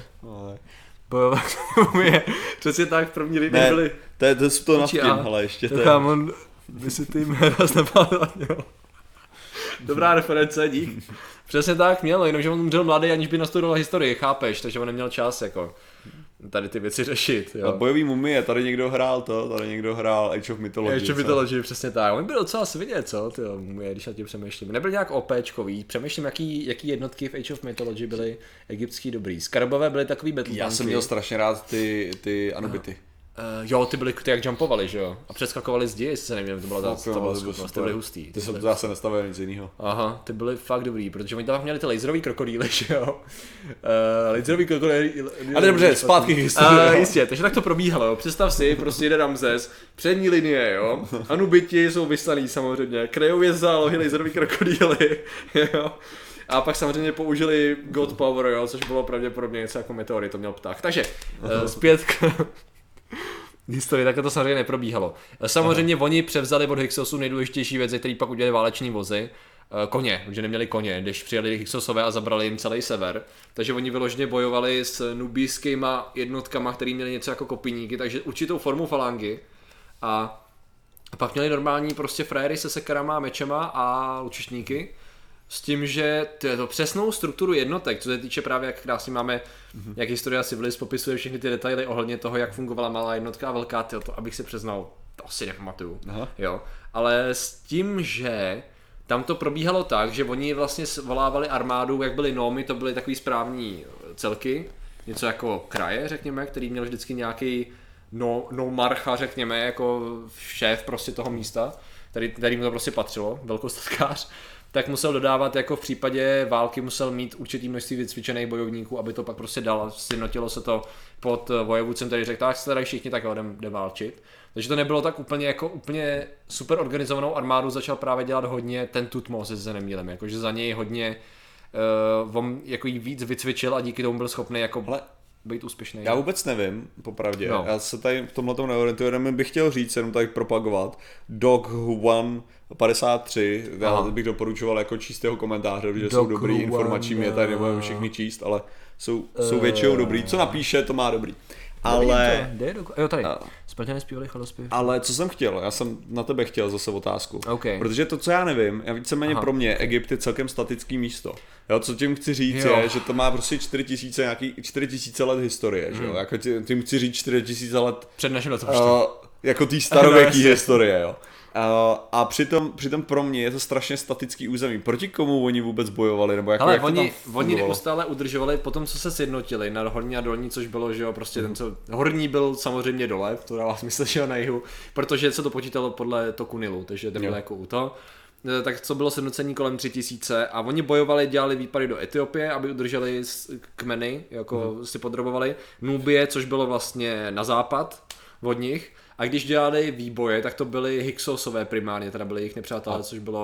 Bojové přesně tak, v první linii byli... To jsou to navtím, ale ještě to je... Chámon, by si tým raz nepádat, jo. Dobrá reference, dík. Přesně tak mělo, jenomže on umřel mladý, aniž by nastudoval historii, chápeš, takže on neměl čas, jako tady ty věci řešit, jo. A bojový mumie, tady někdo hrál Age of Mythology. Age of Mythology, přesně tak. On byl docela svině, co, ty mumie, když na tím přemýšlím. Nebyl nějak OPčkový, přemýšlím, jaký jednotky v Age of Mythology byly egyptský dobrý. Skarabové byly takový battle tanky. Já jsem měl strašně rád ty Anubity. Jo, ty byly ty jak jumpovali, že jo? A přeskakovali zdi, jestli se nevím, to byla ta schopnost, ty byly hustý. Ty jsem zase nestavil nic jiného. Aha, ty byly fakt dobrý, protože oni tam měli ty laserový krokodýly, že jo? Laserový krokodýly. Ale dobře, zpátky k historii. Jistě, takže tak to probíhalo, jo. Představ si, prostě jde Ramzes, přední linie, jo? Anubiti jsou vyslaný samozřejmě, krajově zálohy laserový krokodýly, jo? A pak samozřejmě použili God Power, jo, což bylo pravděpodobně něco jako meteory, to měl ptách. Takže zpět k historii, takhle to samozřejmě neprobíhalo. Samozřejmě oni převzali od Hyksosu nejdůležitější věc, který pak udělali váleční vozy. Koně, protože neměli koně, když přijeli Hyksosové a zabrali jim celý sever. Takže oni vyloženě bojovali s nubijskýma jednotkama, který měli něco jako kopíníky, takže určitou formu falangy. A pak měli normální prostě frajery se sekerama, mečema a lučišníky. S tím, že to přesnou strukturu jednotek, co se týče právě, jak krásně máme, jak historia Civilis popisuje všechny ty detaily ohledně toho, jak fungovala malá jednotka a velká, to abych si přiznal, to asi nepamatuju. Jo. Ale s tím, že tam to probíhalo tak, že oni vlastně volávali armádu, jak byly nómy, to byly takový správní celky, něco jako kraje, řekněme, který měl vždycky nějaký nomarcha, řekněme, jako šéf prostě toho místa, který mu to prostě patřilo, velkostatkář. Tak musel dodávat, jako v případě války musel mít určitý množství vycvičených bojovníků, aby to pak prostě dal, sjednotilo se to pod vojevůdcem, který řekl, tak se tady všichni, tak jdem válčit. Takže to nebylo tak úplně super organizovanou armádu, začal právě dělat hodně ten Tutmos, se nemýlím, jakože za něj hodně on jako jí víc vycvičil a díky tomu byl schopný jako být úspěšný. Já vůbec nevím, popravdě. No. Já se tady v tomhletom neorientuji, jenom bych chtěl říct, jenom tady propagovat. Dog One 53, já bych doporučoval jako číst jeho komentáře, protože jsou dobrý, informační mě tady nebudeme všechny číst, ale jsou většinou dobrý. Co napíše, to má dobrý. Ale... Jo, tady. Spartané zpívali chalospěv. Ale co jsem chtěl? Já jsem na tebe chtěl zase otázku. Okay. Protože to, co já nevím, víceméně pro mě Egypt je celkem statický místo. Jo, co tím chci říct je, že to má prostě 4000 let historie, že jo? Jako tím chci říct 4000 let před naším letopočtem. Jako té starověké historie, jo. A přitom pro mě je to strašně statický území. Proti komu oni vůbec bojovali? Nebo jak oni neustále udržovali po tom, co se sjednotili na horní a dolní, což bylo, že jo, prostě ten, co horní byl samozřejmě dole, to dává smysl, že jo, na jihu, protože se to počítalo podle toku Nilu, takže to bylo jako u toho. Tak co bylo sjednocení kolem 3000 a oni bojovali, dělali výpady do Etiopie, aby udrželi kmeny, jako si podrobovali. Nubie, což bylo vlastně na západ od nich. A když dělali výboje, tak to byly Hyksosové primárně, teda byly jejich nepřátelé,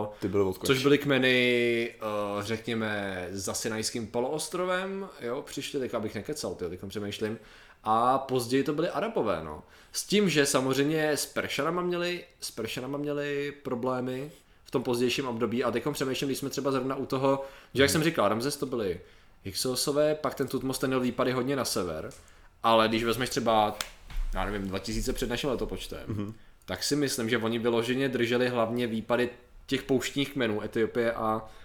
což byly kmeny, řekněme, za Sinajským poloostrovem, jo, přišli, tak abych nekecal, teď přemýšlím. A později to byly Arabové, no. S tím, že samozřejmě s Peršanama měli problémy v tom pozdějším období a teď přemýšlím, když jsme třeba zrovna u toho, že jak jsem říkal, Ramzes to byly Hyksosové, pak ten Tutmos ten měl výpady hodně na sever, ale když vezmeš třeba já nevím, 2000 před naším letopočtem, tak si myslím, že oni vyloženě drželi hlavně výpady těch pouštních kmenů Etiopie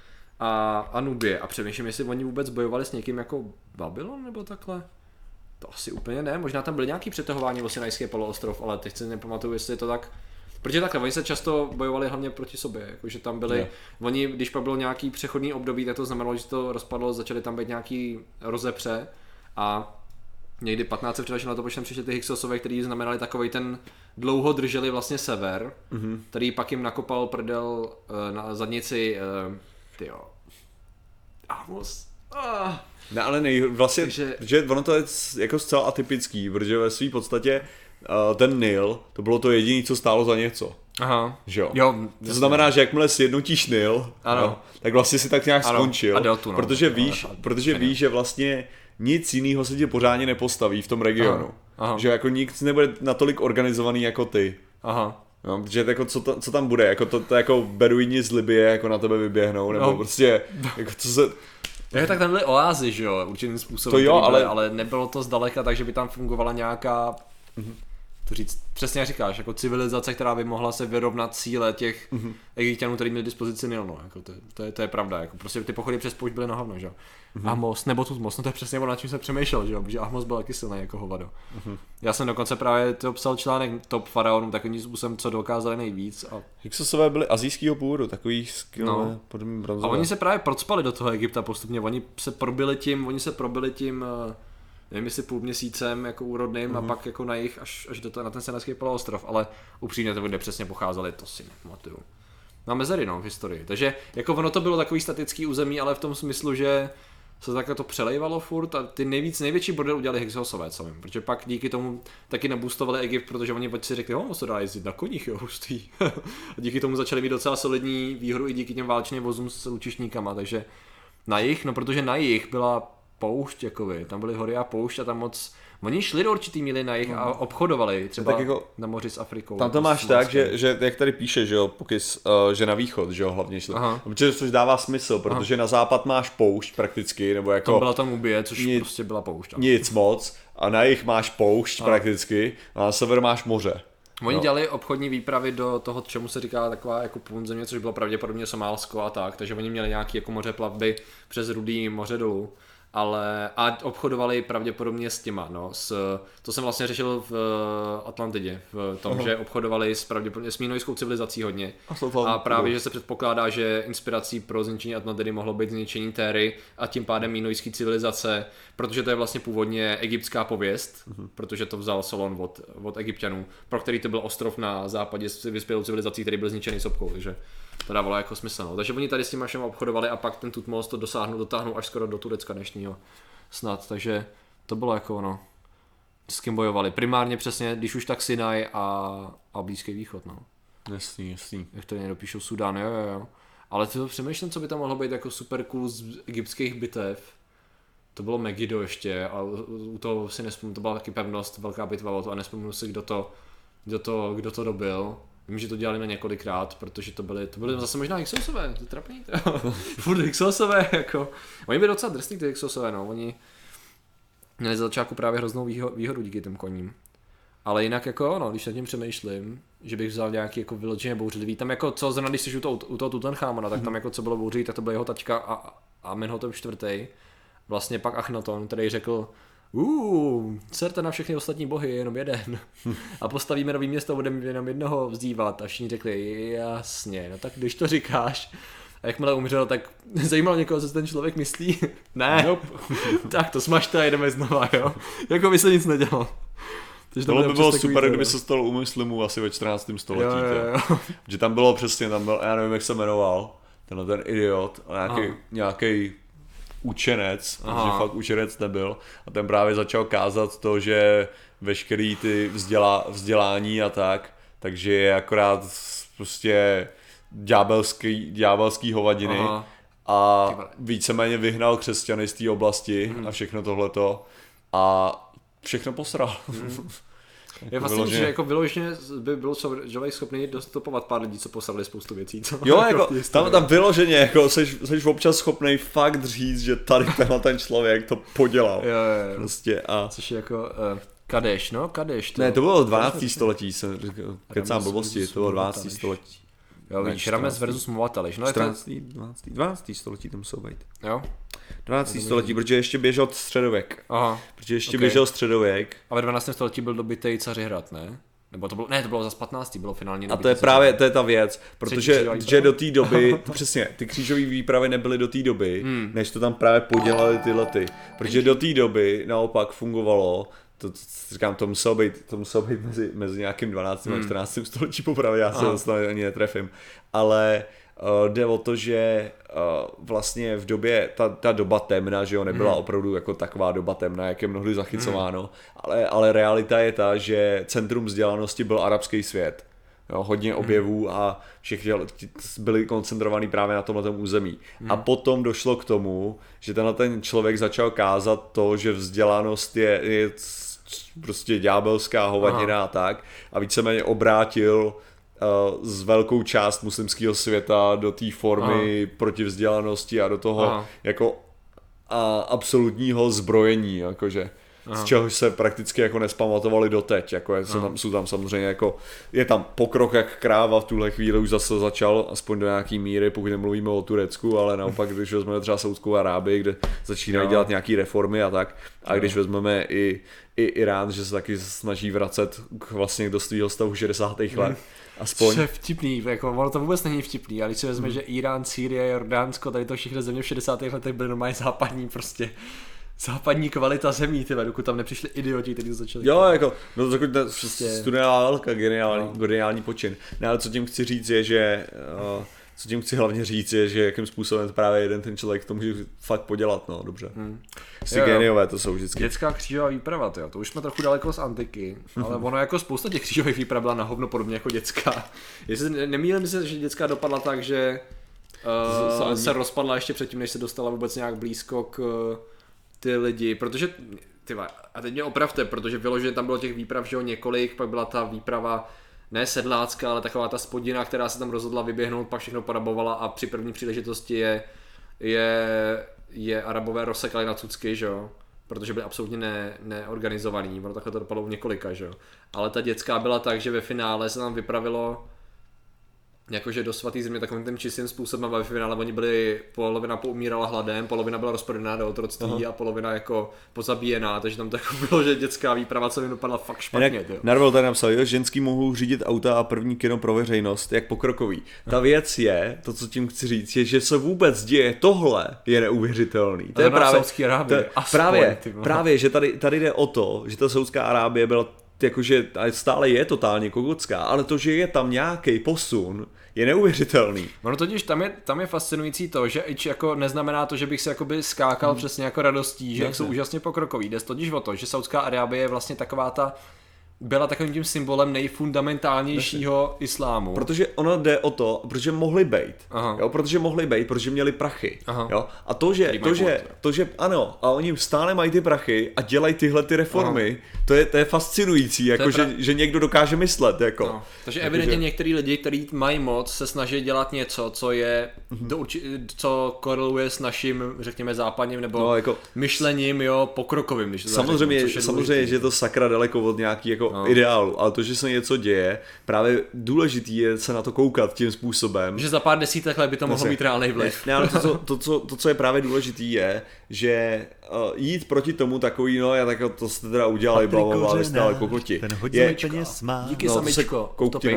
a Nubie a přemýšlím, jestli oni vůbec bojovali s někým jako Babylon nebo takhle. To asi úplně ne, možná tam byly nějaký přetahování o Sinajský poloostrov, ale teď si nepamatuju, jestli je to tak. Protože takhle, oni se často bojovali hlavně proti sobě, jakože tam byli, oni, když pak bylo nějaký přechodný období, tak to znamenalo, že to rozpadlo, začaly tam být nějaký rozepře a někdy 15 před naším letopočtem přišli ty Hyksosové, kteří znamenali takovej ten dlouho drželi vlastně sever, který pak jim nakopal prdel na zadnici, Ahmos. Ne, ale vlastně, že ono to je jako zcela atypický, protože ve své podstatě ten Nil, to bylo to jediné, co stálo za něco. Aha. Že jo? To znamená, že jakmile sjednotíš Nil, tak vlastně si tak nějak skončil, deltu, protože víš, že vlastně nic jiného se ti pořádně nepostaví v tom regionu. Aha. Že jako nic nebude natolik organizovaný jako ty. Aha. No, protože jako co tam bude, jako to jako beduini z Libye jako na tebe vyběhnou, nebo prostě jako co se... Tak tam byly oázy, že jo, určitým způsobem, to jo, ale nebylo to zdaleka, takže by tam fungovala nějaká, to říct, přesně jak říkáš, jako civilizace, která by mohla se vyrovnat síle těch Egypťanů, kteří měli dispozici Nil, no, jako to je pravda, jako prostě ty pochody přes poušť byly na hovno, že jo. Ahmos, nebo Tutmos, no to je přesně na čím jsem přemýšlel, že jo, protože Ahmos byl taky silný jako hovado. Já jsem dokonce právě to psal článek top faraonů takovým způsobem, co dokázali nejvíc. A Hyksosové byli asijského původu, takový skvělé podobný bronzové. A oni se právě procpali do toho Egypta postupně, oni se probili tím nevím jestli půl měsícem jako úrodným a pak jako na jich až na ten Senecký poloostrov, ale upřímně to, kde přesně pocházeli, to si nepamatuju. Na mezery, v historii. Takže jako ono to bylo takový statický území, ale v tom smyslu, že se takhle to přelejvalo furt a ty největší bordel udělali Hyksos-ové, co vím, protože pak díky tomu taky naboostovali Egypt, protože oni si řekli, se dá jezdit na koních, jo, hustý. A díky tomu začali mít docela solidní výhodu i díky těm válečným vozům s lučišníkama, takže na jih, protože na jih byla poušť, jakoby, tam byly hory a poušť a tam moc. Oni šli do určitý míly na jih a obchodovali třeba tak jako, na moři s Afrikou. Tam to máš tak, že jak tady píše, že jo, pokys, že na východ, že jo, hlavně šli. Což dává smysl, protože na západ máš poušť prakticky, nebo jako... Tam byla tam Ubije, což prostě byla poušť. Nic moc, a na jih máš poušť prakticky, a na sever máš moře. Oni dělali obchodní výpravy do toho, čemu se říká taková jako půl země, což bylo pravděpodobně Somálsko a tak, takže oni měli nějaký jako moře plavby přes Rudý moře dolů. A obchodovali pravděpodobně s těma, to jsem vlastně řešil v Atlantidě, v tom, že obchodovali pravděpodobně s mínojskou civilizací hodně. A právě, že se předpokládá, že inspirací pro zničení Atlantidy mohlo být zničení Téry a tím pádem mínojské civilizace, protože to je vlastně původně egyptská pověst, protože to vzal Solon od Egypťanů, pro který to byl ostrov na západě s vyspělou civilizací, který byl zničený sopkou, takže to dávalo jako smysl. Takže oni tady s tím všem obchodovali a pak ten Tutmos to dotáhnou až skoro do Turecka dnešního snad, takže to bylo jako s kým bojovali. Primárně přesně, když už tak Sinaj a Blízký východ, Jasný. Jak to někdo píšou Sudán, jo. Ale to přemýšlím, co by tam mohlo být jako super cool z egyptských bitev. To bylo Megiddo ještě a u toho si nespomínám, to byla taky pevnost, velká bitva o to a nespomínám si, kdo to dobil. Vím, že to dělali na několikrát, protože to byly zase možná Hyksosové, to trapný, furt Hyksosové, jako. Oni byli docela drsní ty Hyksosové, oni měli za začátku právě hroznou výhodu díky těm koním. Ale jinak jako, když nad tím přemýšlím, že bych vzal nějaký jako vyloženě bouřlivý, tam jako co zrovna, když jsi u toho Tutanchamona, tak tam jako co bylo bouřlivý, tak to byl jeho tačka a Amenhotep IV. Vlastně pak Achnaton, který řekl, serte na všechny ostatní bohy, jenom jeden. A postavíme nový město, budeme jenom jednoho vzdívat. A všichni řekli, jasně, tak když to říkáš. A jakmile umřel, tak zajímalo někoho, co ten člověk myslí? Ne. Nope. Tak to smažte a jedeme znova, jo. Jako by se nic nedělal. To by bylo super, kdyby se stalo u muslimů asi ve 14. století. Jo. Že tam bylo přesně, já nevím, jak se jmenoval, ten idiot, nějaký učenec, protože fakt učenec nebyl, a ten právě začal kázat to, že veškerý ty vzdělání a takže je akorát prostě ďábelský hovadiny. A víceméně vyhnal křesťany z té oblasti a všechno tohleto a všechno posral. Je vlastně, že jako vyloženě by byl člověk schopný dostupovat pár lidí, co posrali spoustu věcí. Co jo, jako tam vyloženě, jako seš občas schopný fakt říct, že tady ten člověk to podělal. Jo. Prostě a... Což je jako Kadeš. Ne, to bylo 12. století, jsem kecám blbosti, to bylo 12. století. Jo, vidíš, Rames versus Moatališ. 12. století to muselo být. Jo? 12. století, protože ještě běžel středověk. Protože ještě běžel středověk. A ve 12. století byl dobytej Cařihrad, ne? Nebo to bylo zase 15. bylo finálně dobytej. A to je ta věc, protože že do té doby, přesně, ty křížové výpravy nebyly do té doby, než to tam právě podělali ty lety. Protože do té doby naopak fungovalo, to muselo být mezi nějakým 12. a 14. století popravy, já se vlastně ani netrefím, ale jde o to, že vlastně v době, ta doba temna, že jo, nebyla opravdu jako taková doba temna, jak je mnohdy zachycováno, ale realita je ta, že centrum vzdělanosti byl arabský svět. Jo, hodně objevů a všichni byli koncentrovaní právě na tomhle území. A potom došlo k tomu, že ten člověk začal kázat to, že vzdělanost je prostě ďábelská hovadina a tak, a víceméně obrátil z velkou část muslimského světa do té formy protivzdělanosti a do toho jako absolutního zbrojení, jakože. Z čehož se prakticky jako nespamatovali doteď, jako jsou tam samozřejmě jako, je tam pokrok jak kráva, v tuhle chvíli už zase začal, aspoň do nějaký míry, pokud nemluvíme o Turecku, ale naopak, když vezmeme třeba Saudskou Arábii, kde začínají dělat nějaký reformy a tak, a když vezmeme i Irán, že se taky snaží vracet vlastně do svého stavu 60. let. Aspoň. To je vtipný, jako ono to vůbec není vtipný, ale když si vezme, že Irán, Sýrie, Jordánsko, tady to všechny země v 60. letech byly normálně západní prostě západní kvalita zemí, tyhle, dokud tam nepřišli idioti, kteří začali. Jo, jako, no to studená válka, geniální počin. No ale co tím chci říct je, že co tím chci hlavně říct je, že jakým způsobem právě jeden ten člověk to může fakt podělat, no dobře. Geniové to jsou vždycky. Dětská křížová výprava, tyjo, to už jsme trochu daleko z antiky, ale ono jako spousta těch křížových výprav byla na hovno podobně jako dětská. Jestli nemýlím se, že dětská dopadla tak, že se rozpadla ještě předtím, než se dostala vůbec nějak blízko k ty lidi, protože a teď mě opravte, protože vyloženě tam bylo těch výprav, že jo, několik, pak byla ta výprava ne sedlácká, ale taková ta spodina, která se tam rozhodla vyběhnout, pak všechno porabovala a při první příležitosti je Arabové rozsekali na cucky, že jo, protože byli absolutně neorganizovaní, ono takhle to dopadlo u několika, že jo, ale ta dětská byla tak, že ve finále se tam vypravilo jakože do svatý země takovým tím čistým způsobem, a ve finále oni byli, polovina poumírala hladem, polovina byla rozprodaná do otroctví a polovina jako pozabíjená, takže tam tak bylo, že dětská výprava se mi dopadla fakt špatně. Narvel tady napsal, jo, ženský mohou řídit auta a první kino pro veřejnost, jak pokrokový. Ta věc je, to co tím chci říct, je, že se vůbec děje tohle, je neuvěřitelný. To je právě, že tady jde o to, že ta Saudská Arábie byla jakože stále je totálně kokotská, ale to, že je tam nějaký posun, je neuvěřitelný. Ono totiž tam je fascinující to, že ič jako neznamená to, že bych se jakoby skákal přesně jako radostí, že jak jsou úžasně pokrokoví. Jde totiž o to, že Saudská Arábie je vlastně byla takovým tím symbolem nejfundamentálnějšího islámu. Protože ono jde o to, protože mohli bejt. Protože měli prachy. Jo? A to, že ano, a oni stále mají ty prachy a dělají tyhle ty reformy, to je fascinující, jako že někdo dokáže myslet. Jako. No. Takže evidentně některý lidi, kteří mají moc, se snaží dělat něco, co je co koreluje s naším, řekněme, západním nebo myšlením, jo, pokrokovým. Když to samozřejmě, že je to sakra daleko od nějaký jako ideálu, ale to, že se něco děje, právě důležitý je se na to koukat tím způsobem. Že za pár desítek let by to mohlo mít reálný vliv. Ne, ale to, co je právě důležitý je, že jít proti tomu takový, no, tak to jste teda udělali, blablabla, jste ale kokoti. Ten hodně peněz má. Díky samičko.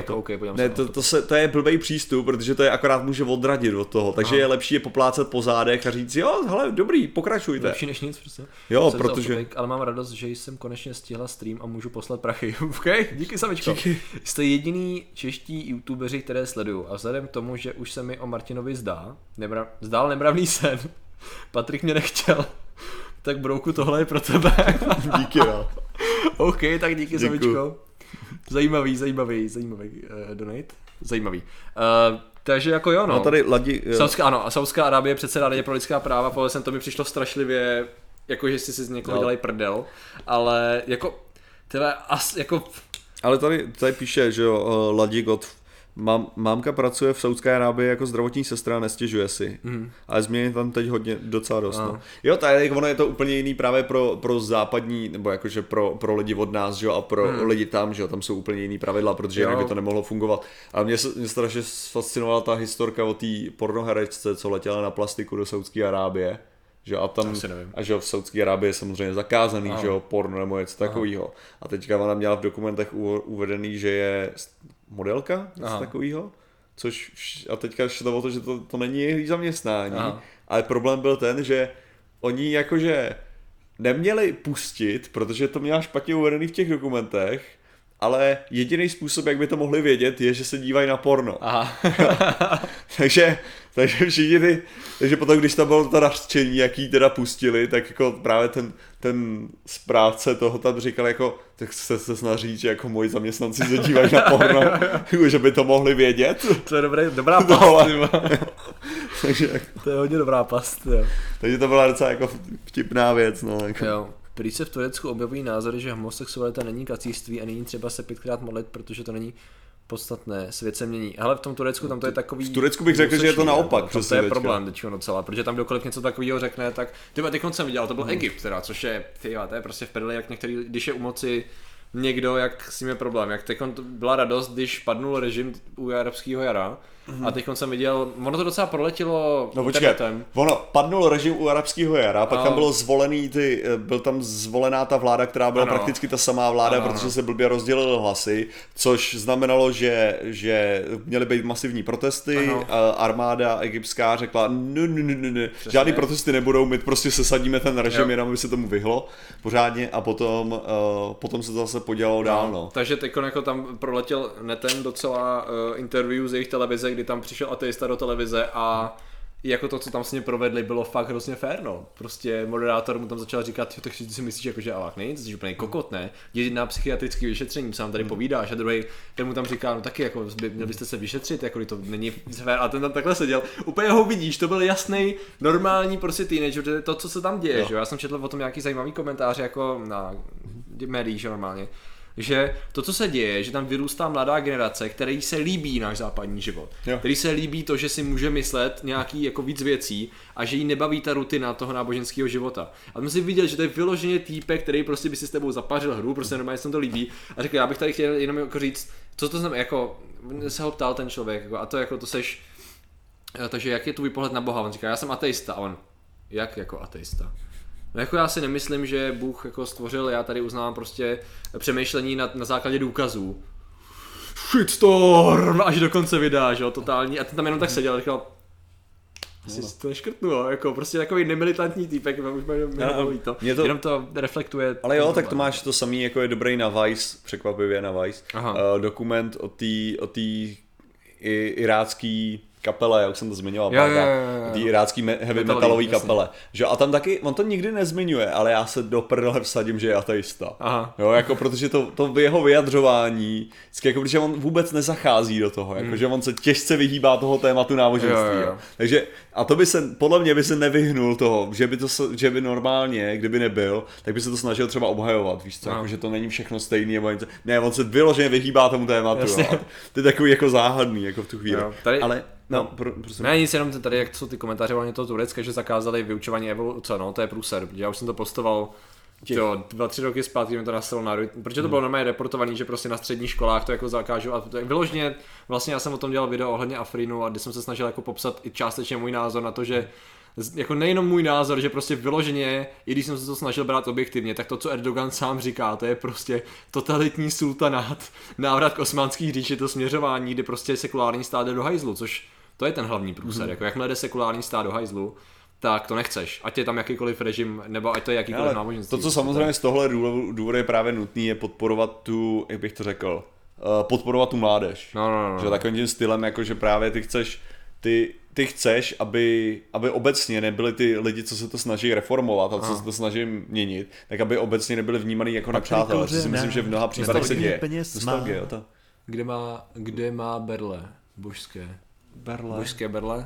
To je blbej přístup, protože to je akorát může odradit od toho, takže je lepší je poplácat po zádech a říct, jo, hele, dobrý, pokračujte. Lepší než nic, prostě. Jo, protože... Ale mám radost, že jsem konečně stihla stream a můžu poslat prachy. Díky samičko. Jste jediný čeští youtubeři, které sleduju, a vzhledem k tomu, že už se mi o Martinovi zdál nemravný sen, Patrik mě nechtěl, tak brouku, tohle je pro tebe. Díky, no. OK, tak díky, samičko. Zajímavý donate. Zajímavý. Takže jako jo, no. No tady Saudská Arábie předsedá Radě pro lidská práva, podle jsem to mi přišlo strašlivě, jako že si z někoho dělají prdel, ale jako ale tady píše, že jo, Ladigot, mámka pracuje v Saudské Arábii jako zdravotní sestra a nestěžuje si. Ale změní tam teď hodně docela dost. No. Jo, tady ono je to úplně jiný právě pro západní, nebo jakože pro lidi od nás, že jo, a pro lidi tam, že jo, tam jsou úplně jiný pravidla, protože jinak by to nemohlo fungovat. A mě strašně fascinovala ta historka o té pornoherečce, co letěla na plastiku do Saudské Arábie. Že a tam že v Saudské Arábii je samozřejmě zakázaný, že jo, porno nebo něco takového. A teďka ona měla v dokumentech uvedený, že je modelka, něco takového. Což a teďka šlo o to, že to není její zaměstnání. Ale problém byl ten, že oni jakože neměli pustit, protože to měla špatně uvedený v těch dokumentech, ale jediný způsob, jak by to mohli vědět, je, že se dívají na porno. takže všichni takže potom, když tam bylo to nařčení, jaký teda pustili, tak jako právě ten správce toho tam říkal jako, tak se snaží, že jako moji zaměstnanci se dívají na porno, že by to mohli vědět. To je dobrá past. Takže, to je hodně dobrá past, jo. Takže to byla docela jako vtipná věc, no. Jako. Jo. Prý se v Turecku objevují názory, že homosexualita není kacířství a není třeba se 5krát modlit, protože to není podstatné, svět se mění. Hele, v tom Turecku tam to je takový... V Turecku bych řekl, že je to naopak. To je problém teďko docela, protože tam kdokoliv něco takového řekne, tak... Teď jsem viděl, to byl Egypt teda, což je, to je prostě v prdeli, jak některý, když je u moci někdo, jak s ním je problém. Jak teď byla radost, když padnul režim u arabského jara A teď jsem viděl, ono to docela proletělo internetem. Ono padnul režim u arabského jara, pak tam bylo byl tam zvolená ta vláda, která byla prakticky ta samá vláda, protože se blbě rozdělily hlasy, což znamenalo, že měly být masivní protesty, armáda egyptská řekla, ne, žádný protesty nebudou, my prostě sesadíme ten režim, jenom aby se tomu vyhlo pořádně a potom se to zase podělalo dál. No. Takže teď jako tam proletěl netem docela interview z jejich televize, kdy tam přišel ateista do televize a jako to, co tam s ním provedli, bylo fakt hrozně fér, no. Prostě moderátor mu tam začal říkat, tak si myslíš, jako, že Allah nejde, jsi úplně kokot, ne? Jdi na psychiatrické vyšetření, co nám tady povídáš, a druhý, ten mu tam říká, no taky, jako, měli byste se vyšetřit, jako to není fér, a ten tam takhle seděl, úplně ho vidíš, to byl jasný, normální prostě teenager, to, co se tam děje, že jo? Já jsem četl o tom nějaký zajímavý komentář, jako na médiích, že normálně. Že to, co se děje, že tam vyrůstá mladá generace, který se líbí náš západní život, který se líbí to, že si může myslet nějaký jako víc věcí a že jí nebaví ta rutina toho náboženského života. A my si viděl, že to je vyloženě týpek, který prostě by si s tebou zapařil hru, prostě normálně se to líbí a řekl, já bych tady chtěl jenom jako říct, co to znamená, jako se ho ptal ten člověk, jako, a to jako to seš, takže jak je tvůj pohled na Boha? On říká, já jsem ateista, a on, jak jako ateista? No jako já si nemyslím, že Bůh jako stvořil, já tady uznávám prostě přemýšlení na základě důkazů. Shitstorm, až do konce videa, že jo, totální. A ten tam jenom tak seděl a říkal, asi to neškrtnu, jako prostě takový nemilitantní týpek, už mě to. Jenom to reflektuje. Ale jo, tak to máš to samý, jako je dobrý na Vice, překvapivě na Vice, dokument o té irácký kapele, jak jsem to zmiňoval, té irácký heavy metalový kapele. Že? A tam taky, on to nikdy nezmiňuje, ale já se do prdele vsadím, že je ateista. Jo, jako protože to jeho vyjadřování, jako protože on vůbec nezachází do toho, jako, že on se těžce vyhýbá toho tématu náboženství. Jo. Takže, a to by se, podle mě by se nevyhnul toho, že by normálně, kdyby nebyl, tak by se to snažil třeba obhajovat, víš co, jako, že to není všechno stejný, nebo něco. Ne, on se vyloženě vyhýbá tomu tématu. To je takový jako záhadný, jako v tu chvíli. Ale prosím. Ne, nic, jenom tady, jak jsou ty komentáře o toho Turecka, že zakázali vyučování evoluce, no, to je průser, já už jsem to postoval 2-3 roky zpátky, mi to nastalo na protože to bylo normálně reportovaný, že prostě na středních školách to jako zakážou a vyloženě, vlastně já jsem o tom dělal video ohledně Afrínu a kdy jsem se snažil jako popsat i částečně můj názor na to, že jako nejenom můj názor, že prostě vyloženě, i když jsem se to snažil brát objektivně, tak to, co Erdogan sám říká, to je prostě totalitní sultanát, návrat k osmanský říši, to směřování, kdy prostě sekulární stát jde do hajzlu, což to je ten hlavní průser, jako jakmile jde sekulární stát do hajzlu, tak to nechceš, ať je tam jakýkoliv režim, nebo ať to je jakýkoliv náboženství. To, co samozřejmě z tohle důvodu je právě nutný, je podporovat tu, jak bych to řekl, podporovat tu mládež. No. Že takovým tím stylem, jako že právě ty chceš, aby obecně nebyli ty lidi, co se to snaží reformovat a co se to snaží měnit, tak aby obecně nebyli vnímaný jako nepřátelé. Si myslím, že v mnoha případech se děje. Nostalgie, to. Kde má berle? Božské berle?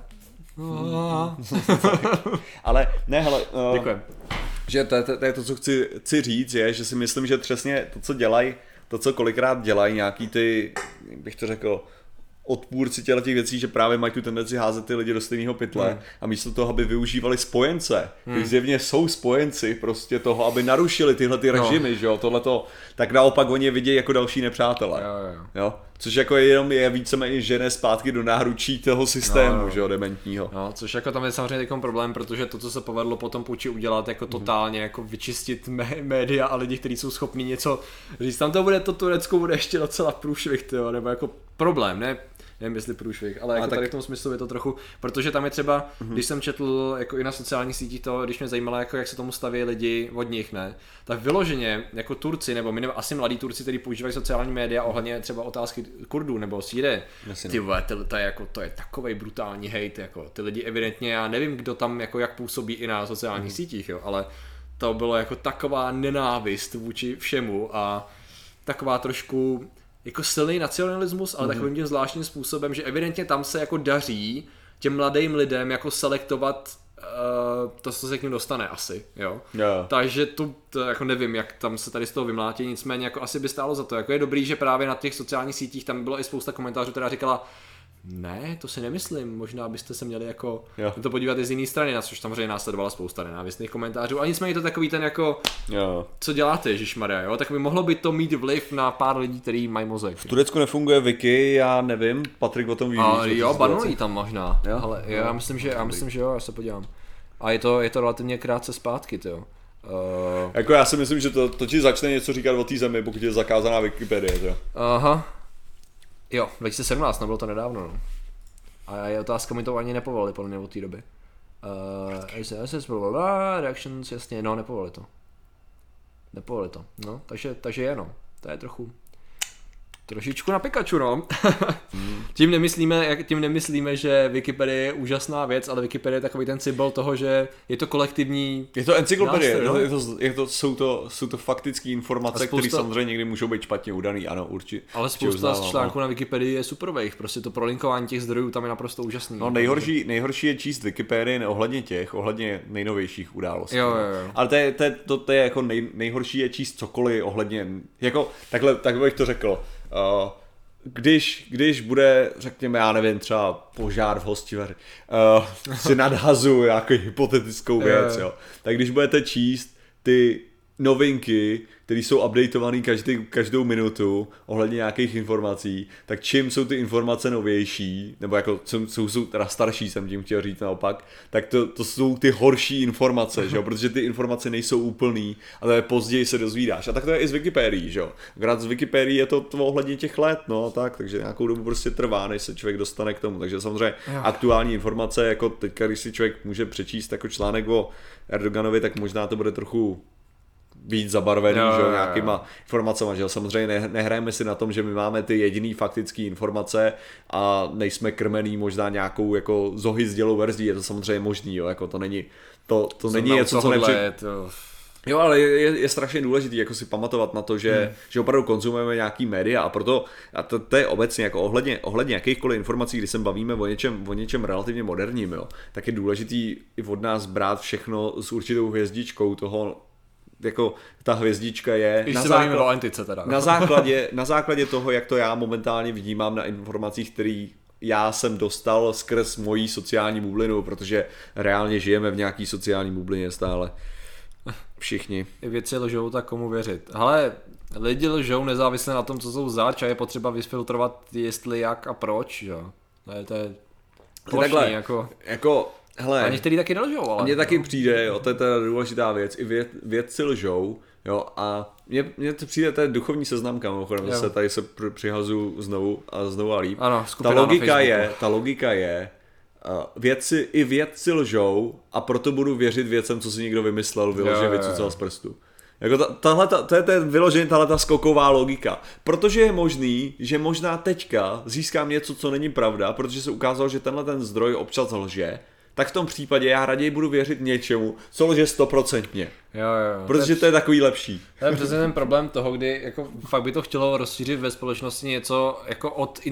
Ale ne, hele, děkujem. Že to je to, co chci říct, je, že si myslím, že přesně to, co kolikrát dělají nějaký ty, jak bych to řekl, odpůrci těch věcí, že právě mají tu tendenci házet ty lidi do stejného pytle a místo toho, aby využívali spojence, kteří zjevně jsou spojenci prostě toho, aby narušili tyhle ty režimy, že jo, tohleto, tak naopak oni je vidějí jako další nepřátelé. Jo? Což jako je víceméně žene zpátky do náručí toho systému, že jo, dementního. No, což jako tam je samozřejmě takový problém, protože to, co se povedlo potom Puči udělat, jako totálně jako vyčistit média a lidi, kteří jsou schopní něco říct, tam to Turecko bude ještě docela průšvih, tyjo, nebo jako problém, ne? Nevím, jestli průšvih, ale jako tady v tom smyslu je to trochu, protože tam je třeba, když jsem četl jako i na sociálních sítích to, když mě zajímalo, jako jak se tomu staví lidi od nich, ne, tak vyloženě jako Turci, nebo asi mladí Turci, kteří používají sociální média ohledně třeba otázky Kurdů nebo Sýrie, ty vole, to je takovej brutální hejt, jako ty lidi evidentně, já nevím, kdo tam jako jak působí i na sociálních sítích, jo, ale to bylo jako taková nenávist vůči všemu a taková trošku jako silný nacionalismus, ale takovým tím zvláštním způsobem, že evidentně tam se jako daří těm mladým lidem jako selektovat to, co se k ním dostane asi, jo. Takže to jako nevím, jak tam se tady z toho vymlátí, nicméně jako asi by stálo za to. Jako je dobrý, že právě na těch sociálních sítích tam bylo i spousta komentářů, která říkala, Ne, to si nemyslím, možná byste se měli jako to podívat i z jiné strany, na což samozřejmě následovala spousta nenávistných komentářů, a nicméně to takový ten jako, co děláte, ježišmarja, jo, tak by mohlo by to mít vliv na pár lidí, kteří mají mozek. V Turecku nefunguje Wiki, já nevím, Patrik o tom ví. Jo, banulí tam možná, ale já myslím, že jo, já se podívám. A je to relativně krátce zpátky, jo. Jako já si myslím, že to ti začne něco říkat o té zemi, pokud je zakázaná Wikipedie, jo. Aha. Jo, 2017, no bylo to nedávno, no. A je otázka, mi to ani nepovolili podle mě od té doby. Reactions, jasně, no nepovolili to. No, takže je, no. To je trošičku na Pikachu, no. Tím nemyslíme, že Wikipedie je úžasná věc, ale Wikipedie je takový ten symbol toho, že je to kolektivní. Je to encyklopedie, jsou to faktické informace, které samozřejmě někdy můžou být špatně udaný, ano, určitě. Ale spousta článků na Wikipedii je superových, prostě to prolinkování těch zdrojů tam je naprosto úžasný. No nejhorší je číst Wikipedii ohledně nejnovějších událostí. Jo. Ale to je jako nejhorší je číst cokoliv ohledně, jako takhle bych to řekl. Když bude, řekněme, já nevím, třeba požár v Hostivaři, si nadhazuju nějakou hypotetickou věc, jo. Tak když budete číst ty novinky, které jsou updateované každou minutu ohledně nějakých informací, tak čím jsou ty informace novější, nebo jako jsou teda starší, jsem tím chtěl říct naopak, tak to jsou ty horší informace, že jo? Protože ty informace nejsou úplný, ale později se dozvídáš. A tak to je i z Wikipedii, že jo? Akorát z Wikipedii je to ohledně těch let, no tak, takže nějakou dobu prostě trvá, než se člověk dostane k tomu. Takže samozřejmě aktuální informace, jako teďka, když si člověk může přečíst jako článek o Erdoganovi, tak možná to bude trochu víc zabarvený, že jo, nějakýma informacemi, že jo, samozřejmě nehrajeme si na tom, že my máme ty jediný faktické informace a nejsme krmený možná nějakou jako zohyzdělou verzí, je to samozřejmě možný, jo, jako to není něco, co Jo, ale je strašně důležitý jako si pamatovat na to, že opravdu konzumujeme nějaký média a proto, a to je obecně jako ohledně jakýchkoliv informací, když se bavíme o něčem relativně moderním, jo, tak je důležitý i od nás brát všechno s určitou hvězdičkou toho, jako ta hvězdička je na základě toho, jak to já momentálně vnímám na informacích, které já jsem dostal skrz mojí sociální bublinu, protože reálně žijeme v nějaký sociální bublině stále. Všichni. Věci lžou, tak komu věřit. Hele, lidi lžou nezávisle na tom, co jsou zač, a je potřeba vysfiltrovat, jestli, jak a proč, jo. To je plošný, jako hele, a některý taky nelžou, ale... Mně taky přijde, jo, to je teda důležitá věc, i vědci lžou, jo, a mně to přijde, to je duchovní seznamka, mimochodem, se tady se přihazuju znovu a líp. Ano, ta logika je, vědci lžou a proto budu věřit věcem, co si někdo vymyslel, vyloženě vycucal z prstu. Jako to je vyloženě tahleta skoková logika. Protože je možný, že možná teďka získám něco, co není pravda, protože se ukázalo, že tenhle ten zdroj občas lže, tak v tom případě já raději budu věřit něčemu, co lže 100%. Jo. Protože to je takový lepší. To je přesně ten problém toho, kdy jako fakt by to chtělo rozšířit ve společnosti něco jako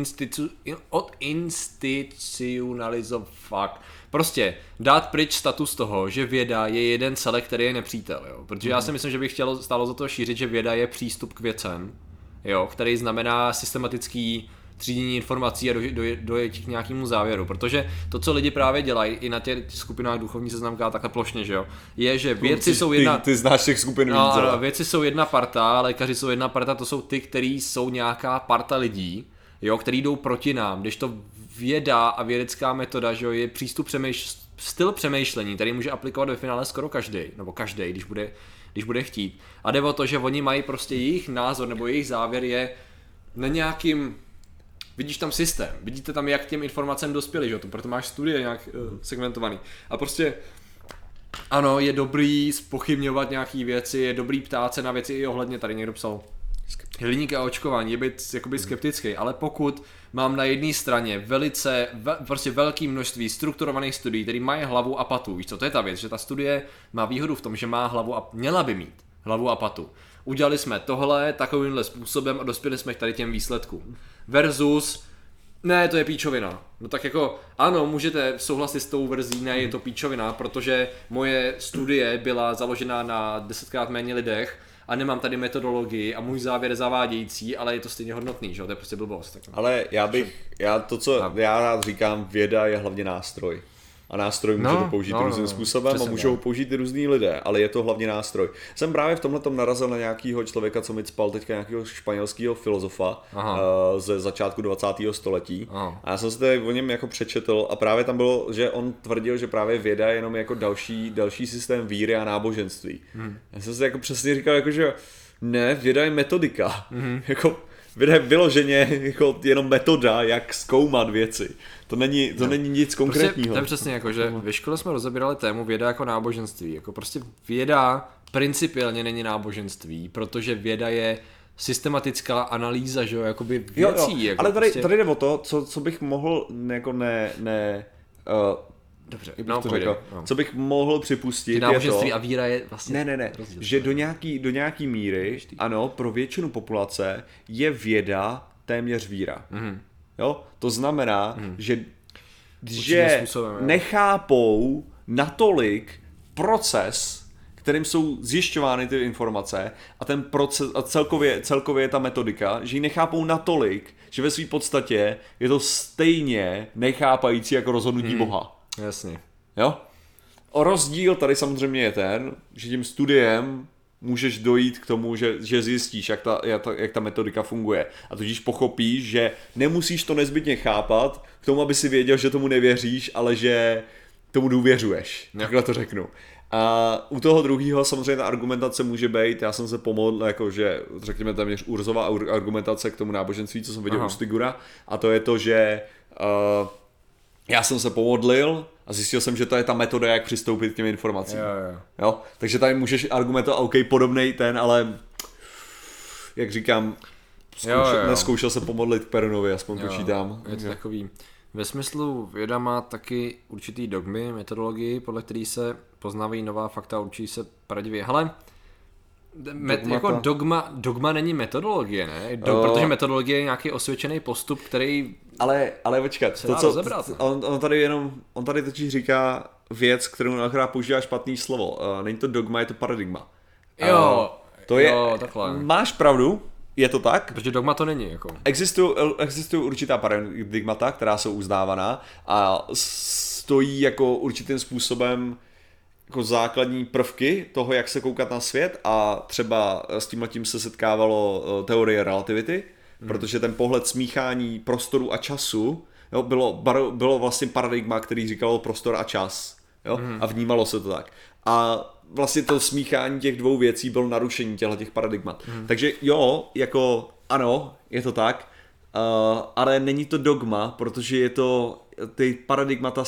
fakt. Prostě dát pryč status toho, že věda je jeden celek, který je nepřítel, jo. Protože já si myslím, že by stálo za to šířit, že věda je přístup k věcem, jo, který znamená systematický třídění informací a dojet k nějakému závěru, protože to, co lidi právě dělají i na těch skupinách duchovní seznamka takhle plošně, že jo, je, že vědci jsou jedna... Ty znáš těch skupin víc, ale vědci jsou jedna parta, lékaři jsou jedna parta, to jsou ty, kteří jsou nějaká parta lidí, jo, který jdou proti nám, když to věda a vědecká metoda, že jo, je přístup styl přemýšlení, který může aplikovat ve finále skoro každý, když bude chtít. A jde o to, že oni mají prostě jejich názor nebo jejich závěr je na nějakým. Vidíš tam systém, vidíte tam, jak těm informacím dospěli, že jo, proto máš studie nějak segmentovaný. A prostě ano, je dobrý zpochybňovat nějaký věci, je dobrý ptát se na věci i ohledně, tady někdo psal hliník a očkování, je být jakoby skeptický, ale pokud mám na jedné straně prostě velké množství strukturovaných studií, které mají hlavu a patu, víš co, to je ta věc, že ta studie má výhodu v tom, že má hlavu a měla by mít hlavu a patu. Udělali jsme tohle takovýmhle způsobem a dospěli jsme k tady těm výsledkům. Versus, ne, to je píčovina. No tak jako, ano, můžete souhlasit s tou verzí, ne, je to píčovina, protože moje studie byla založena na 10krát méně lidech a nemám tady metodologii a můj závěr je zavádějící, ale je to stejně hodnotný, že jo, to je prostě blbost. Tak. Ale já rád říkám, věda je hlavně nástroj. A nástroj můžete použít různým způsobem a můžou ho použít i různý lidé, ale je to hlavně nástroj. Jsem právě v tomhletom narazil na nějakého člověka, co mi cpal teďka nějakého španělského filozofa ze začátku 20. století. Aha. A já jsem se tady o něm jako přečetl a právě tam bylo, že on tvrdil, že právě věda je jenom jako další systém víry a náboženství. Já jsem si jako přesně říkal, jako, že ne, věda je metodika. Jako, věda je vyloženě jako jenom metoda, jak zkoumat věci. To není nic konkrétního. Prostě, to je přesně jako, že ve škole jsme rozebírali tému věda jako náboženství. Jako prostě věda principiálně není náboženství, protože věda je systematická analýza, že jo, jakoby věcí. Jo, jako ale tady jde o to, co bych mohl jako dobře, co bych mohl připustit, náboženství je to, a víra je vlastně ne, že do nějaký míry, ano, pro většinu populace je věda téměř víra. Jo? To znamená, že nechápou natolik proces, kterým jsou zjišťovány ty informace a ten proces a celkově ta metodika, že ji nechápou natolik, že ve své podstatě je to stejně nechápající jako rozhodnutí Boha. Jasně. Jo? O rozdíl tady samozřejmě je ten, že tím studiem můžeš dojít k tomu, že zjistíš, jak ta metodika funguje. A tudíž pochopíš, že nemusíš to nezbytně chápat k tomu, aby si věděl, že tomu nevěříš, ale že tomu důvěřuješ. Takhle to řeknu. A u toho druhého samozřejmě ta argumentace může být, já jsem se pomodl, jakože řekněme téměř Urzova argumentace k tomu náboženství, co jsem viděl u Stigura, a to je to, že já jsem se pomodlil a zjistil jsem, že to je ta metoda, jak přistoupit k těm informacím. Jo? Takže tady můžeš argumentovat, OK, podobnej ten, ale jak říkám, neskoušel se pomodlit k Perunovi, aspoň počítám. Je to takový. Ve smyslu věda má taky určitý dogmy, metodologii, podle který se poznávají nová fakta, určí se pravdivě. Hele, jako dogma není metodologie, ne? Protože metodologie je nějaký osvědčený postup, který... Ale počkat, on tady totiž říká věc, kterou akorát používá špatný slovo. Není to dogma, je to paradigma. Takhle. Máš pravdu, je to tak? Protože dogma to není, jako. Existují určitá paradigmata, která jsou uznávaná a stojí jako určitým způsobem jako základní prvky toho, jak se koukat na svět, a třeba s tímhletím se setkávalo teorie relativity, protože ten pohled smíchání prostoru a času, jo, bylo vlastně paradigma, který říkalo prostor a čas, jo, a vnímalo se to tak. A vlastně to smíchání těch dvou věcí bylo narušení těch paradigmat. Takže jo, jako ano, je to tak, ale není to dogma, protože ty paradigmata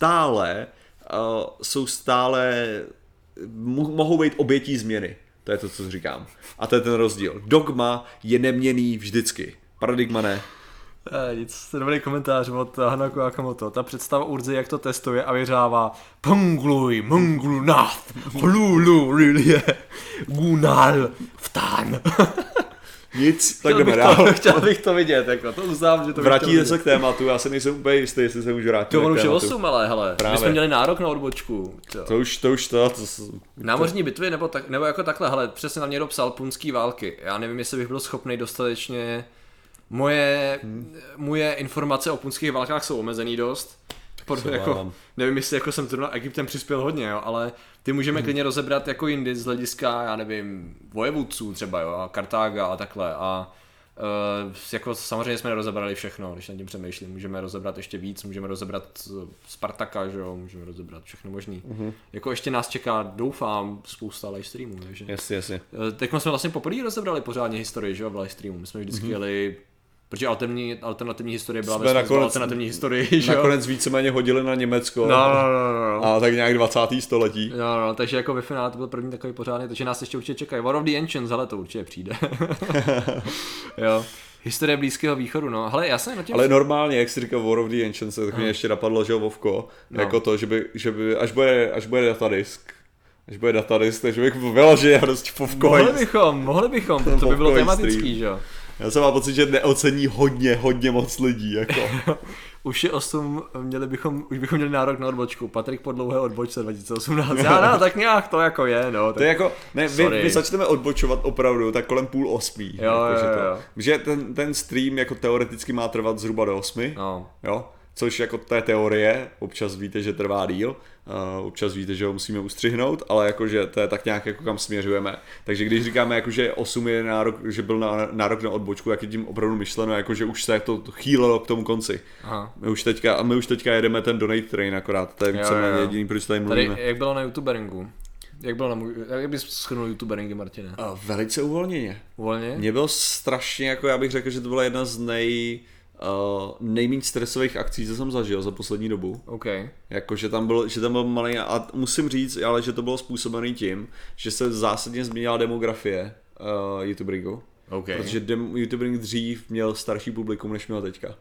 mohou být obětí změny. To je to, co říkám. A to je ten rozdíl. Dogma je neměnný vždycky. Paradigma ne. Nic, dobrý komentář od Hanako Akamoto. Ta představa Urzy, jak to testuje a vyřává Pongluj, monglu, nath, hlulu, lilie, gunal, vtán. Nic, tak jdeme dál. Chtěl bych to vidět, jako, to uznám, že to vrátíme se k tématu, já se nejsem úplně jistý, jestli se můžu vrátit to už je 8, ale hele, my jsme měli nárok na odbočku. To už. Námořní bitvy, nebo jako takhle, hele, přesně na mě dopsal punský války. Já nevím, jestli bych byl schopný dostatečně... Moje informace o punských válkách jsou omezený dost. Nevím, jestli jako jsem to Egyptem přispěl hodně, jo, ale ty můžeme klidně rozebrat jako jindy z hlediska, já nevím, vojevůdců třeba, jo, a Kartága a takhle. A jako samozřejmě jsme nerozebrali všechno, když nad tím přemýšlím. Můžeme rozebrat ještě víc, můžeme rozebrat Spartaka, že jo, můžeme rozebrat všechno možný. Jako ještě nás čeká, doufám, spousta live streamů, takže. Jasně. Tak jsme vlastně poprvé rozebrali pořádně historii, že jo, v live streamu. My jsme vždycky jeli, protože alternativní historie byla ve alternativní historii, že jo. Nakonec víceméně hodili na Německo. No. A tak nějak 20. století. No, takže jako ve finále to byl první takový pořádný, takže nás ještě určitě čekají. War of the Ancients, ale to určitě přijde. Jo. Historie Blízkého východu, no. Hele, já jsem na tím... Ale normálně, jak jsi říkal War of the Ancients, tak mě ještě napadlo, že Vovko, jako to, že by až bude datadisk, takže bych vyložil prostě Vovko. Mohli bychom, to by bylo tematický, že jo. Já jsem mám pocit, že neocení hodně moc lidí, jako. Už je 8, už bychom měli nárok na odbočku. Patrik po dlouhé odbočce 2018. Já tak nějak to jako je, no. Tak... To je jako, ne, my začneme odbočovat opravdu tak kolem 7:30. Jo. Že ten stream jako teoreticky má trvat zhruba do 8. No. Jo. Což jako to je teorie, občas víte, že trvá díl, občas víte, že ho musíme ustřihnout, ale jakože to je tak nějak jako kam směřujeme. Takže když říkáme, jako, že 8 je nárok, že byl nárok na odbočku, jak je tím opravdu myšleno, jako, že už se to chýlilo k tomu konci. Aha. My už teďka jedeme ten donate train akorát, to je víceméně jediný, proč tady mluvíme. Tady, jak bylo na YouTuberingu? Jak bys shrnul YouTuberingy, Martine? Velice uvolněně. Uvolně? Mně bylo strašně, jako já bych řekl, že to byla jedna z nejméně stresových akcí, co jsem zažil za poslední dobu. Okay. Jako, že tam byl malý, a musím říct, ale že to bylo způsobený tím, že se zásadně změnila demografie YouTuberingu. Okay. Protože YouTubering dřív měl starší publikum, než měl teďka.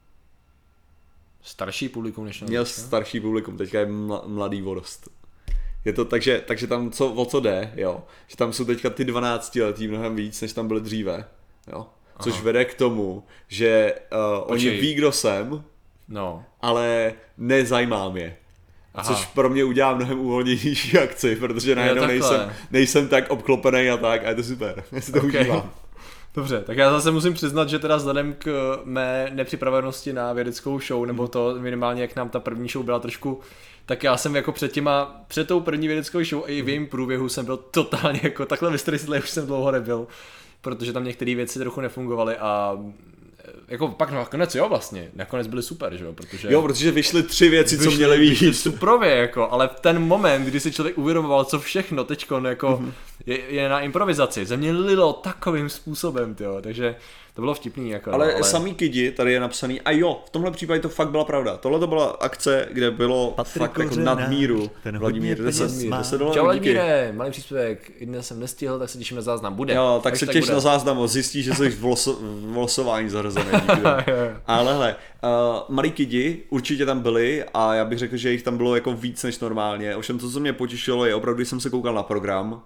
Starší publikum, než měl teďka? Starší publikum, teďka je mladý vodost. Je to takže tam o co jde, jo. Že tam jsou teďka ty 12 letí mnohem víc, než tam byly dříve, jo. Což vede k tomu, že oni ví, kdo jsem, ale nezajímám je. Aha. Což pro mě udělá mnohem uvolněnější akci, protože najednou nejsem tak obklopený a tak, a je to super. Já si to užívám. Dobře, tak já zase musím přiznat, že teda vzhledem k mé nepřipravenosti na vědeckou show, nebo to minimálně jak nám ta první show byla trošku, tak já jsem jako před tou první vědeckou show i v jejím průběhu jsem byl totálně jako takhle vystreslý, už jsem dlouho nebyl. Protože tam některé věci trochu nefungovaly a jako pak nakonec nakonec byly super, že jo, protože vyšly 3 věci, co měly být. Suprově, jako, ale v ten moment, kdy si člověk uvědomoval, co všechno teďko jako je na improvizaci, ze mě lilo takovým způsobem, tyjo, takže to bylo vtipný. Jako, ale samý kidi, tady je napsaný, a jo, v tomhle případě to fakt byla pravda. Tohle to byla akce, kde bylo fakt jako nadmíru. Vladimír, 10 dolarů. Čau Vladimíre, malý příspěvek, i dnes jsem nestihl, tak se těším na záznam. Bude. Jo, tak se těš na záznam, zjistí, že jsi v losování zařazený. Ale hele, malí kidi určitě tam byli a já bych řekl, že jich tam bylo jako víc než normálně. Ovšem to, co mě potěšilo, je opravdu, když jsem se koukal na program,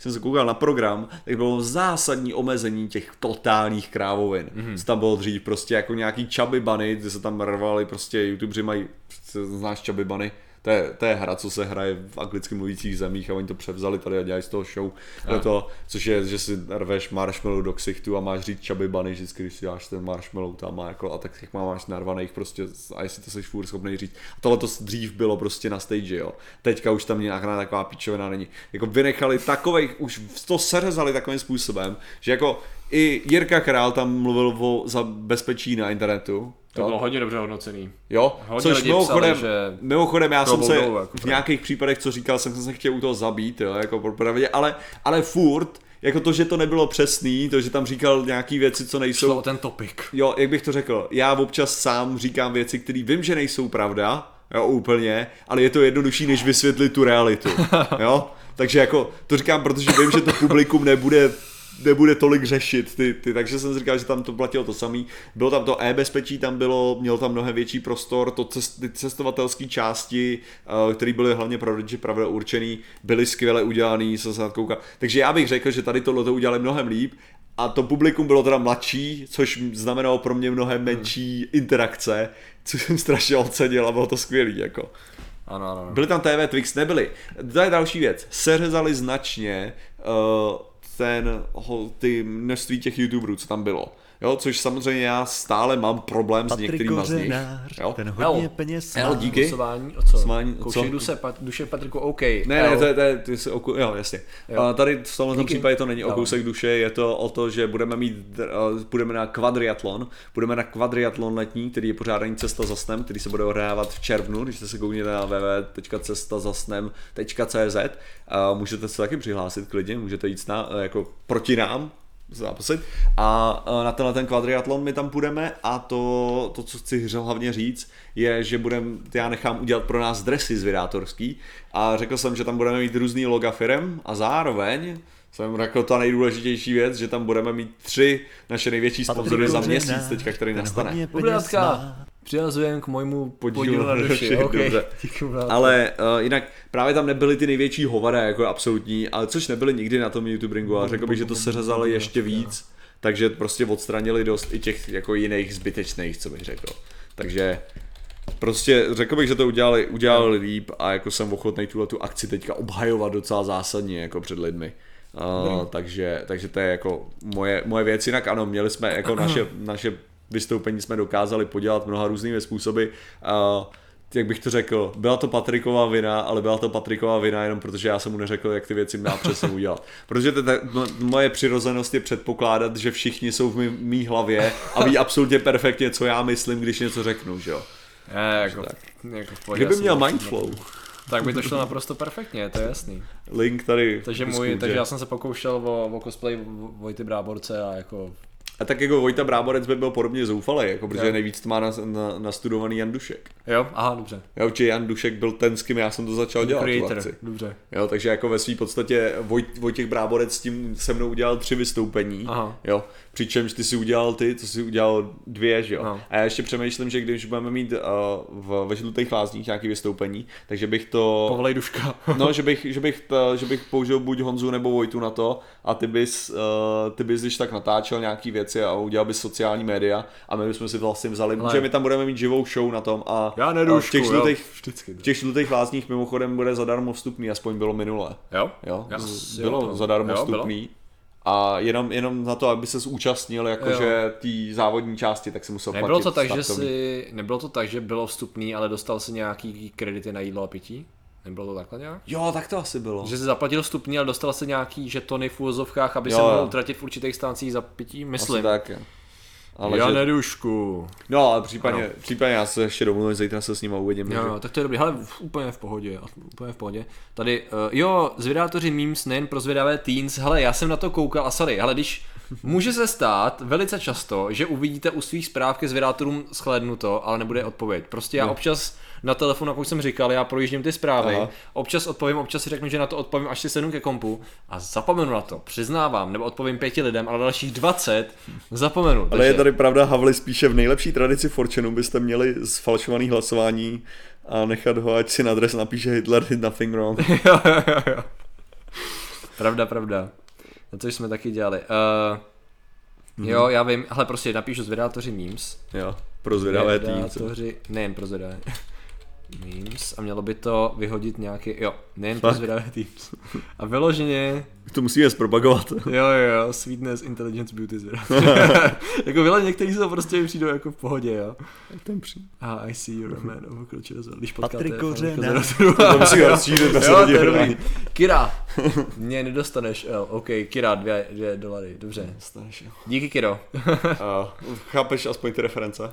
tak bylo zásadní omezení těch totálních krávovin. Co tam bylo dřív, prostě jako nějaký chubby bunny, ty se tam rvali, prostě YouTubeři mají, znáš chubby bunny? To je hra, co se hraje v anglicky mluvících zemích a oni to převzali tady a dělají z toho show. To, což je, že si rveš marshmallow do ksichtu a máš říct chubby bunny, vždycky, když si dáš ten marshmallow tam a, jako, a tak jak máš narvaných prostě a jestli to jsi furt schopný říct. A tohle to dřív bylo prostě na stage, jo. Teďka už tam nějaká taková pičovina není. Jako vynechali takovej, už to seřezali takovým způsobem, že jako i Jirka Král tam mluvil o zabezpečí na internetu. To bylo hodně dobře hodnocený. Jo, což mimochodem já jsem se v nějakých případech, co říkal, jsem se chtěl u toho zabít, jo, jako popravdě, ale furt, jako to, že to nebylo přesný, to, že tam říkal nějaký věci, co nejsou... Šlo o ten topik. Jo, jak bych to řekl, já občas sám říkám věci, které vím, že nejsou pravda, jo, úplně, ale je to jednodušší, než vysvětlit tu realitu, jo. Takže jako to říkám, protože vím, že to publikum nebude tolik řešit, takže jsem si říkal, že tam to platilo to samý. Bylo tam to e-bezpečí, mělo tam mnohem větší prostor, ty cestovatelské části, které byly hlavně pro rodiče pravda určený, byly skvěle udělaný, jsem se na to koukal. Takže já bych řekl, že tady tohle to udělali mnohem líp a to publikum bylo teda mladší, což znamenalo pro mě mnohem menší interakce, což jsem strašně ocenil a bylo to skvělý, jako. Ano. Byly tam TV Twix, nebyly. To je další věc. Seřezali značně ty množství těch YouTuberů, co tam bylo. Jo, což samozřejmě já stále mám problém s některýma z nich. Ten hodně peněz má. Díky. Koušej duše Patriku, OK. Ne, jo, jasně. Tady v tomhle případě to není o kousek duše, je to o to, že půjdeme na kvadriatlon letní, který je pořádaný Cesta za snem, který se bude odehrávat v červnu, když se koukněte na www.cestazasnem.cz. Můžete se taky přihlásit klidně, můžete jít jako proti nám zápasit a na ten kvadriatlon my tam půjdeme a to, co chci hlavně říct, je, že já nechám udělat pro nás dresy zvědátorský a řekl jsem, že tam budeme mít různý loga firem a zároveň jsem řekl ta nejdůležitější věc, že tam budeme mít 3 naše největší sponzory za měsíc teďka, který nastane. Přihazujem k mojmu podílu na duši. Okay. Ale jinak právě tam nebyly ty největší hovada jako absolutní, ale což nebyly nikdy na tom YouTuberingu a řekl bych, že to seřezali ještě víc. takže prostě odstranili dost i těch jako jiných zbytečných, co bych řekl. Takže prostě řekl bych, že to udělali líp a jako jsem ochotný tu akci teďka obhajovat docela zásadně jako před lidmi. Takže to je jako moje věc. Jinak ano, měli jsme jako naše vystoupení jsme dokázali podělat mnoha různými způsoby. Jak bych to řekl, byla to Patrikova vina, ale byla to Patrikova vina jenom protože já jsem mu neřekl, jak ty věci má přesně udělat. Protože moje přirozenost je předpokládat, že všichni jsou v mý hlavě a ví absolutně perfektně, co já myslím, když něco řeknu, že jo. Jako kdyby měl mindflow. Tak by to šlo naprosto perfektně, to je jasný. Link tady. Takže já jsem se pokoušel o cosplay Vojty Bráborce a jako... A tak jako Vojta Bráborec by byl podobně zoufalý, jako protože nejvíc to má nastudovaný Jan Dušek. Jo, aha, dobře. Jo, určitě Jan Dušek byl ten, s kým já jsem to začal dělat. Creator, dobře. Jo, takže jako ve své podstatě Vojtěch Bráborec s tím se mnou udělal 3 vystoupení. Aha. Jo, přičemž ty si udělal co si udělal 2, že jo. Aha. A já ještě přemýšlím, že když budeme mít ve Žlutých lázních nějaké vystoupení, takže bych to... Povolej Duška. No, že bych použil buď Honzu nebo Vojtu na to a ty bys když tak natáčel nějaký věci a udělal bys sociální média a my bychom si to vlastně vzali, že my tam budeme mít živou show na tom a já nedušku, v těch Žlutých lázních mimochodem bude zadarmo vstupný, aspoň bylo minule. Jo? Bylo zadarmo vstupný. A jenom na to, aby se zúčastnil jakože té závodní části, tak se musel platit. Nebylo to tak, že bylo vstupný, ale dostal si nějaký kredity na jídlo a pití? Nebylo to takhle nějak? Jo, tak to asi bylo. Že si zaplatil vstupný, ale dostal si nějaký žetony v úvozovkách, aby se mohl utratit v určitých stáncích za pití, myslím. Asi tak, jo. Ale já nedušku. No, ale případně já se ještě domluvím, zítra se s nima uvidím. Jo, tak to je dobrý, hele, úplně v pohodě. Tady, zvědátoři memes nejen pro zvědavé teens, hele, já jsem na to koukal a sorry, ale když může se stát velice často, že uvidíte u svých zpráv ke zvědátorům shlédnuto, ale nebude odpověď. Prostě já občas na telefonu, jak už jsem říkal, já projíždím ty zprávy, občas odpovím, občas si řeknu, že na to odpovím, až si sednu ke kompu a zapomenu na to, přiznávám, nebo odpovím 5 lidem, ale dalších 20 zapomenu. Ale je tady pravda, Havli, spíše v nejlepší tradici Fortune byste měli zfalšovaný hlasování a nechat ho, ať si na dres napíše Hitler did nothing wrong. jo. Pravda. Na to jsme taky dělali. Jo, já vím, hele, prostě napíšu zvědátoři memes. Jo, pro zvědavé teens. Nejen pro zvědavé memes a mělo by to vyhodit nějaký, nejen pro zvědavé teens. A vyloženě... To musíme zpropagovat. Jo, sweetness, intelligence, beauty zvědátoři. Jako vyloženě některý se prostě přijdou jako v pohodě, jo. Ten přijde. I see you're a man of a culture as well. Když potkáte... Patrik Kořena. To musí rozšířit na jo, Kira, mě nedostaneš, OK, Kira, $2, dobře. Dostaneš, jo. Díky, Kiro. Chápeš aspoň ty reference?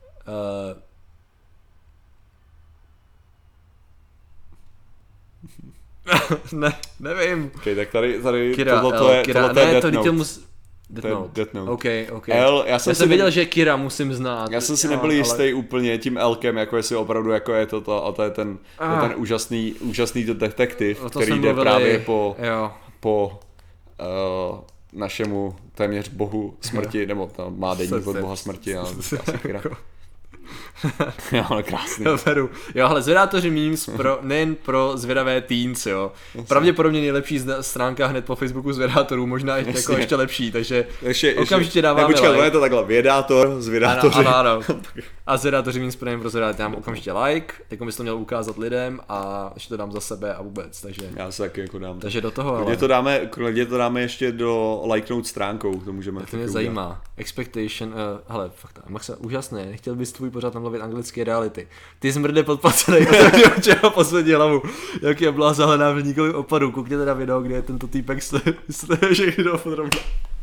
Nevím. Okay, tak tady Kira, tohle je Death Note. Death Note. OK. Já jsem věděl, že Kira musím znát. Já jsem si nebyl jistý úplně tím Elkem, jako jestli opravdu jako je to a to je ten úžasný detektiv, který jde právě po našemu téměř bohu smrti, nebo tam má deník od boha smrti a asi Kira. Jo, ale krásný. Jo, ale zvědátoři memes nejen pro zvědavé teens, jo. Pravděpodobně nejlepší stránka hned po Facebooku zvědátorů, možná ještě lepší, takže okamžitě dáváme like. Počkej, je to takhle, vědátor, zvědátoři. Ano. A zvědátoři memes pro zvědátory, dám okamžitě like, jako bys to měl ukázat lidem a ještě to dám za sebe a vůbec, takže. Já se taky jako dám. Takže do toho, Klidně to dáme ještě do likenout stránkou, to můžeme. To mě zajímá. Expectation, hele, fakt, Max, úžasné, nechtěl bys tvůj pořád namluvit anglické reality. Ty zmrde podplacenej, od čeho poslední hlavu. Jak je byla zahlená v nikoliv opadu. Koukněte na video, kde je tento týpek sleduje všechno podrobně.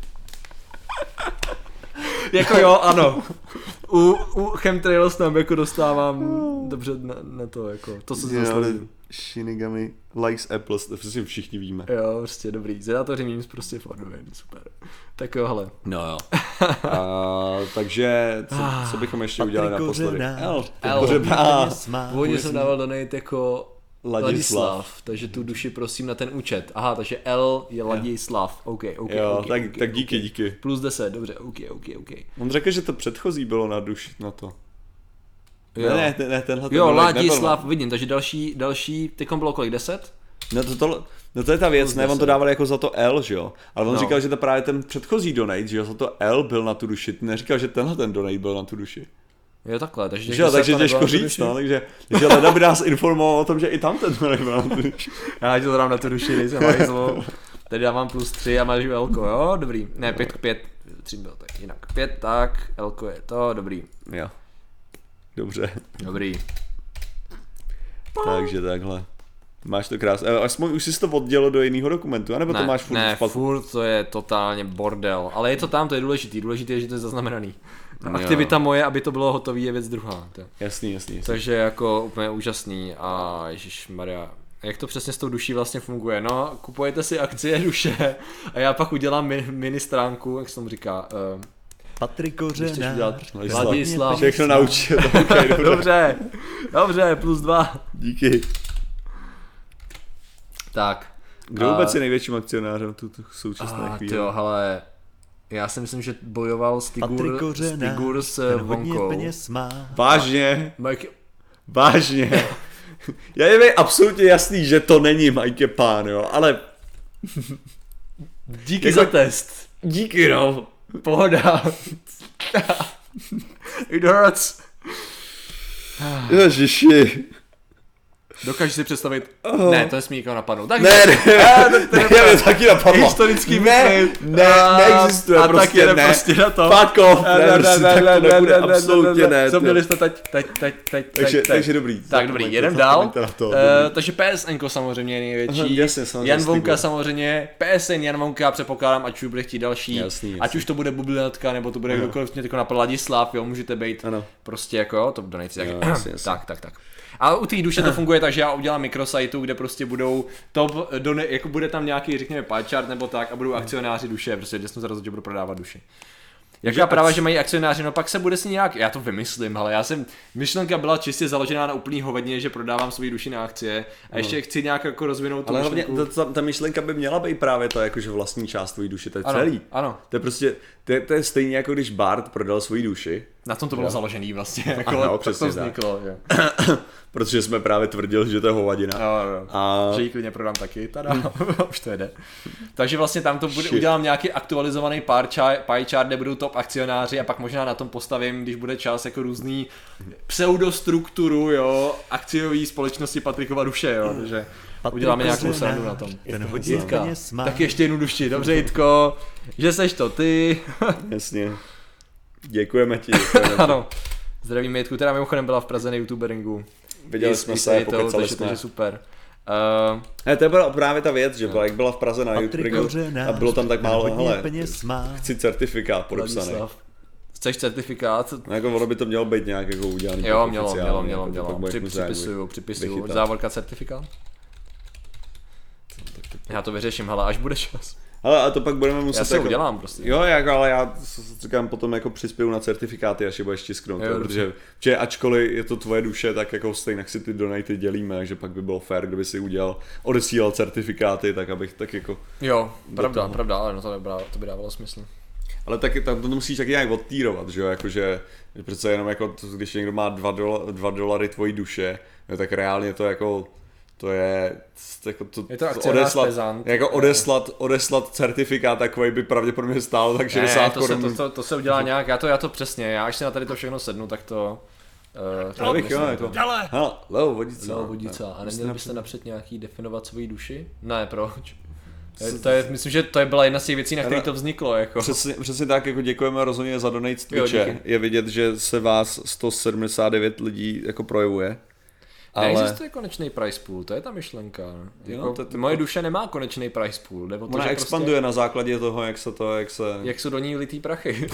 Jako jo, ano. U chemtrails tam jako dostávám dobře na to, jako. To se zaslouží. Shinigami likes apples, to si všichni víme. Jo, prostě dobrý. Zvědátoři memes prostě forduje, super. Tak jo, hele. No jo. Takže, co bychom ještě udělali naposledy? Původně jsem dával donate jako Ladislav, takže tu duši prosím na ten účet. Aha, takže L je Ladislav. OK. Jo, tak díky. Plus 10, dobře, OK. On řekl, že to předchozí bylo na duši na to. Jo. Ne, tenhle. Jo, Ladislav, vidím, takže další, teďkom bylo kolik, 10? No to je ta věc, ne, on to dával jako za to L, že jo, ale on říkal, že to právě ten předchozí donate, že jo, za to L byl na tu duši, ty neříkal, že tenhle ten donate byl na tu duši. Jo, takhle, takže těžko říct, no, takže Leda by nás informoval o tom, že i tam ten donate byl na tu duši. Já ti to dám na tu duši, nejsem hajzlo. Tady dávám +3 a máš Lko, jo, dobrý, ne, 5, 3 byl tak jinak, 5, tak, Lko je to, dobrý. Jo, dobře. Dobrý. Takže takhle. Máš to krásně. Aspoň už jsi to oddělil do jiného dokumentu, anebo to máš furt? Ne, furt to je totálně bordel, ale je to tam, to je důležitý. Důležité je, že to je zaznamenaný. Aktivita moje, aby to bylo hotové, je věc druhá. Jasný. Takže jako úplně úžasný a ježišmarja. Jak to přesně s tou duší vlastně funguje? No, kupujete si akcie duše a já pak udělám mini stránku, jak se tomu říká. Patrik Kořenář. Vladislav. Všechno naučil. Dobře, +2. Díky. Tak. Kdo vůbec je největším akcionářem tu současné chvíli? Jo, hele, já si myslím, že bojoval Stigur s Vonkou. Vážně? Vážně? Já je mi absolutně jasný, že to není Mike Pán, jo, ale... Díky za test. Díky, no. Pohoda. It hurts. Ježiši. Dokážeš si představit? Ne, to nesmí nikoho napadnout. Tak ne, mě taky napadlo. Historický neexistuje, a prostě tak jede prostě na to. Fuck off, tak to nebude, absolutně ne. Co měli jsme teď. Takže dobrý. Tak dobrý, jedem dál. Takže PSN samozřejmě je největší. Jan Vonka samozřejmě, PSN Jan Vonka, předpokládám, ať už bude chtít další. Ať už to bude Bublinetka, nebo to bude kdokoliv, mě napadl Ladislav, jo, můžete být prostě jako jo, to donejci. Tak. A u té duše to funguje tak, že já udělám mikrosajtu, kde prostě budou jako bude tam nějaký, řekněme, pie chart nebo tak a budou akcionáři duše, prostě kde jsem se rozhodl, že budu prodávat duši. Jaká práva, že mají akcionáři, no pak se bude s ní nějak, já to vymyslím, ale myšlenka byla čistě založená na úplný hovadně, že prodávám svoji duši na akcie a ještě chci nějak jako rozvinout tu myšlenku. Ale ta myšlenka by měla být právě to, jakože vlastní část tvojí duše, to je celý. Ano. To je prostě, to je stejně jako když Bart prodal svoji duši. Na tom to bylo založený vlastně, jako ano, tak to vzniklo. Protože jsme právě tvrdili, že to je hovadina. Jo. A... Že ji klidně prodám taky, tada, už to jede. Takže vlastně tam to udělám nějaký aktualizovaný pie chart, kde budou top akcionáři a pak možná na tom postavím, když bude čas, jako různý pseudostrukturu, jo, akciový společnosti Patrikova duše, jo, takže uděláme nějakou srandu na tom. Jitka, tak ještě jednu duši, dobře Jitko, že seš to ty. Jasně, děkujeme ti. Ano, zdravím Jitku, která mimochodem byla v Praze na youtuberingu. Viděli jsme se, pokecali jsme. Takže super. To byla právě ta věc, že jak byla v Praze na youtuberingu a bylo tam tak málo, hele, chci certifikát podepsaný. Chceš certifikát? No jako ono by to mělo být nějak jako udělaný. Jo, mělo. Připisuju. Závorka certifikát? Já to vyřeším, hele, až bude čas. Ale a to pak budeme muset. Já se jako... udělám prostě. Jo, ale já říkám potom jako přispěju na certifikáty, až je budeš tisknout, protože ačkoliv je to tvoje duše, tak jako stejně si ty donaty dělíme, takže pak by bylo fair, kdyby si odesílal certifikáty, tak abych tak jako... Jo, pravda, ale no to by dávalo smysl. Ale taky tam to musíš taky nějak odtýrovat, že jo, jakože přece jenom jako, když někdo má $2 tvojí duše, tak reálně to jako... To je jako to odeslat certifikát takový by pravděpodobně stálo tak 60 korun. To se udělá nějak, já to přesně, já až si na tady to všechno sednu, tak to... Vodice. A neměli byste napřed nějaký definovat svoji duši? Ne, proč? Myslím, že to byla jedna z těch věcí, na které to vzniklo. Jako. Přesně tak, jako děkujeme rozhodně za donate z Twitche. Je vidět, že se vás 179 lidí jako projevuje. Ale... Neexistuje konečný price pool, to je ta myšlenka. Jako, moje duše nemá konečný price pool. Ona expanduje prostě... na základě toho, jak jsou do ní litý prachy.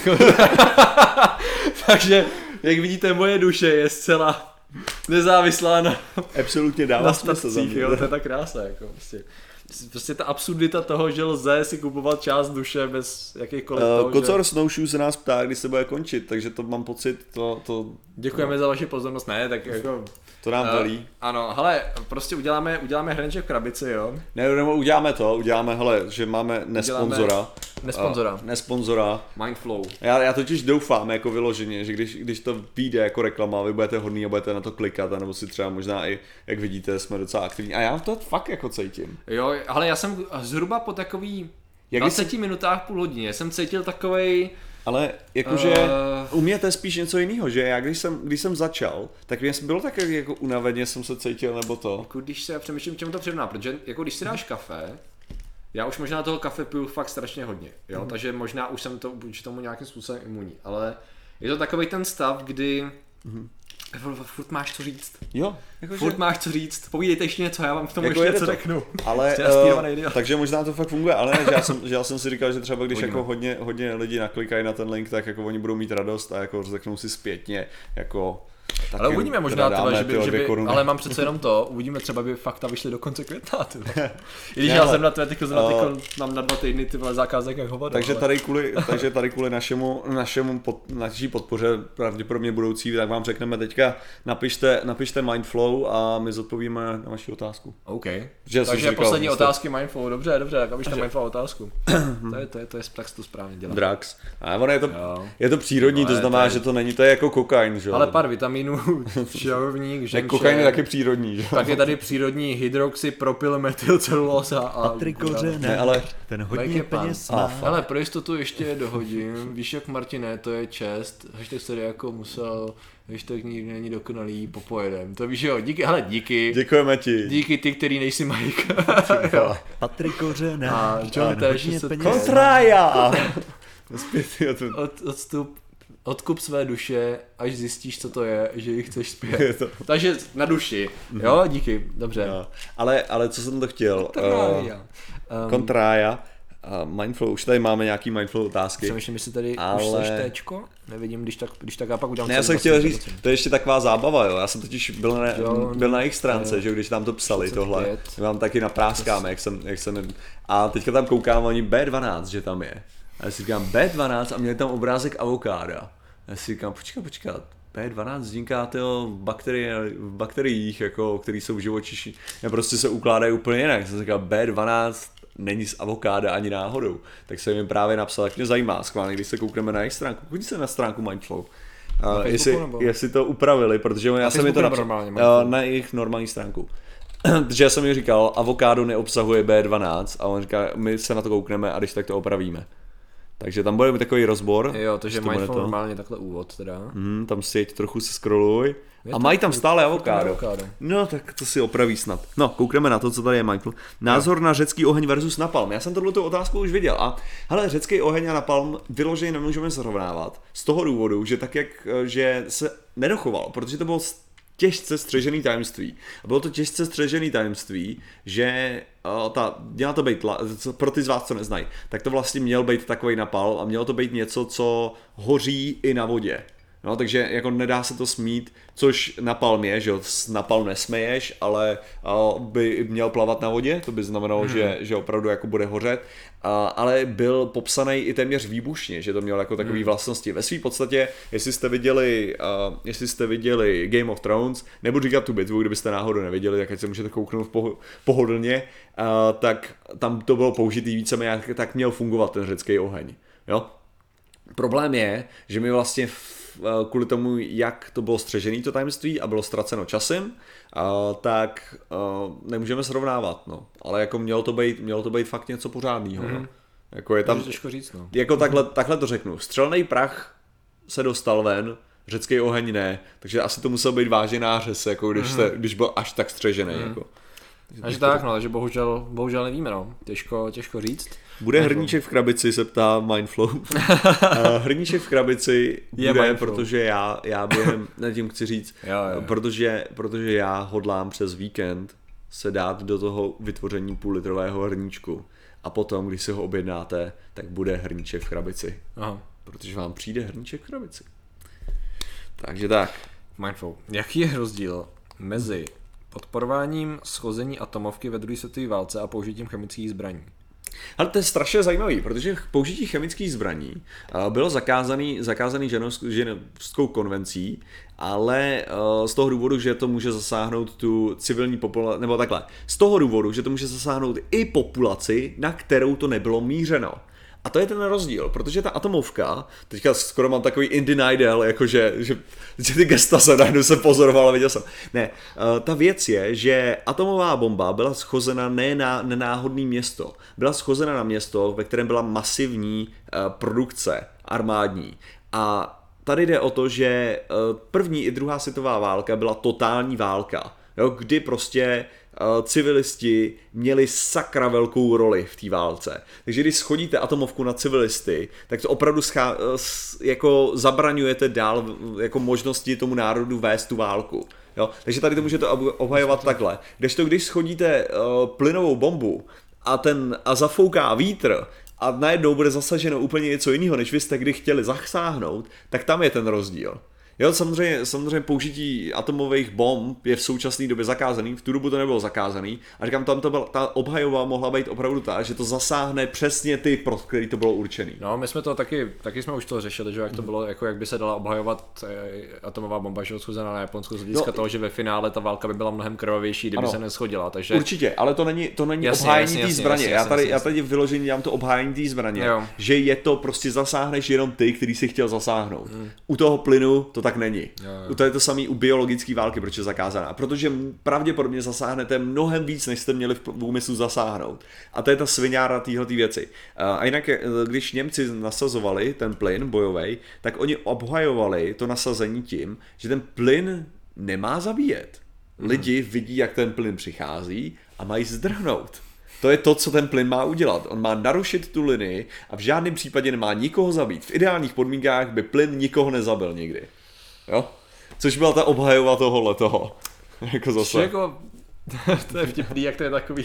Takže, jak vidíte, moje duše je zcela nezávislá na... Absolutně dává smysl. To je ta krása, jako prostě ta absurdita toho, že lze si kupovat část duše bez jakýchkoliv toho, Kocor Snowshoe se nás ptá, kdy se bude končit, takže to mám pocit, to... Děkujeme za vaši pozornost, ne, tak jako... To nám velí. Ano, hele, prostě uděláme hrneček v krabici, jo? Ne, uděláme, hele, že máme nesponzora. Mindflow. Já totiž doufám jako vyloženě, že když to vyjde jako reklama, vy budete hodný a budete na to klikat, nebo si třeba možná i, jak vidíte, jsme docela aktivní. A já to fakt jako cítím. Jo, ale já jsem zhruba po takový 20 minutách, půl hodině jsem cítil takovej... Ale jakože u mě to je spíš něco jiného, že já když jsem začal, tak mě bylo tak jako unaveně jsem se cítil, nebo to. Jako když se já přemýšlím, čemu to přirovná, protože jako když si dáš kafe, já už možná toho kafe piju fakt strašně hodně, jo, takže možná už jsem to vůči tomu nějakým způsobem imunní, ale je to takovej ten stav, kdy furt máš co říct. Jo, furt máš co říct. Povídejte ještě něco, já vám v tom jako ještě něco řeknu. Ale takže možná to fakt funguje, ale ne, že já jsem si říkal, že třeba když jako hodně lidí naklikají na ten link, tak jako oni budou mít radost a jako řeknou si zpětně jako ale uvidíme možná třeba, že by ale mám přece jenom to, uvidíme třeba, by fakta vyšly do konce května, i když já jsem na mám na 2 týdny ty zakázek jak hovado. Takže tady kvůli naší podpoře pravděpodobně budoucí, tak vám řekneme teďka, napište Mindflow a my zodpovíme na vaši otázku. OK. Takže poslední otázky Mindflow, dobře, tak abyste Mindflow otázku. To je prax, to správně dělá. Drax. A ono je to přírodní, to znamená, že to není, to je jako kokain, že jo. Ale pár vitaminů, čarovník, žemše. Kokain je taky přírodní, že jo. Tak je tady přírodní hydroxypropylmetylcelulóza a ne, ale ten hodně peněz má. Ale pro jistotu ještě dohodím, víš jak Martine, to je čest, hashtag se jako musel, hashtag nikdy není dokonalý, popojedem. To víš jo, díky. Děkujeme ti. Díky ty, který nejsi Mike. Patrik Kořenář. A John též se Kontrája. Odkup své duše, až zjistíš, co to je, že ji chceš zpět. Takže na duši, jo, díky, dobře. No. Ale co jsem to chtěl? Kontrája. Mindflow, už tady máme nějaký Mindflow otázky. Přemýšlím, jestli tady už seš téčko? Nevím, když tak já pak udělám. Ne, já jsem chtěl říct, to je ještě taková zábava, jo. Já jsem totiž byl na jejich stránce, že když tam to psali tohle. My vám taky napráskáme, jak jsem a teďka tam koukám, oni B12, že tam je. A já si říkám B12 a měli tam obrázek avokáda. Já si říkám, počkat, B12 vzniká v bakteriích, jako, které jsou v živočiši. A prostě se ukládají úplně jinak. Jsem si říkal, B12 není z avokáda ani náhodou. Tak jsem jim právě napsal, tak mě zajímá schválně, když se koukneme na jejich stránku. Chodí se na stránku Mindflow. Jestli to upravili, protože já jsem mi to napsal na jejich normální stránku. Takže já jsem jim říkal, avokádo neobsahuje B12 a on říká, my se na to koukneme a když tak to opravíme. Takže tam bude takový rozbor. Jo, takže mají normálně takhle úvod teda. Tam si trochu se scrolluj. A mají tam stále avokádo. No tak to si opraví snad. No, koukneme na to, co tady je Michael. Názor na řecký oheň versus napalm. Já jsem tohleto otázku už viděl. A hele, řecký oheň a napalm vyloženě nemůžeme srovnávat. Z toho důvodu, že tak jak že se nedochoval, protože to bylo těžce střežený tajemství. A bylo to těžce střežený tajemství, že měla to být, pro ty z vás, co neznají, tak to vlastně měl být takový napal a mělo to být něco, co hoří i na vodě. No, takže jako nedá se to smít, což napalm je, že napalm nesmeješ, ale by měl plavat na vodě, to by znamenalo, že opravdu jako bude hořet, ale byl popsaný i téměř výbušně, že to mělo jako takový vlastnosti. Ve své podstatě, jestli jste viděli Game of Thrones, nebudu říkat tu bitvu, kdybyste náhodou neviděli, tak ať se můžete kouknout pohodlně, tak tam to bylo použitý víceméně, tak měl fungovat ten řecký oheň. Jo? Problém je, že my vlastně kvůli tomu, jak to bylo střežené to tajemství a bylo ztraceno časem, tak nemůžeme srovnávat, no. Ale jako mělo to být fakt něco pořádného. No. Jako je tam, těžko říct, no. Jako takhle to řeknu. Střelný prach se dostal ven, řecký oheň ne, takže asi to musel být vážená řez, jako když byl až tak střežený. Jako. Až tak, no, takže bohužel nevíme, no. Těžko říct. Bude hrníček v krabici, se ptá Mindflow. Hrníček v krabici bude, protože já během, tím chci říct, jo. Protože já hodlám přes víkend se dát do toho vytvoření půllitrového hrníčku. A potom, když si ho objednáte, tak bude hrníček v krabici. Aha. Protože vám přijde hrníček v krabici. Takže tak. Mindflow. Jaký je rozdíl mezi podporováním schození atomovky ve druhé světové válce a použitím chemických zbraní? Ale to je strašně zajímavý, protože použití chemických zbraní bylo zakázaný ženevskou konvencí, ale z toho důvodu, že to může zasáhnout tu civilní populaci, nebo takhle, z toho důvodu, že to může zasáhnout i populaci, na kterou to nebylo mířeno. A to je ten rozdíl, protože ta atomovka, teďka skoro mám takový in denial, jakože že ty gesta se najednou se pozoroval a viděl jsem. Ne, ta věc je, že atomová bomba byla schozena ne na nenáhodné město. Byla schozena na město, ve kterém byla masivní produkce armádní. A tady jde o to, že první i druhá světová válka byla totální válka, jo, kdy prostě civilisti měli sakra velkou roli v té válce. Takže když schodíte atomovku na civilisty, tak to opravdu jako zabraňujete dál jako možnosti tomu národu vést tu válku. Jo? Takže tady to můžete obhajovat takhle. Když schodíte plynovou bombu a zafouká vítr, a najednou bude zasaženo úplně něco jiného, než vy jste kdy chtěli zasáhnout, tak tam je ten rozdíl. Jo, samozřejmě použití atomových bomb je v současné době zakázaný, v tu dobu to nebylo zakázaný a říkám, tam ta obhajoba mohla být opravdu ta, že to zasáhne přesně ty, pro který to bylo určený. No, my jsme to taky jsme už to řešili, že jak to bylo, jako jak by se dala obhajovat atomová bomba, že schozená na Japonsku z hlediska toho, že ve finále ta válka by byla mnohem krvavější, kdyby se neschodila, takže určitě, ale to není obhájení té zbraně. Já tady vyloženě dělám to obhájení té zbraně, že je to prostě zasáhneš jenom ty, který si chtěl zasáhnout. U toho plynu to tak není. To je to samé u biologické války, proč je zakázaná. Protože pravděpodobně zasáhnete mnohem víc, než jste měli v úmyslu zasáhnout. A to je ta sviňára téhletý věci. A jinak, když Němci nasazovali ten plyn bojový, tak oni obhajovali to nasazení tím, že ten plyn nemá zabíjet. Lidi vidí, jak ten plyn přichází a mají zdrhnout. To je to, co ten plyn má udělat. On má narušit tu linii a v žádném případě nemá nikoho zabít. V ideálních podmínkách by plyn nikoho nezabil nikdy. Jo? Což byla ta obhajova tohohletoho. Jako zase. Jako, to je vtipný, jak to je takový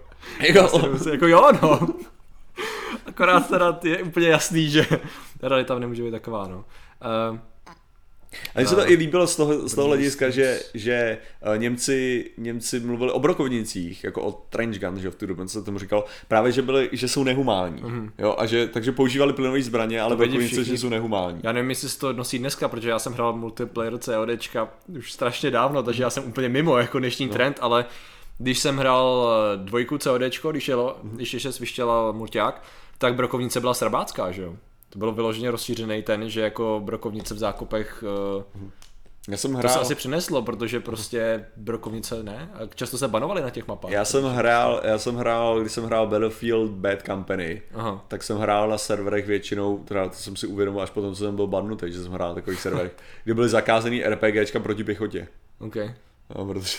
jako jo, no. Akorát teda je úplně jasný, že realita nemůže být taková, no. A mně se to i líbilo z toho hlediska, že Němci mluvili o brokovnicích, jako o trench gun, že v tu dobu se tomu říkalo, právě, že jsou nehumální. Jo, takže používali plynové zbraně, ale brokovnice, že jsou nehumální. Já nevím, jestli se to nosí dneska, protože já jsem hrál multiplayer CODčka už strašně dávno, takže já jsem úplně mimo jako dnešní trend, ale když jsem hrál 2 CODčko, když ještě svištěla mulťák, tak brokovnice byla srbácká, že jo? To bylo vyloženě rozšířený ten, že jako brokovnice v zákopech to se asi přineslo, protože prostě brokovnice ne, a často se banovaly na těch mapách. Já jsem hrál, když jsem hrál Battlefield Bad Company, tak jsem hrál na serverech většinou, teda to jsem si uvědomil až potom, co jsem byl badnutý, že jsem hrál na takových serverech, kde byly zakázaný RPGčka proti pěchotě. Okay. No, protože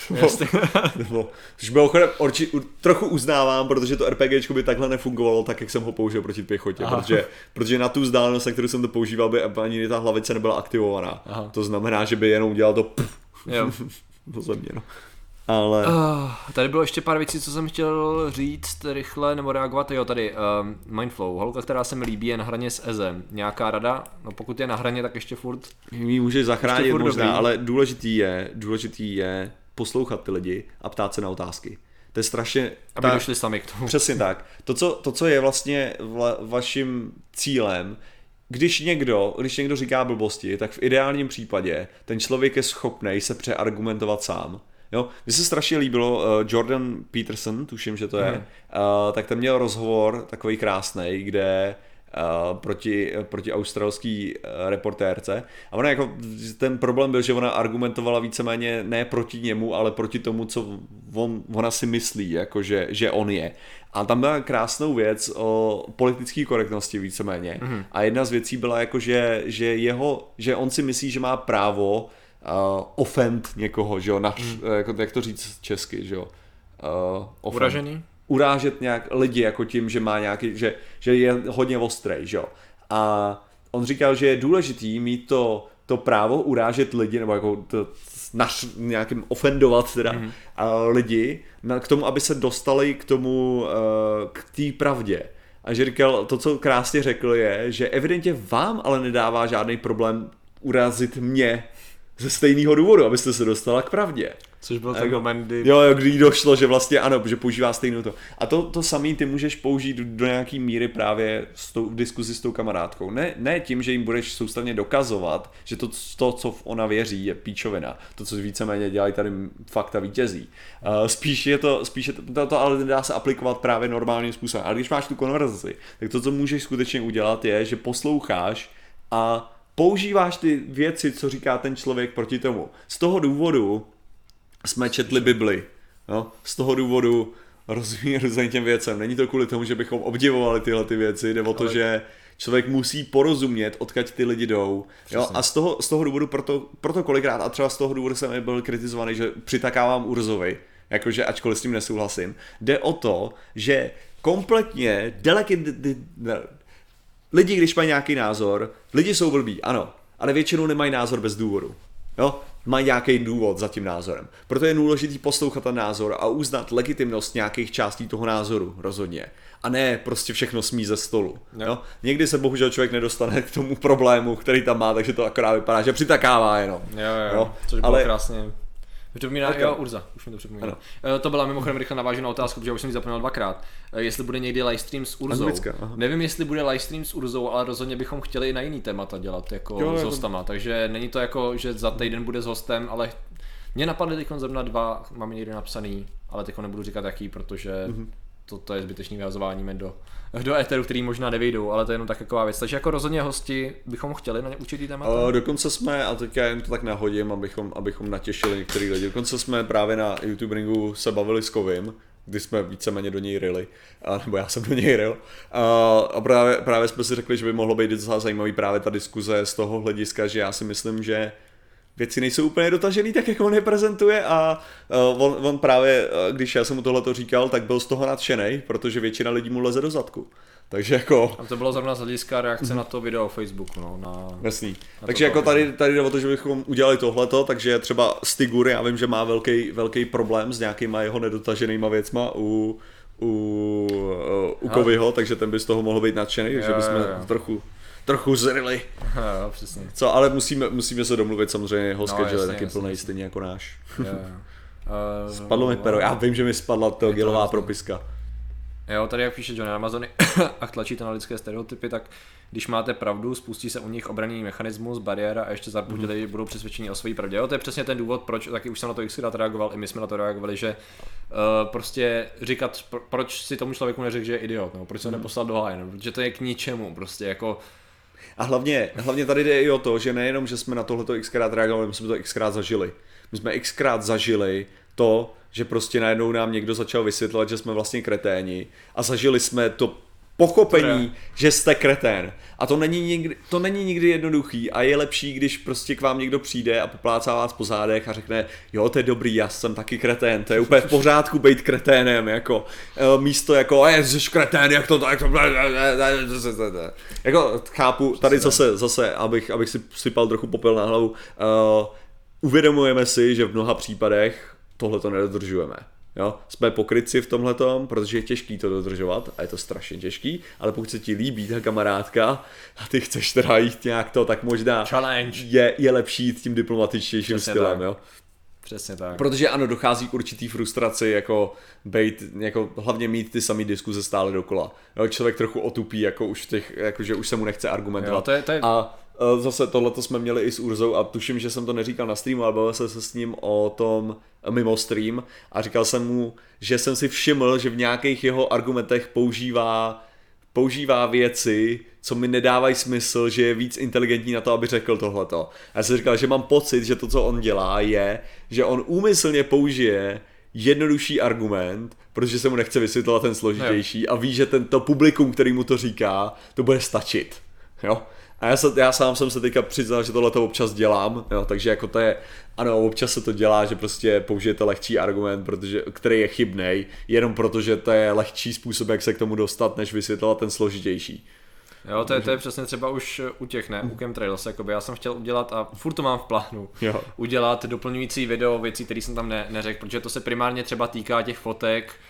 což bylo trochu uznávám, protože to RPGčko by takhle nefungovalo tak, jak jsem ho použil proti pěchotě, protože na tu vzdálenost, na kterou jsem to používal, by ani ta hlavice nebyla aktivovaná. To znamená, že by jenom udělal to do země, no. Ale... tady bylo ještě pár věcí, co jsem chtěl říct rychle, nebo reagovat. Jo, tady Mindflow, holka, která se mi líbí, je na hraně s Ezem. Nějaká rada? No pokud je na hraně, tak ještě furt... Ji může zachránit možná, dobrý. Ale důležitý je poslouchat ty lidi a ptát se na otázky. To je strašně... Aby došli sami k tomu. Přesně tak. To, co je vlastně vaším cílem, když někdo říká blbosti, tak v ideálním případě ten člověk je schopnej se přeargumentovat sám. Jo, mně se strašně líbilo, Jordan Peterson, tuším, že to je, tak ten měl rozhovor takový krásnej, kde proti australský reportérce a ona jako, ten problém byl, že ona argumentovala víceméně ne proti němu, ale proti tomu, co ona si myslí, jako že on je. A tam byla krásnou věc o politické korektnosti víceméně. A jedna z věcí byla jako, že on si myslí, že má právo offend někoho, že jo, jako, jak to říct česky, že jo. Uražený? Urážet nějak lidi jako tím, že má nějaký, že je hodně ostrej, že jo. A on říkal, že je důležitý mít to právo urážet lidi, nebo jako nějakým ofendovat teda lidi, k tomu, aby se dostali k tomu, k té pravdě. A že říkal, to, co krásně řekl je, že evidentně vám ale nedává žádný problém urazit mě ze stejného důvodu, abyste se dostala k pravdě. Což byl ten moment, kdy... Jo, kdy došlo, že vlastně ano, že používá stejnou to. A to samý ty můžeš použít do nějaký míry právě v diskuzi s tou kamarádkou. Ne tím, že jim budeš soustavně dokazovat, že to, co ona věří, je píčovina. To, co víceméně dělají tady fakta vítězí. Spíš je to ale dá se aplikovat právě normálním způsobem. Ale když máš tu konverzaci, tak to, co můžeš skutečně udělat, je, že posloucháš a používáš ty věci, co říká ten člověk proti tomu. Z toho důvodu jsme četli Bibli. No? Z toho důvodu rozumí těm věcem. Není to kvůli tomu, že bychom obdivovali tyhle ty věci, nebo to, že člověk musí porozumět, odkud ty lidi jdou. Jo? A z toho důvodu, proto kolikrát, a třeba z toho důvodu jsem byl kritizovaný, že přitakávám Urzovi, jakože ačkoliv s tím nesouhlasím, jde o to, že kompletně lidi, když mají nějaký názor, lidi jsou blbí, ano, ale většinou nemají názor bez důvodu. Jo? Mají nějaký důvod za tím názorem. Proto je důležitý poslouchat ten názor a uznat legitimnost nějakých částí toho názoru, rozhodně. A ne prostě všechno smí ze stolu. Jo? Někdy se bohužel člověk nedostane k tomu problému, který tam má, takže to akorát vypadá, že přitakává jenom. Jo. Což bylo krásně. Jo, Urza, už mi to připomíná. To byla mimochodem rychle navážená otázka, protože už jsem ji zapomněl dvakrát. Jestli bude někdy livestream s Urzou. Nevím, jestli bude livestream s Urzou, ale rozhodně bychom chtěli i na jiný témata dělat, jako s hostama. Takže není to jako, že za týden bude s hostem, ale mě napadly teď zrovna 2, mám někde napsaný, ale teď nebudu říkat jaký, protože to je zbytečný vyhazování do éteru, který možná nevyjdou, ale to je jenom taková věc. Takže jako rozhodně hosti bychom chtěli na určitý témata. Dokonce jsme, a teďka jen to tak nahodím, abychom natěšili některý lidi, dokonce jsme právě na YouTube Ringu se bavili s Kovim, kdy jsme víceméně do něj ryli, nebo já jsem do něj ryl. A právě jsme si řekli, že by mohlo být docela zajímavý právě ta diskuze z toho hlediska, že já si myslím, že věci nejsou úplně dotažený tak, jak on je prezentuje a on právě, když já jsem mu tohleto říkal, tak byl z toho nadšenej, protože většina lidí mu leze do zadku. Takže jako... A to bylo zrovna z hlediska reakce na to video o Facebooku, no. Jasný. Takže jako tady jde o to, že bychom udělali tohleto, takže třeba Stigur, já vím, že má velký problém s nějakýma jeho nedotaženýma věcma u Kovyho, takže ten by z toho mohl být nadšený, takže bychom trochu zryli. Jo, přesně. Co, ale musíme se domluvit samozřejmě, jeho schedule je taky plný stejně jako náš. Spadlo mi pero, já vím, že mi spadla gelová propiska. Jo, tady jak píše John Amazony a tlačíte na lidské stereotypy, tak když máte pravdu, spustí se u nich obranný mechanismus, bariéra a ještě zarpudili budou přesvědčení o své pravdě. Jo, to je přesně ten důvod, proč, taky už jsem na to xkrát reagoval, i my jsme na to reagovali, že prostě říkat, proč si tomu člověku neřekl, že je idiot, no, proč se neposlal do háje, no, protože to je k ničemu, prostě jako... A hlavně tady jde i o to, že nejenom, že jsme na tohleto xkrát reagovali, my jsme to xkrát zažili. My jsme xkrát zažili to, že prostě najednou nám někdo začal vysvětlovat, že jsme vlastně kreténi a zažili jsme to pochopení, že jste kretén. A to není nikdy jednoduchý a je lepší, když prostě k vám někdo přijde a poplácá vás po zádech a řekne, jo, to je dobrý, já jsem taky kretén, to je úplně v pořádku být kreténem, jako místo jako, jsi kretén, jak to jako chápu, tady zase abych si sypal trochu popel na hlavu, uvědomujeme si, že v mnoha případech tohleto nedodržujeme. Jo? Jsme pokrytci v tomhletom, protože je těžký to dodržovat a je to strašně těžký, ale pokud se ti líbí ta kamarádka a ty chceš teda jít nějak to, tak možná je lepší jít tím diplomatičtějším stylem. Jo? Přesně tak. Protože ano, dochází k určitý frustraci, jako hlavně mít ty samý diskuze stále dokola. Jo? Člověk trochu otupí, že už se mu nechce argumentovat. Jo, to je... A zase tohleto jsme měli i s Urzou a tuším, že jsem to neříkal na streamu, ale bavil jsem se s ním o tom mimo stream a říkal jsem mu, že jsem si všiml, že v nějakých jeho argumentech používá věci, co mi nedávají smysl, že je víc inteligentní na to, aby řekl tohleto. A já jsem říkal, že mám pocit, že to, co on dělá, je, že on úmyslně použije jednodušší argument, protože se mu nechce vysvětlovat ten složitější a ví, že to publikum, který mu to říká, to bude stačit. Jo? A já sám jsem se teďka přiznal, že tohle to občas dělám, jo, takže jako to je, ano, občas se to dělá, že prostě použijete lehčí argument, který je chybnej, jenom protože to je lehčí způsob, jak se k tomu dostat, než vysvětlovat ten složitější. Jo, to je přesně třeba už u těch, u chemtrails, jakoby já jsem chtěl udělat a furt to mám v plánu, udělat doplňující video, věcí, které jsem tam neřekl, protože to se primárně třeba týká těch fotek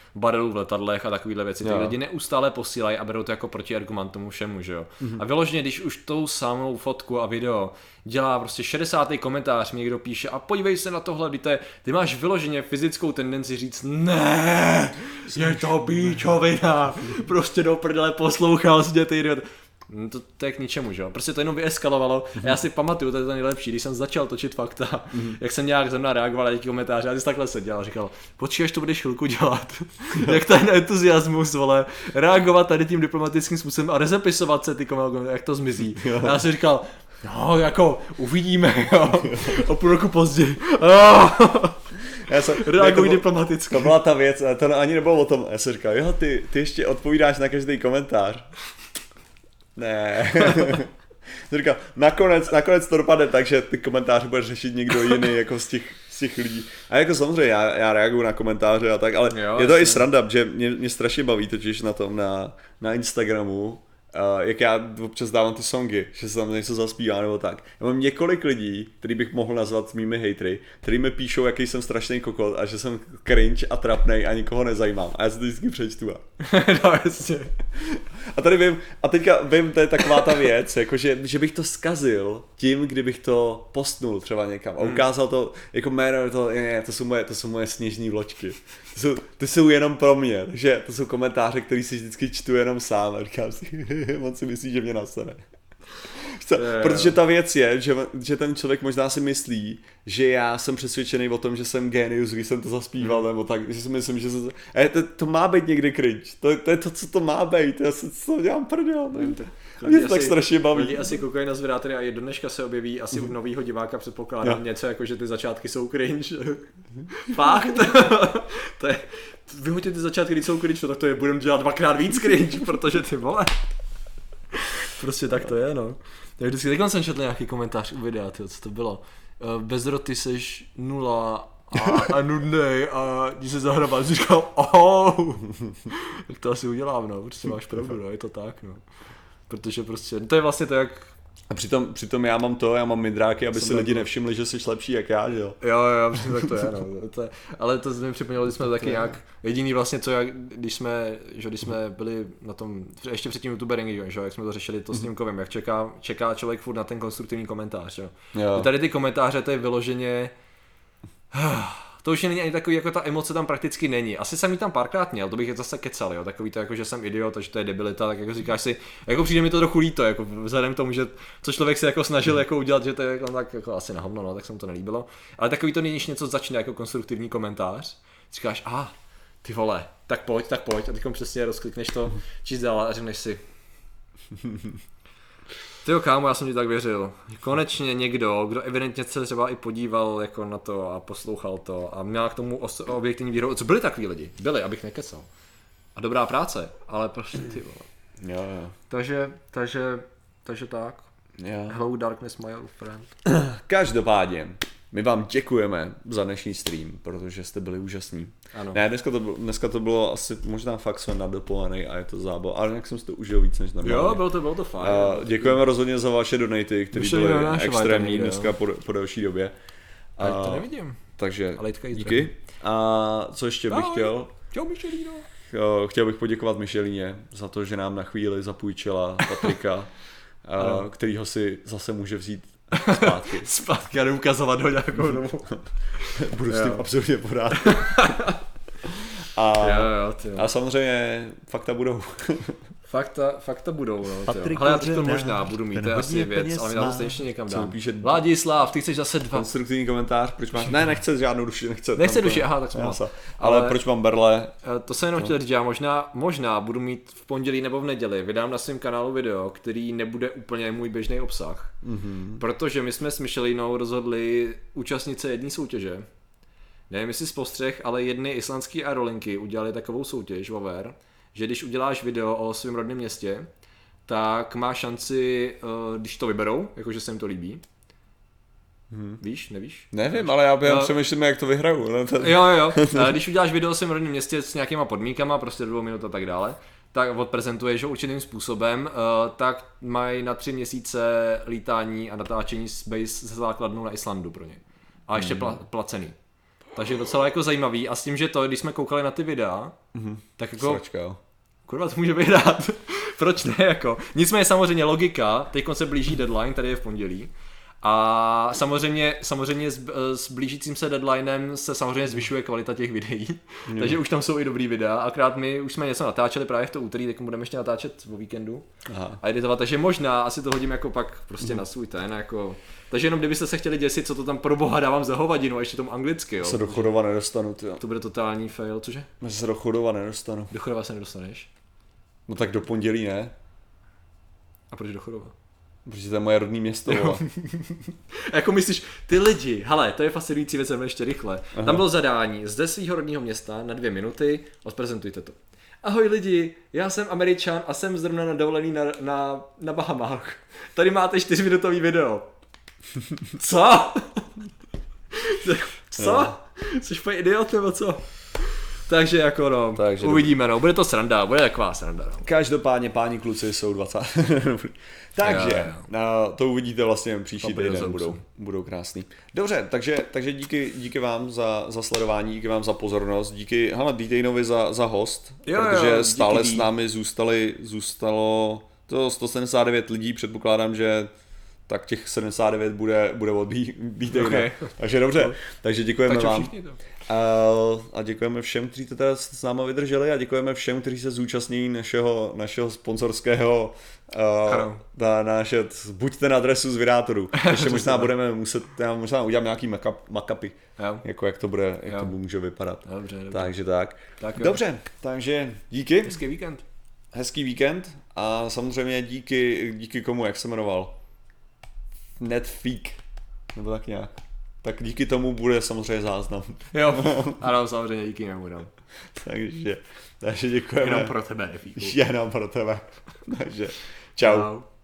barelů v letadlech a takovýhle věci. Ty lidi neustále posílají a berou to jako protiargument tomu všemu, že jo. A vyloženě, když už tou samou fotku a video dělá prostě 60. komentář, mi někdo píše a podívej se na tohle, ty máš vyloženě fyzickou tendenci říct ne, je to píčovina, prostě do prdele poslouchal jsi ty idiot. To je k ničemu, že jo? Prostě to jenom vyeskalovalo a já si pamatuju, to je to nejlepší, když jsem začal točit fakta, jak jsem nějak ze mnou reagoval na nějaký komentáře a ty jsi takhle seděl a říkal, počkej, až to budeš chvilku dělat, jak ten entuziasmus, vole, reagovat tady tím diplomatickým způsobem a rezepisovat se ty komentáře, jak to zmizí. A já jsem říkal, no jako uvidíme, jo, o půl roku později. Reaguj diplomaticky. To byla ta věc, ale to ani nebylo o tom, já jsem říkal, jo, ty ještě odpovídáš na každý komentář. Ne. Říkal, nakonec to dopadne tak, že ty komentáře bude řešit někdo jiný jako z těch lidí. A jako samozřejmě já reaguju na komentáře a tak, ale jo, je to i sranda, že mě strašně baví totiž na tom na Instagramu, jak já občas dávám ty songy, že se tam něco zaspívá nebo tak. Já mám několik lidí, který bych mohl nazvat mými hejtry, který mi píšou, jaký jsem strašný kokot a že jsem cringe a trapnej a nikoho nezajímám. A já si to vždycky přečtu. No jasně. A tady teďka vím, to je taková ta věc, jako že bych to zkazil tím, kdybych to postnul třeba někam a ukázal to jako jméno, to jsou moje sněžní vločky. To jsou jenom pro mě, takže to jsou komentáře, které si vždycky čtu jenom sám a říkám si, on si myslí, že mě nasere. Protože ta věc je, že ten člověk možná si myslí, že já jsem přesvědčený o tom, že jsem genius, když jsem to zaspíval, nebo tak, že si myslím, že to má být někdy cringe, to je to, co to má být, já se to dělám prdel. Mě to tak strašně baví. Lidi asi koukají na zvědátory a i do dneška se objeví asi u novýho diváka, předpokládám něco jako, že ty začátky jsou cringe. Fakt? To je, vyhoďte ty začátky, když jsou cringe, tak to je budeme dělat dvakrát víc cringe, protože ty vole. Prostě tak to je, no. Tak vždycky, teď jsem četl nějaký komentář u videa, tyjo, co to bylo. Bez roty seš nula a nudnej a když se zahrabal, jsi říkal tak to asi udělám, no, prostě máš pravdu, no, je to tak, no. Protože prostě, to je vlastně to jak... A přitom já mám midráky, aby si lidi nevšimli, že jsi lepší jak já, že jo? Jo, přesně tak to je, no. Ale to mi připomnělo, když jsme taky nějak jediný vlastně, co když jsme byli na tom, ještě před tím youtuberingy, že jo, jak jsme to řešili to s tím kovem, jak čeká člověk furt na ten konstruktivní komentář, jo. Tady ty komentáře, to je vyloženě... To už není ani takový, jako ta emoce tam prakticky není. Asi jsem ji tam párkrát měl, to bych je zase kecal, jo, takový to jako, že jsem idiot, takže to je debilita, tak jako říkáš si, jako přijde mi to trochu líto, jako vzhledem k tomu, že co člověk se jako snažil jako udělat, že to je jako, tak jako asi na hovno, no, tak se mu to nelíbilo. Ale takový to není, když něco začne jako konstruktivní komentář, říkáš, ty vole, tak pojď, a teď přesně rozklikneš to, číst dál a řekneš si. Tyjo kámo, já jsem ti tak věřil. Konečně někdo, kdo evidentně se třeba i podíval jako na to a poslouchal to a měl k tomu objektivní výrobu. Co byli takový lidi? Byli, abych nekecal. A dobrá práce, ale prostě ty vole. Jo. Takže tak. Jo. Hello darkness my old friend. Každopádně, my vám děkujeme za dnešní stream, protože jste byli úžasní. Ano. Ne, dneska to bylo asi možná fakt jsem nadopolený a je to zábava, ale jak jsem si to užil víc než normálně. Jo, bylo to fajn. Děkujeme rozhodně za vaše donaty, které byly extrémní dneska po delší době. To nevidím. Takže díky. A co ještě bych chtěl? Čau Michelino. Chtěl bych poděkovat Michelině za to, že nám na chvíli zapůjčila Patrika, kterýho si zase může vzít Zpátky a neukazovat ho nějakou dobu. Budu s tím absolutně pořád. A samozřejmě fakta budou. Fakta budou, no. Ale já teď to možná budu mít, to je asi věc, ale mi na to stejně někam dám. Vladislav, ty chceš zase 2. Konstruktivní komentář, proč máš? Ne, nechce žádnou duši, nechce duši, tak jsem ale proč mám berle? To jsem jenom chtěl říct, já možná budu mít v pondělí nebo v neděli, vydám na svém kanálu video, který nebude úplně můj běžný obsah. Protože my jsme s Michelinou rozhodli účastnit se jedné soutěže. Nevím, jestli z postřeh, ale jedny islandské aerolinky udělali takovou soutěž, Vover, že když uděláš video o svém rodném městě, tak má šanci, když to vyberou, jakože se jim to líbí. Víš, nevíš? Nevím, ale já přemýšlím, jak to vyhraju. Jo. Když uděláš video o svém rodném městě s nějakýma podmínkama, prostě 2 minut a tak dále, tak odprezentuješ ho určitým způsobem, tak mají na 3 měsíce lítání a natáčení space se základnou na Islandu pro ně. A ještě placený. Takže docela jako zajímavý a s tím, že to, když jsme koukali na ty videa, tak jako... Sračka, jo. Kurva, to může vyhrát. Proč ne, jako? Nicméně samozřejmě logika, teď se blíží deadline, tady je v pondělí. A samozřejmě s blížícím se deadlinem se samozřejmě zvyšuje kvalita těch videí, takže už tam jsou i dobrý videa, akorát my už jsme něco natáčeli právě v to úterý, tak budeme ještě natáčet o víkendu a editovat, takže možná asi to hodím jako pak prostě na svůj ten, jako... Takže jenom kdybyste se chtěli děsit, co to tam pro boha dávám za hovadinu a ještě tomu anglicky, jo. Se do Chodova nedostanu, tyjo. To bude totální fail, cože? Se do Chodova nedostanu. Do Chodova se nedostaneš? No tak do pondělí ne. A proč do Chodova? Protože to je moje rodné město, Jako myslíš, ty lidi, hele, to je fascinující věc, ještě rychle. Aha. Tam bylo zadání, zde svýho rodného města na 2 minuty, odprezentujte to. Ahoj lidi, já jsem Američan a jsem zrovna na dovolený na Bahamách. Tady máte 4minutový video. Co? Co? No. Jsi úplně idiot nebo co? Takže jako no, takže uvidíme no, bude to sranda, bude taková sranda no. Každopádně páni kluci jsou 20. Takže to uvidíte vlastně příští týden, budou krásný. Dobře, takže díky vám za sledování, díky vám za pozornost, díky D-Tainovi za host, protože stále s námi zůstalo to 179 lidí, předpokládám, že tak těch 79 bude od D-Taina. Okay. Takže dobře, takže děkujeme vám. A děkujeme všem, kteří to teda s náma vydrželi a děkujeme všem, kteří se zúčastní našeho sponsorského buďte na adresu z Vydátorů. Ještě možná budeme muset, možná udělám nějaký mock-upy, jako jak to bude, jak to může vypadat. Dobře. Takže tak. Dobře, takže díky. Hezký víkend a samozřejmě díky komu, jak se jmenoval? Netfeek, nebo tak nějak. Tak díky tomu bude samozřejmě záznam. Jo, ano, samozřejmě díky němu dám. takže děkujeme. Jenom pro tebe, Netfeeku. Jenom pro tebe. Takže čau.